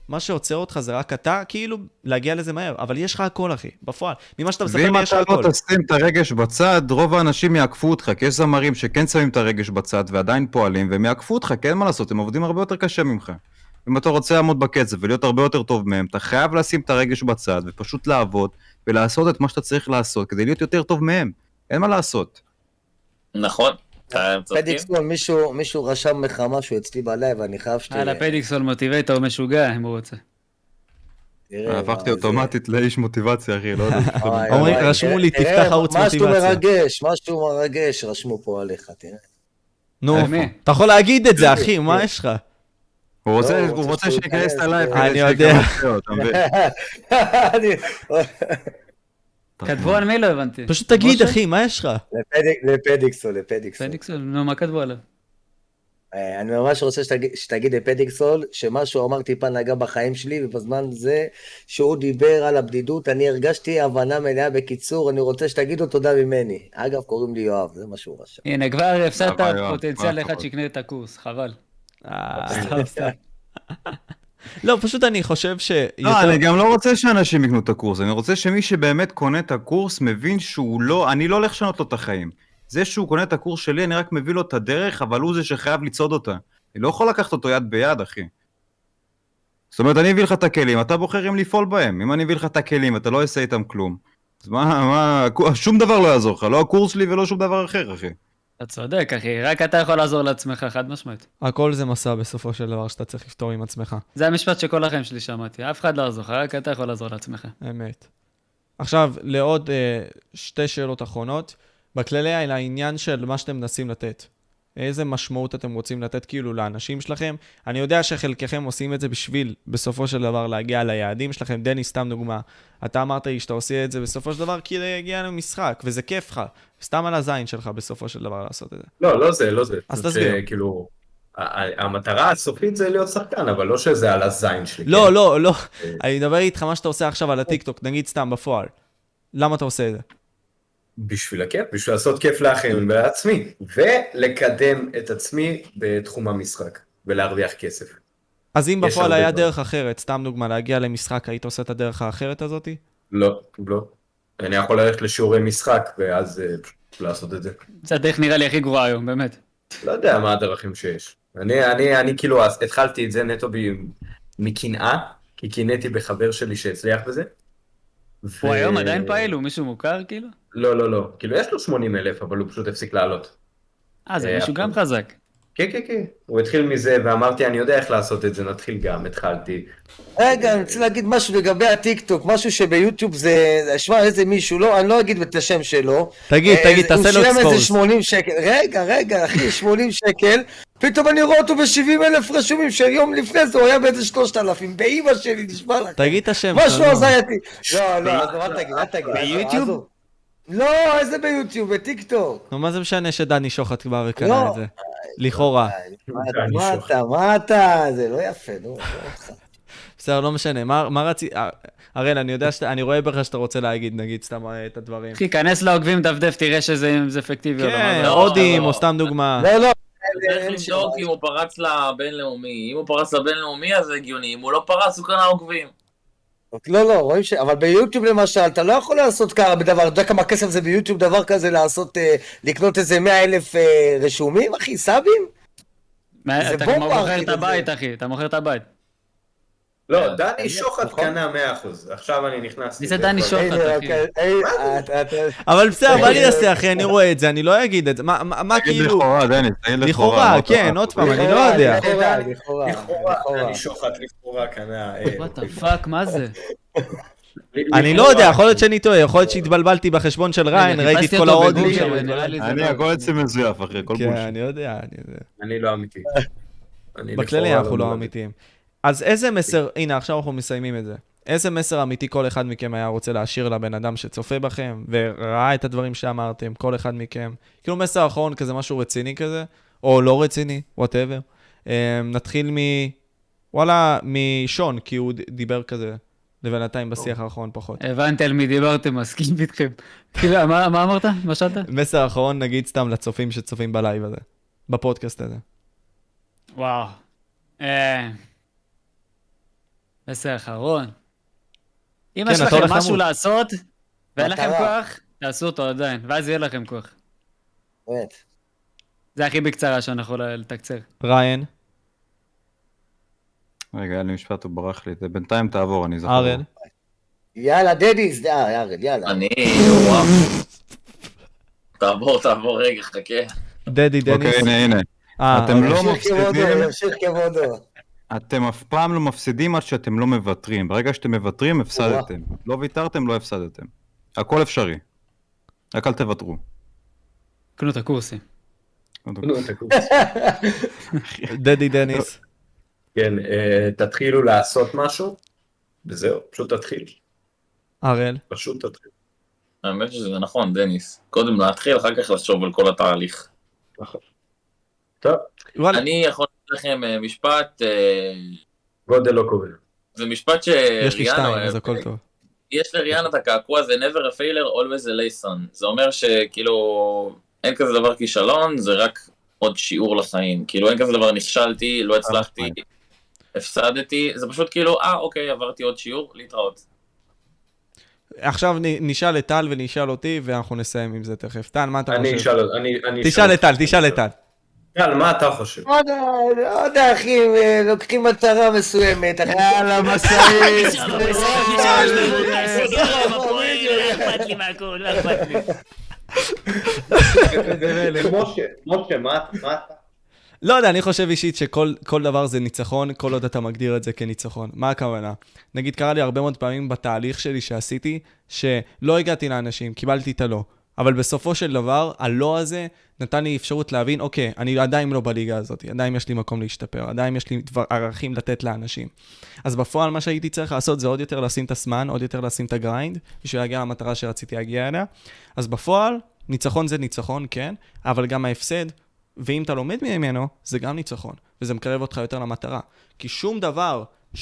מה שעוצר אותך זה רק אתה, כאילו, להגיע לזה מהר. אבל יש לך הכל, אחי, בפועל. ממה שאתה מספר לי, יש לך ואם הכל. אתה לא תשים את הרגש בצד, רוב האנשים יעקפו אותך, כי יש זמרים שכן שמים את הרגש בצד ועדיין פועלים, והם יעקפו אותך, כי אין מה לעשות, הם עובדים הרבה יותר קשה ממך. אם אתה רוצה לעמוד בקצב ולהיות הרבה יותר טוב מהם, אתה חייב לשים את הרגש בצד, ופשוט לעבוד, ולעשות את מה שאתה צריך לעשות, כדי להיות יותר טוב מהם. אין מה לעשות. נכון. הם צודקים. פדיקסון, מישהו, מישהו רשם לך משהו אצלי בלייב, אני חייב שתראה. על הפדיקסול מוטיבייטור משוגע, אם הוא רוצה. תראה, הפכתי מה זה. אוטומטית לאיש מוטיבציה, אחי, לא יודע. וואי, אומרים, וואי, רשמו תראה, לי, תראה, תפתח ערוץ משהו מוטיבציה. מרגש, משהו מרגש, רשמו פה עליך, תראה. נו, על מי? אתה יכול להגיד את זה, אחי, מה יש לך? הוא רוצה, לא, הוא רוצה רוצה שהוא שייכנס ייכנס, את הלייב, אה, אני יודע. אתה מבין? אני- כתבו על מי לא הבנתי. פשוט תגיד, משה? אחי, מה יש לך? לפדיק- לפדיקסול, לפדיקסול. פדיקסול, נו, מה כתבו עליו? אה, אני ממש רוצה שתגיד, שתגיד לפדיקסול שמה שהוא אמר טיפה נגע בחיים שלי, ובזמן זה שהוא דיבר על הבדידות, אני הרגשתי הבנה מלאה. בקיצור, אני רוצה שתגיד לו תודה ממני. אגב, קוראים לי יואב, זה מה שהוא רשם. הנה, כבר הפסדת אבל, יואב, פוטנציאל מה לאחד הכבוד. שיקנה את הקורס, חבל. אה, סתם, סתם. לא, פשוט אני חושב לא, שיותר... אני גם לא רוצה שאנשים יקנו את הקורס, אני רוצה שמי שבאמת קונה את הקורס מבין שהוא לא, אני לא הולך לשנות לו את החיים. זה שהוא קונה את הקורס שלי, אני רק מביא לו את הדרך, אבל הוא זה שחייב לצעוד אותה. אני לא יכול לקחת אותו יד ביד, אחי. זאת אומרת, אני אביא לך את הכלים, אתה בוחר אם לפעול בהם. אם אני אביא לך את הכלים, אתה לא אעשה איתם כלום. אז מה, מה, שום דבר לא יעזור לך, לא הקורס שלי ולא שום דבר אחר, אחי. אתה צודק, אחי, רק אתה יכול לעזור לעצמך, חד משמעית. הכל זה מסע בסופו של דבר שאתה צריך לפתור עם עצמך. זה המשפט שכל החיים שלי שמעתי, אף אחד לא יעזור לך, רק אתה יכול לעזור לעצמך. אמת. עכשיו, לעוד אה, שתי שאלות אחרונות. בכללי, על העניין של מה שאתם מנסים לתת. איזה משמעות אתם רוצים לתת כאילו לאנשים שלכם? אני יודע שחלקכם עושים את זה בשביל בסופו של דבר להגיע ליעדים שלכם. דני, סתם דוגמה. אתה אמרת לי שאתה עושה את זה בסופו של דבר כי להגיע למשחק, וזה כיף לך. סתם על הזין שלך בסופו של דבר לעשות את זה. לא, לא זה, לא זה. אז פשוט תסביר. שכאילו, ה- ה- המטרה הסופית זה להיות שחקן, אבל לא שזה על הזין שלי. לא, כן? לא, לא. אני מדבר איתך מה שאתה עושה עכשיו על הטיקטוק, נגיד סתם בפועל. למה אתה עושה את זה? בשביל הכיף, בשביל לעשות כיף לאחרים ולעצמי, ולקדם את עצמי בתחום המשחק, ולהרוויח כסף. אז אם יש בפועל הרבה היה דברים. דרך אחרת, סתם דוגמה, להגיע למשחק, היית עושה את הדרך האחרת הזאתי? לא, לא. אני יכול ללכת לשיעורי משחק, ואז אה, פשוט לעשות את זה. זה הדרך נראה לי הכי גרועה היום, באמת. לא לא יודע מה הדרכים שיש. אני, אני, אני כאילו, אז התחלתי את זה נטו ב- מקנאה, כי קינאתי בחבר שלי שהצליח בזה. הוא ו- היום עדיין פעיל, הוא מישהו מוכר כאילו? לא, לא, לא. כאילו, יש לו שמונים אלף, אבל הוא פשוט הפסיק לעלות. אה, זה אה, מישהו גם אבל- חזק. כן, כן, כן. הוא התחיל מזה, ואמרתי, אני יודע איך לעשות את זה, נתחיל גם, התחלתי. רגע, אני רוצה להגיד משהו לגבי הטיקטוק, משהו שביוטיוב זה, שמע, איזה מישהו, לא, אני לא אגיד את השם שלו. תגיד, אה, תגיד, תעשה לו הוא שילם איזה אקספוז. שמונים שקל, רגע, רגע, אחי, שמונים שקל, פתאום אני רואה אותו ב-שבעים אלף רשומים, שיום לפני זה הוא היה באיזה שלושת אלפים, באמא שלי, נשמע לך. תגיד את השם משהו נו. הזייתי. לא, לא, אז אל תגיד, אל תגיד. ביוטיוב? עזוב. לא, איזה ביוטיוב, בטיקטוק. נו, מה זה משנה שדני שוחט כבר קנה לא. את זה? לכאורה. מה אתה, מה אתה, מה אתה, זה לא יפה, נו, לא אותך. בסדר, לא משנה. מה מה רצי... אה, הראל, אני יודע שאתה... אני רואה בך שאתה רוצה להגיד, נגיד, סתם אה, את הדברים. אחי, כנס לעוקבים, דפדף, תראה שזה זה אפקטיבי או לא. כן, מה זה? הודים, לא. או סתם דוגמה. לא, לא. צריך אין לבדוק שם- אם הוא פרץ לבינלאומי. אם הוא פרץ לבינלאומי אז זה הגיוני, אם הוא לא פרץ הוא קנה עוקבים. לא, לא, רואים ש... אבל ביוטיוב למשל, אתה לא יכול לעשות ככה בדבר, אתה יודע כמה כסף זה ביוטיוב, דבר כזה לעשות, אה, לקנות איזה מאה אלף אה, רשומים, אחי, סאבים? מה, זה אתה בומבה, כמו מוכר אחי, את הבית, זה- אחי, אתה מוכר את הבית. לא, דני שוחט נכון? קנה מאה אחוז. עכשיו אני נכנסתי. מי זה דני לכל- שוחט? הנה, אחי. אוקיי, היי, אתה- אתה- אבל בסדר, מה אני אעשה, אחי? אני רואה את זה, אני לא אגיד את זה. מה- מה מה תגיד כאילו... לכאורה, דני, תגיד לכאורה. לכאורה, מה כן, אתה- עוד פעם, אני לא לכאורה, יודע. לכאורה, דני- לכאורה, לכאורה, לכאורה. דני שוחט לכאורה קנה. אה, וואט הפאק, מה זה? אני לא יודע, יכול להיות שאני טועה, יכול להיות שהתבלבלתי בחשבון של ריין, רגע, ראיתי את חיפשתי כל אותו ההודים בגוגל, שם. ונראה לי זה אני לא- הכל אצלי מזויף, אחי, הכל כן, בולשיט. אני יודע, אני יודע. אני לא אמיתי. אני בכללי לכאורה אנחנו לא מבין. אמיתיים. אז איזה מסר, הנה עכשיו אנחנו מסיימים את זה. איזה מסר אמיתי כל אחד מכם היה רוצה להשאיר לבן אדם שצופה בכם, וראה את הדברים שאמרתם, כל אחד מכם. כאילו מסר אחרון כזה, משהו רציני כזה, או לא רציני, whatever. נתחיל מ... וואלה, משון, כי הוא ד- דיבר כזה, לבינתיים בשיח האחרון פחות. הבנתי על מי דיברתם, מסכים איתכם. כאילו, מה מה אמרת? מה שאלת? מסר אחרון נגיד סתם לצופים שצופים בלייב הזה, בפודקאסט הזה. וואו. אה, מסר אחרון. אם כן, יש אתה לכם הולך משהו למות. לעשות, ואין לכם מטרה. כוח, תעשו אותו עדיין, ואז יהיה לכם כוח. באמת. זה הכי בקצרה שאני יכול לתקצר. ריין, רגע, היה לי משפט, הוא ברח לי. זה בינתיים תעבור, אני זוכר. ארל, יאללה, דניס, אה, יארד, יאללה. אני, וואו. תעבור, תעבור רגע, חכה. דדי דניס. אוקיי, הנה, הנה. אה, אתם אוקיי. לא ימשיך כבודו, מפסידים, ימשיך כבודו. אתם אף פעם לא מפסידים עד שאתם לא מוותרים. ברגע שאתם מוותרים, הפסדתם. לא ויתרתם, לא הפסדתם. הכל אפשרי. רק אל תוותרו. קנו את הקורסים. נו, תקום. דדי דניס. כן, אה, תתחילו לעשות משהו, וזהו, פשוט תתחיל. ארל. פשוט תתחיל. האמת שזה נכון, דניס. קודם להתחיל, אחר כך לחשוב על כל התהליך. נכון. טוב, וואלה. אני יכול לתת לכם אה, משפט, אה, גודל לא קובע. זה משפט יש לי שריאנה שתיים, אוהב. אז הכל טוב. יש לריאנה את הקעקוע הזה, never a failure, always a lesson. זה אומר שכאילו, אין כזה דבר כישלון, זה רק עוד שיעור לחיים. כאילו, אין כזה דבר נכשלתי, לא הצלחתי, הפסדתי, זה פשוט כאילו, אה, אוקיי, עברתי עוד שיעור, להתראות. עכשיו נ- נשאל את טל ונשאל אותי, ואנחנו נסיים עם זה תכף. טל, מה אתה אני חושב? אשאל, אני, אני תשאל את טל, אותך. תשאל את טל. טל, מה אתה חושב? לא יודע, לא יודע, אחי, אה, לוקחים מטרה מסוימת, אחי. יאללה, משאית. משה, משה, מה מה אתה? לא יודע, אני חושב אישית שכל כל דבר זה ניצחון, כל עוד אתה מגדיר את זה כניצחון. מה הכוונה? נגיד, קרה לי הרבה מאוד פעמים בתהליך שלי שעשיתי, שלא הגעתי לאנשים, קיבלתי את הלא. אבל בסופו של דבר, הלא הזה נתן לי אפשרות להבין, אוקיי, אני עדיין לא בליגה הזאת, עדיין יש לי מקום להשתפר, עדיין יש לי דבר, ערכים לתת לאנשים. אז בפועל מה שהייתי צריך לעשות זה עוד יותר לשים את הסמן, עוד יותר לשים את הגריינד, בשביל להגיע למטרה שרציתי להגיע אליה. אז בפועל, ניצחון זה ניצחון, כן, אבל גם ההפסד, ואם אתה לומד ממנו, זה גם ניצחון, וזה מקרב אותך יותר למטרה. כי שום דבר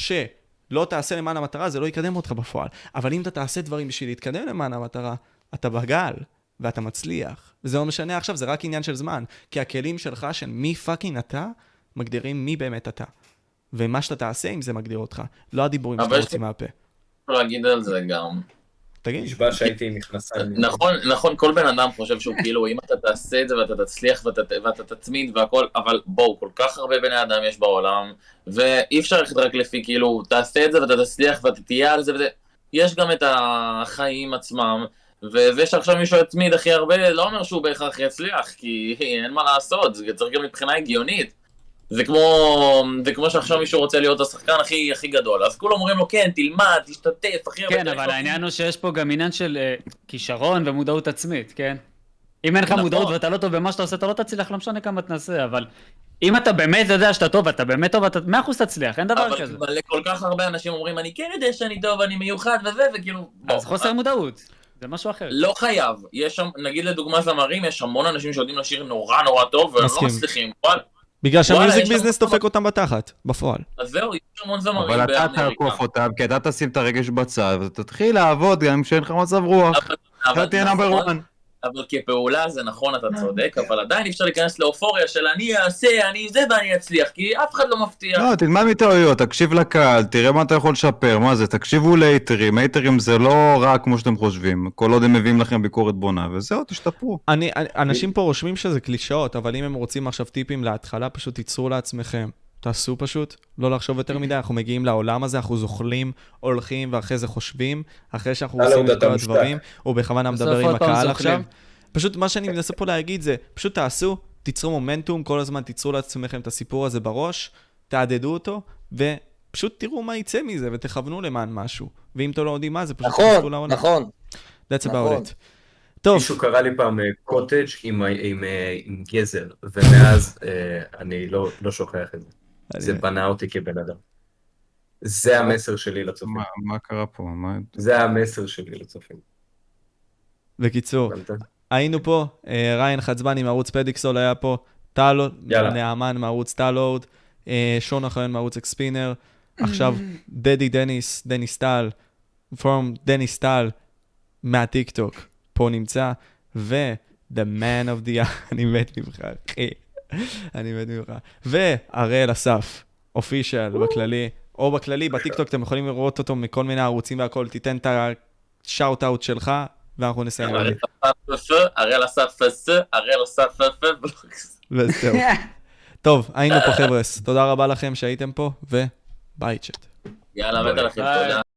שלא תעשה למען המטרה, זה לא יקדם אותך בפועל. אבל אם אתה תעשה דברים בשביל להתקדם למען המטרה, אתה בגל, ואתה מצליח. וזה לא משנה עכשיו, זה רק עניין של זמן. כי הכלים שלך של מי פאקינג אתה, מגדירים מי באמת אתה. ומה שאתה תעשה אם זה מגדיר אותך. לא הדיבורים שאתה אבל יש רוצים לי- מהפה. לא להגיד על זה גם. תגיד. נשבע שהייתי עם מכנסיים. נכון, נכון, כל בן אדם חושב שהוא כאילו, אם אתה תעשה את זה ואתה תצליח ואתה, ואתה תצמיד והכל, אבל בואו, כל כך הרבה בני אדם יש בעולם, ואי אפשר ללכת רק לפי כאילו, תעשה את זה ואתה תצליח ואתה תהיה על זה וזה, יש גם את החיים עצמם, וזה שעכשיו מישהו יצמיד הכי הרבה, לא אומר שהוא בהכרח יצליח, כי אין מה לעשות, זה צריך גם מבחינה הגיונית. זה כמו, זה כמו שעכשיו מישהו רוצה להיות השחקן הכי, הכי גדול, אז כולם אומרים לו, כן, תלמד, תשתתף, הכי הרבה... כן, אבל העניין הוא שיש פה גם עניין של אה, כישרון ומודעות עצמית, כן? אם אין לך נכון. מודעות ואתה לא טוב במה שאתה עושה, אתה לא תצליח, לא משנה כמה תנסה, אבל אם אתה באמת יודע שאתה טוב, אתה באמת טוב, אתה מאה אחוז תצליח, אין דבר אבל, כזה. אבל כל כך הרבה אנשים אומרים, אני כן יודע שאני טוב, אני מיוחד וזה, וכאילו... אז בוא, חוסר מודעות, זה משהו אחר. לא חייב, יש שם, נגיד לדוגמה זמרים, יש המון אנשים שיודעים לשיר נורא נורא טוב, והם לא מסכים. מצליחים, וואלה, בגלל שהמיוזיק יש שם- ביזנס דופק אותם בתחת, בפועל. אז זהו, יש המון זמרים אבל אתה באמריקה. תעקוף אותם, כי אתה תשים את הרגש בצד, ותתחיל לעבוד גם כשאין לך מצב רוח. אבל- אבל אתה תהיה נאמבר נכון, וואן. אבל כפעולה זה נכון, אתה צודק, אבל עדיין אי אפשר להיכנס לאופוריה של אני אעשה, אני זה ואני אצליח, כי אף אחד לא מבטיח. לא, תלמד מטעויות, תקשיב לקהל, תראה מה אתה יכול לשפר, מה זה, תקשיבו להיטרים, היטרים זה לא רע כמו שאתם חושבים, כל עוד הם מביאים לכם ביקורת בונה, וזהו, תשתפרו. אני, אני- אנשים פה רושמים שזה קלישאות, אבל אם הם רוצים עכשיו טיפים להתחלה, פשוט תיצרו לעצמכם. תעשו פשוט, לא לחשוב יותר מדי, אנחנו מגיעים לעולם הזה, אנחנו זוכלים, הולכים, ואחרי זה חושבים, אחרי שאנחנו הלו, עושים את אתה כל מושתק. הדברים, הוא בכוונה בסוף מדבר עם עוד פעם הקהל זוכלים. עכשיו. פשוט מה שאני מנסה פה להגיד זה, פשוט תעשו, תיצרו מומנטום, כל הזמן תיצרו לעצמכם את הסיפור הזה בראש, תעדדו אותו, ופשוט תראו מה יצא מזה, ותכוונו למען משהו. ואם אתם לא יודעים מה זה, פשוט תצאו נכון, לעולם. נכון. That's about נכון. it. טוב, מישהו קרא לי פעם אה, קוטג' עם, ה- עם, אה, עם גזר, ומאז אה, אני לא, לא שוכח את זה. זה בנה אותי כבן אדם. זה המסר שלי לצופים. מה- מה קרה פה? מה- זה המסר שלי לצופים. בקיצור, הבנת? היינו פה, אה, ריין חצבני מערוץ פדיקסול היה פה, טל יאללה. נעמן מערוץ טלורד, אה, שון אוחיון מערוץ אקספינר, עכשיו דדי דניס, דניס טל, פורום דניס טל מהטיק טוק, פה נמצא, ו- The man of the... אני מת ממך, אחי. אני מת ממך. והראל אסף, אופישל בכללי, או בכללי, בטיקטוק אתם יכולים לראות אותו מכל מיני ערוצים והכל, תיתן את השאוט-אאוט שלך, ואנחנו נסיים. הראל עשה פסה, הראל עשה פפה, וזהו. טוב, היינו פה חבר'ס, תודה רבה לכם שהייתם פה, וביי צ'אט. יאללה, מת עליכם, תודה.